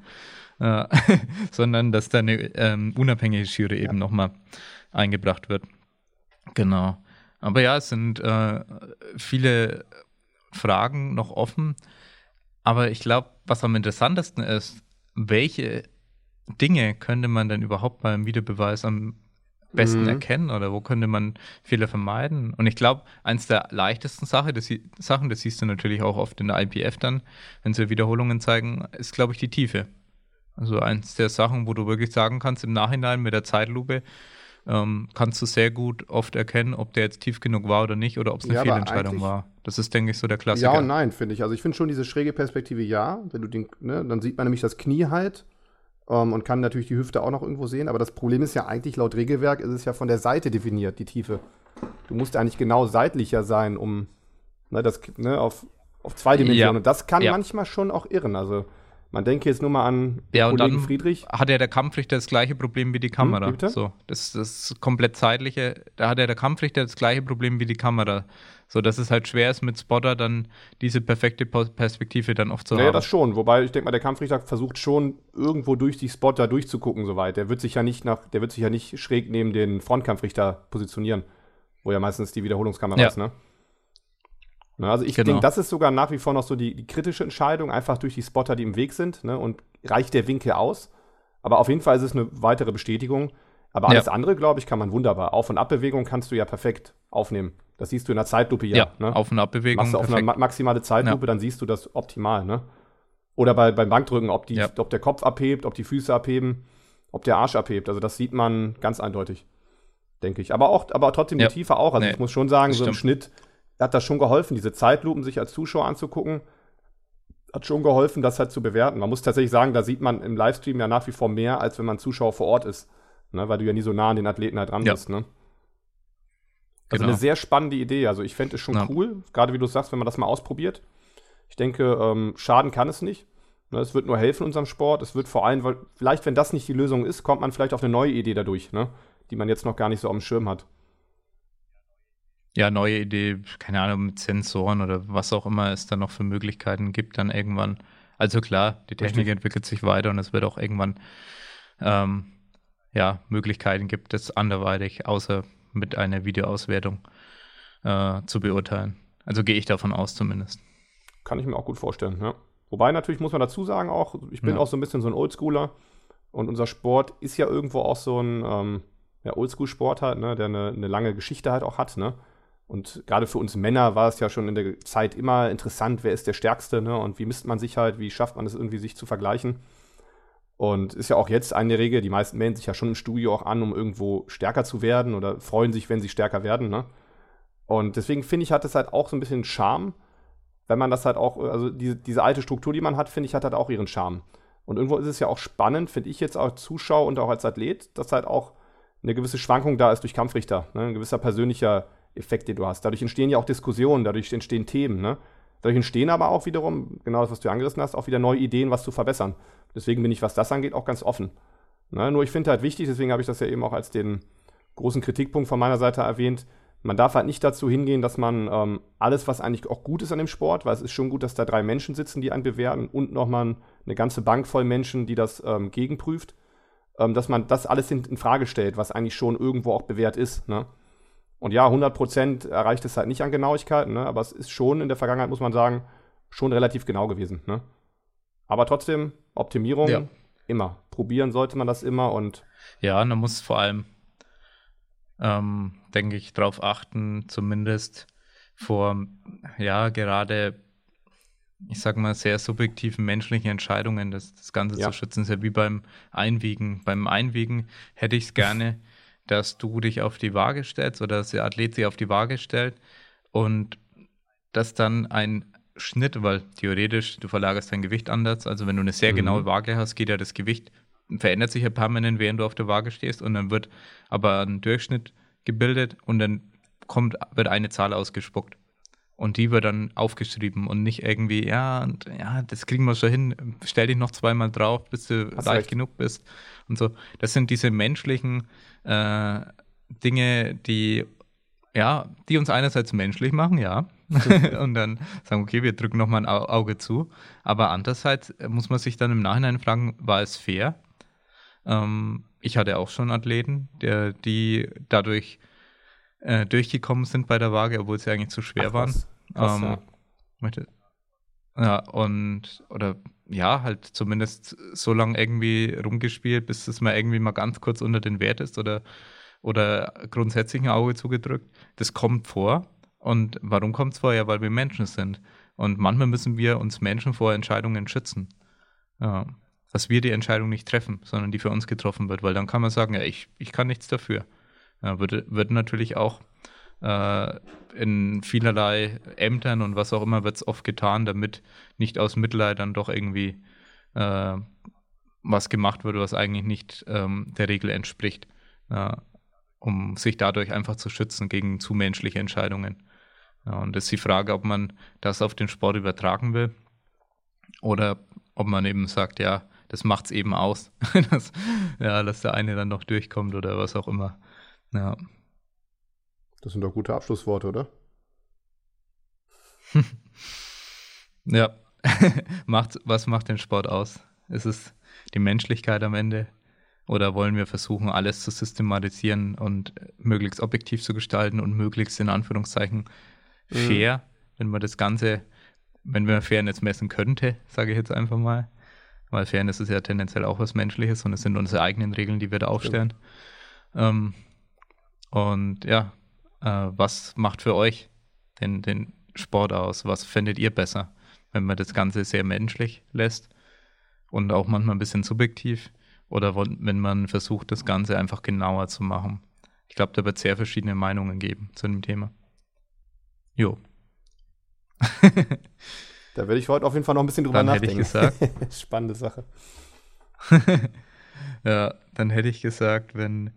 Sondern dass da eine unabhängige Jury eben nochmal eingebracht wird. Genau. Aber ja, es sind viele Fragen noch offen. Aber ich glaube, was am interessantesten ist, welche Dinge könnte man denn überhaupt beim Videobeweis am besten erkennen oder wo könnte man Fehler vermeiden? Und ich glaube, eins der leichtesten Sachen, das siehst du natürlich auch oft in der IPF dann, wenn sie Wiederholungen zeigen, ist, glaube ich, die Tiefe. Also eins der Sachen, wo du wirklich sagen kannst, im Nachhinein mit der Zeitlupe, kannst du sehr gut oft erkennen, ob der jetzt tief genug war oder nicht oder ob es eine Fehlentscheidung war. Das ist, denke ich, so der Klassiker. Ja und nein, finde ich. Also ich finde schon diese schräge Perspektive ja, wenn du dann sieht man nämlich das Knie halt und kann natürlich die Hüfte auch noch irgendwo sehen, aber das Problem ist ja eigentlich, laut Regelwerk ist es ja von der Seite definiert, die Tiefe. Du musst eigentlich genau seitlicher sein, um auf 2 Dimensionen. Ja. Und das kann manchmal schon auch irren. Also man denke jetzt nur mal an den Kollegen dann Friedrich. Hat ja der Kampfrichter das gleiche Problem wie die Kamera. So, das komplett zeitliche, da hat ja der Kampfrichter das gleiche Problem wie die Kamera. So, dass es halt schwer ist, mit Spotter dann diese perfekte Perspektive dann oft zu haben. Ja, das schon. Wobei, ich denke mal, der Kampfrichter versucht schon, irgendwo durch die Spotter durchzugucken, soweit. Der wird sich ja nicht schräg neben den Frontkampfrichter positionieren, wo ja meistens die Wiederholungskamera ist, ne? Na, also ich denke, das ist sogar nach wie vor noch so die kritische Entscheidung, einfach durch die Spotter, die im Weg sind, ne? Und reicht der Winkel aus? Aber auf jeden Fall ist es eine weitere Bestätigung. Aber alles andere, glaube ich, kann man wunderbar. Auf- und Abbewegung kannst du ja perfekt aufnehmen. Das siehst du in der Zeitlupe ne? Auf- und Abbewegung. Machst du auf eine maximale Zeitlupe, dann siehst du das optimal, ne? Oder beim Bankdrücken, ob der Kopf abhebt, ob die Füße abheben, ob der Arsch abhebt. Also das sieht man ganz eindeutig, denke ich. Aber trotzdem die Tiefe auch. Also ich muss schon sagen, so im Schnitt hat das schon geholfen, diese Zeitlupen sich als Zuschauer anzugucken. Hat schon geholfen, das halt zu bewerten. Man muss tatsächlich sagen, da sieht man im Livestream ja nach wie vor mehr, als wenn man Zuschauer vor Ort ist. Ne? Weil du ja nie so nah an den Athleten halt dran bist, ne? Also eine sehr spannende Idee. Also ich fände es schon cool, gerade wie du sagst, wenn man das mal ausprobiert. Ich denke, schaden kann es nicht. Ne? Es wird nur helfen in unserem Sport. Es wird vor allem, weil vielleicht, wenn das nicht die Lösung ist, kommt man vielleicht auf eine neue Idee dadurch, ne? Die man jetzt noch gar nicht so auf dem Schirm hat. Ja, neue Idee, keine Ahnung, mit Sensoren oder was auch immer es dann noch für Möglichkeiten gibt dann irgendwann. Also klar, die Technik entwickelt sich weiter und es wird auch irgendwann Möglichkeiten gibt, das anderweitig, außer mit einer Videoauswertung zu beurteilen. Also gehe ich davon aus zumindest. Kann ich mir auch gut vorstellen, ja. Wobei natürlich muss man dazu sagen auch, ich bin auch so ein bisschen so ein Oldschooler und unser Sport ist ja irgendwo auch so ein Oldschool-Sport halt, ne, der eine lange Geschichte halt auch hat, ne. Und gerade für uns Männer war es ja schon in der Zeit immer interessant, wer ist der Stärkste, ne? Und wie misst man sich halt, wie schafft man es irgendwie, sich zu vergleichen? Und ist ja auch jetzt eine Regel, die meisten melden sich ja schon im Studio auch an, um irgendwo stärker zu werden oder freuen sich, wenn sie stärker werden, ne? Und deswegen finde ich, hat es halt auch so ein bisschen Charme, wenn man das halt auch, also diese alte Struktur, die man hat, finde ich, hat halt auch ihren Charme. Und irgendwo ist es ja auch spannend, finde ich jetzt als Zuschauer und auch als Athlet, dass halt auch eine gewisse Schwankung da ist durch Kampfrichter, ne? Ein gewisser persönlicher Effekt, den du hast. Dadurch entstehen ja auch Diskussionen, dadurch entstehen Themen, ne? Dadurch entstehen aber auch wiederum, genau das, was du angerissen hast, auch wieder neue Ideen, was zu verbessern. Deswegen bin ich, was das angeht, auch ganz offen. Ne? Nur ich finde halt wichtig, deswegen habe ich das ja eben auch als den großen Kritikpunkt von meiner Seite erwähnt, man darf halt nicht dazu hingehen, dass man alles, was eigentlich auch gut ist an dem Sport, weil es ist schon gut, dass da 3 Menschen sitzen, die einen bewerten und nochmal eine ganze Bank voll Menschen, die das gegenprüft, dass man das alles in Frage stellt, was eigentlich schon irgendwo auch bewährt ist, ne? Und ja, 100% erreicht es halt nicht an Genauigkeit, ne? Aber es ist schon in der Vergangenheit, muss man sagen, schon relativ genau gewesen, ne? Aber trotzdem, Optimierung immer. Probieren sollte man das immer und ja, man muss vor allem, denke ich, darauf achten, zumindest vor, gerade, ich sag mal, sehr subjektiven menschlichen Entscheidungen, das Ganze zu schützen, ist ja wie beim Einwiegen. Beim Einwiegen hätte ich es gerne, dass du dich auf die Waage stellst oder dass der Athlet sich auf die Waage stellt und dass dann ein Schnitt, weil theoretisch du verlagerst dein Gewicht anders, also wenn du eine sehr genaue Waage hast, geht ja das Gewicht, verändert sich ja permanent, während du auf der Waage stehst und dann wird aber ein Durchschnitt gebildet und dann wird eine Zahl ausgespuckt und die wird dann aufgeschrieben und nicht irgendwie, das kriegen wir schon hin, stell dich noch 2-mal drauf, bis du leicht genug bist und so. Das sind diese menschlichen Dinge, die uns einerseits menschlich machen, und dann sagen, okay, wir drücken nochmal ein Auge zu, aber andererseits muss man sich dann im Nachhinein fragen, war es fair? Ich hatte auch schon Athleten, die dadurch durchgekommen sind bei der Waage, obwohl sie eigentlich zu schwer waren. Krass, Halt zumindest so lange irgendwie rumgespielt, bis es mal irgendwie mal ganz kurz unter den Wert ist oder grundsätzlich ein Auge zugedrückt. Das kommt vor. Und warum kommt es vor? Ja, weil wir Menschen sind. Und manchmal müssen wir uns Menschen vor Entscheidungen schützen. Ja, dass wir die Entscheidung nicht treffen, sondern die für uns getroffen wird. Weil dann kann man sagen, ja, ich kann nichts dafür. Ja, wird natürlich auch in vielerlei Ämtern und was auch immer wird es oft getan, damit nicht aus Mitleid dann doch irgendwie was gemacht wird, was eigentlich nicht der Regel entspricht, um sich dadurch einfach zu schützen gegen zu menschliche Entscheidungen. Ja, und das ist die Frage, ob man das auf den Sport übertragen will oder ob man eben sagt, ja, das macht's eben aus, dass der eine dann noch durchkommt oder was auch immer. Ja. Das sind doch gute Abschlussworte, oder? Ja. Was macht den Sport aus? Ist es die Menschlichkeit am Ende? Oder wollen wir versuchen, alles zu systematisieren und möglichst objektiv zu gestalten und möglichst in Anführungszeichen fair, wenn man Fairness messen könnte, sage ich jetzt einfach mal. Weil Fairness ist ja tendenziell auch was Menschliches und es sind unsere eigenen Regeln, die wir da aufstellen. Was macht für euch den Sport aus? Was fändet ihr besser, wenn man das Ganze sehr menschlich lässt und auch manchmal ein bisschen subjektiv oder wenn man versucht, das Ganze einfach genauer zu machen? Ich glaube, da wird es sehr verschiedene Meinungen geben zu dem Thema. Jo. Da werde ich heute auf jeden Fall noch ein bisschen drüber nachdenken. Hätte ich gesagt. Spannende Sache. Ja, dann hätte ich gesagt,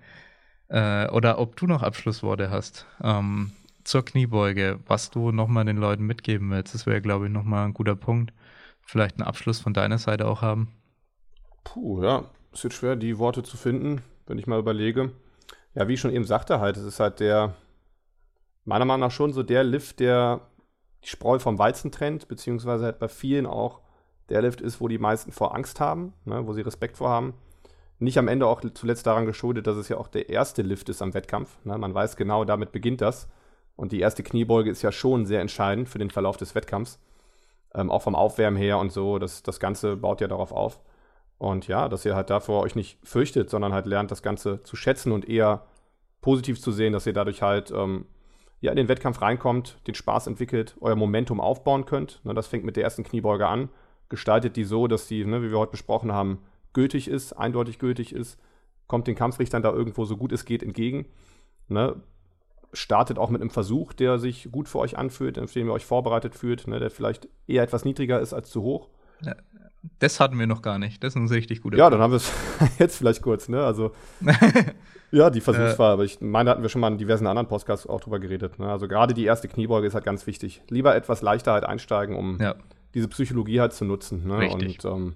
oder ob du noch Abschlussworte hast zur Kniebeuge, was du nochmal den Leuten mitgeben willst. Das wäre, glaube ich, nochmal ein guter Punkt. Vielleicht einen Abschluss von deiner Seite auch haben. Ja, es wird schwer, die Worte zu finden, wenn ich mal überlege. Ja, wie ich schon eben sagte, es ist halt meiner Meinung nach schon so der Lift, der die Spreu vom Weizen trennt, beziehungsweise halt bei vielen auch der Lift ist, wo die meisten vor Angst haben, ne, wo sie Respekt vor haben. Nicht am Ende auch zuletzt daran geschuldet, dass es ja auch der erste Lift ist am Wettkampf. Ne? Man weiß genau, damit beginnt das. Und die erste Kniebeuge ist ja schon sehr entscheidend für den Verlauf des Wettkampfs. Auch vom Aufwärmen her und so, das Ganze baut ja darauf auf. Und ja, dass ihr halt davor euch nicht fürchtet, sondern halt lernt, das Ganze zu schätzen und eher positiv zu sehen, dass ihr dadurch halt in den Wettkampf reinkommt, den Spaß entwickelt, euer Momentum aufbauen könnt. Ne, das fängt mit der ersten Kniebeuge an, gestaltet die so, dass die, wie wir heute besprochen haben, gültig ist, eindeutig gültig ist, kommt den Kampfrichtern da irgendwo so gut es geht entgegen. Ne, startet auch mit einem Versuch, der sich gut für euch anfühlt, auf den ihr euch vorbereitet fühlt, ne, der vielleicht eher etwas niedriger ist als zu hoch. Ja, das hatten wir noch gar nicht. Das ist ein richtig guter Punkt. Ja, dann haben wir es jetzt vielleicht kurz, ne? Also ja, die Versuchswahl, aber ich meine, da hatten wir schon mal in diversen anderen Podcasts auch drüber geredet. Ne? Also gerade die erste Kniebeuge ist halt ganz wichtig. Lieber etwas leichter halt einsteigen, um diese Psychologie halt zu nutzen. Ne? Richtig. Und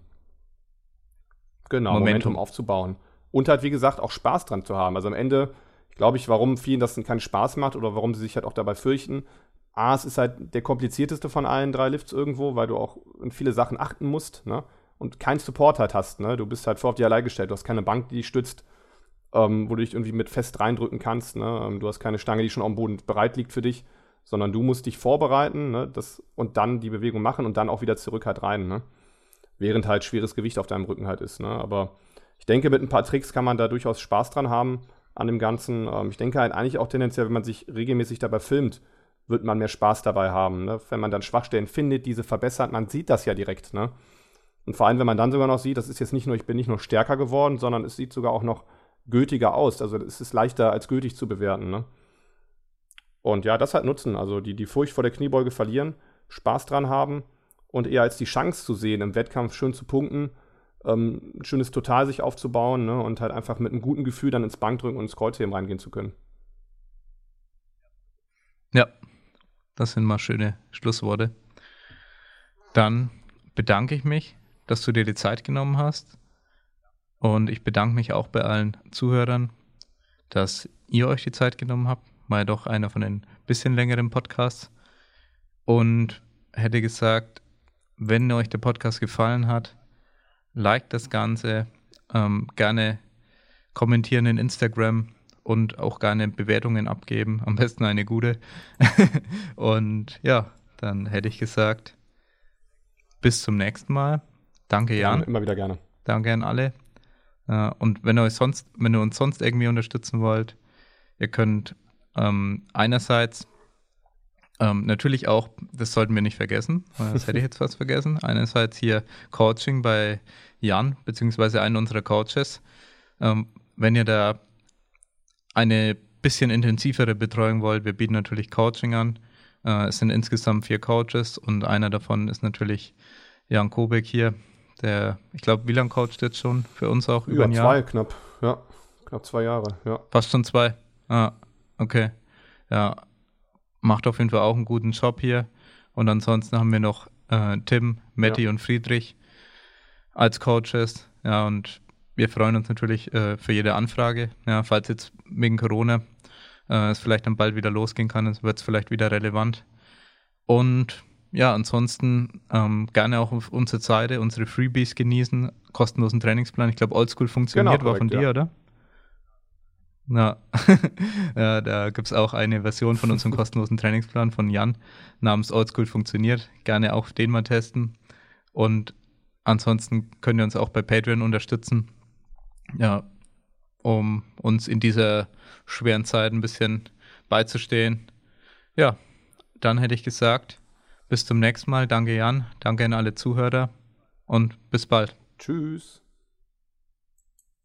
Momentum aufzubauen. Und halt, wie gesagt, auch Spaß dran zu haben. Also am Ende, glaube ich, warum vielen das keinen Spaß macht oder warum sie sich halt auch dabei fürchten. Es ist halt der komplizierteste von allen 3 Lifts irgendwo, weil du auch in viele Sachen achten musst, ne? Und keinen Support halt hast. Ne? Du bist halt voll auf dich allein gestellt. Du hast keine Bank, die dich stützt, wo du dich irgendwie mit fest reindrücken kannst. Ne? Du hast keine Stange, die schon auf dem Boden bereit liegt für dich, sondern du musst dich vorbereiten, ne? Und dann die Bewegung machen und dann auch wieder zurück halt rein. Ne? Während halt schweres Gewicht auf deinem Rücken halt ist. Ne? Aber ich denke, mit ein paar Tricks kann man da durchaus Spaß dran haben an dem Ganzen. Ich denke halt eigentlich auch tendenziell, wenn man sich regelmäßig dabei filmt, wird man mehr Spaß dabei haben. Ne? Wenn man dann Schwachstellen findet, diese verbessert, man sieht das ja direkt. Ne? Und vor allem, wenn man dann sogar noch sieht, das ist jetzt nicht nur, ich bin nicht nur stärker geworden, sondern es sieht sogar auch noch gültiger aus. Also es ist leichter als gültig zu bewerten. Ne? Und ja, das halt nutzen. Also die Furcht vor der Kniebeuge verlieren, Spaß dran haben und eher als die Chance zu sehen, im Wettkampf schön zu punkten, ein schönes Total sich aufzubauen, ne? Und halt einfach mit einem guten Gefühl dann ins Bankdrücken und ins Kreuzheben reingehen zu können. Ja, das sind mal schöne Schlussworte. Dann bedanke ich mich, dass du dir die Zeit genommen hast. Und ich bedanke mich auch bei allen Zuhörern, dass ihr euch die Zeit genommen habt. War ja doch einer von den bisschen längeren Podcasts. Und hätte gesagt, wenn euch der Podcast gefallen hat, liked das Ganze, gerne kommentieren in Instagram und auch gerne Bewertungen abgeben. Am besten eine gute. Und ja, dann hätte ich gesagt, bis zum nächsten Mal. Danke, Jan. Immer wieder gerne. Danke an alle. Und wenn ihr uns sonst irgendwie unterstützen wollt, ihr könnt einerseits natürlich auch, das sollten wir nicht vergessen, das hätte ich jetzt fast vergessen, einerseits hier Coaching bei Jan, beziehungsweise einen unserer Coaches. Wenn ihr da eine bisschen intensivere Betreuung wollt, wir bieten natürlich Coaching an. Es sind insgesamt 4 Coaches und einer davon ist natürlich Jan Kobik hier, der, ich glaube, wie lange coacht jetzt schon für uns auch? Über ein Jahr? Knapp 2 Jahre, ja. Fast schon 2? Ah, okay. Ja, macht auf jeden Fall auch einen guten Job hier. Und ansonsten haben wir noch Tim, Matti und Friedrich als Coaches. Ja, und wir freuen uns natürlich für jede Anfrage. Ja, falls jetzt wegen Corona es vielleicht dann bald wieder losgehen kann, wird es vielleicht wieder relevant. Und ja, ansonsten gerne auch auf unserer Seite unsere Freebies genießen, kostenlosen Trainingsplan. Ich glaube, Oldschool funktioniert, genau, war von dir, ja. Oder? Ja, ja, da gibt es auch eine Version von unserem kostenlosen Trainingsplan von Jan namens Oldschool funktioniert. Gerne auch den mal testen. Und ansonsten könnt ihr uns auch bei Patreon unterstützen, ja, um uns in dieser schweren Zeit ein bisschen beizustehen. Ja, dann hätte ich gesagt, bis zum nächsten Mal. Danke, Jan. Danke an alle Zuhörer und bis bald. Tschüss.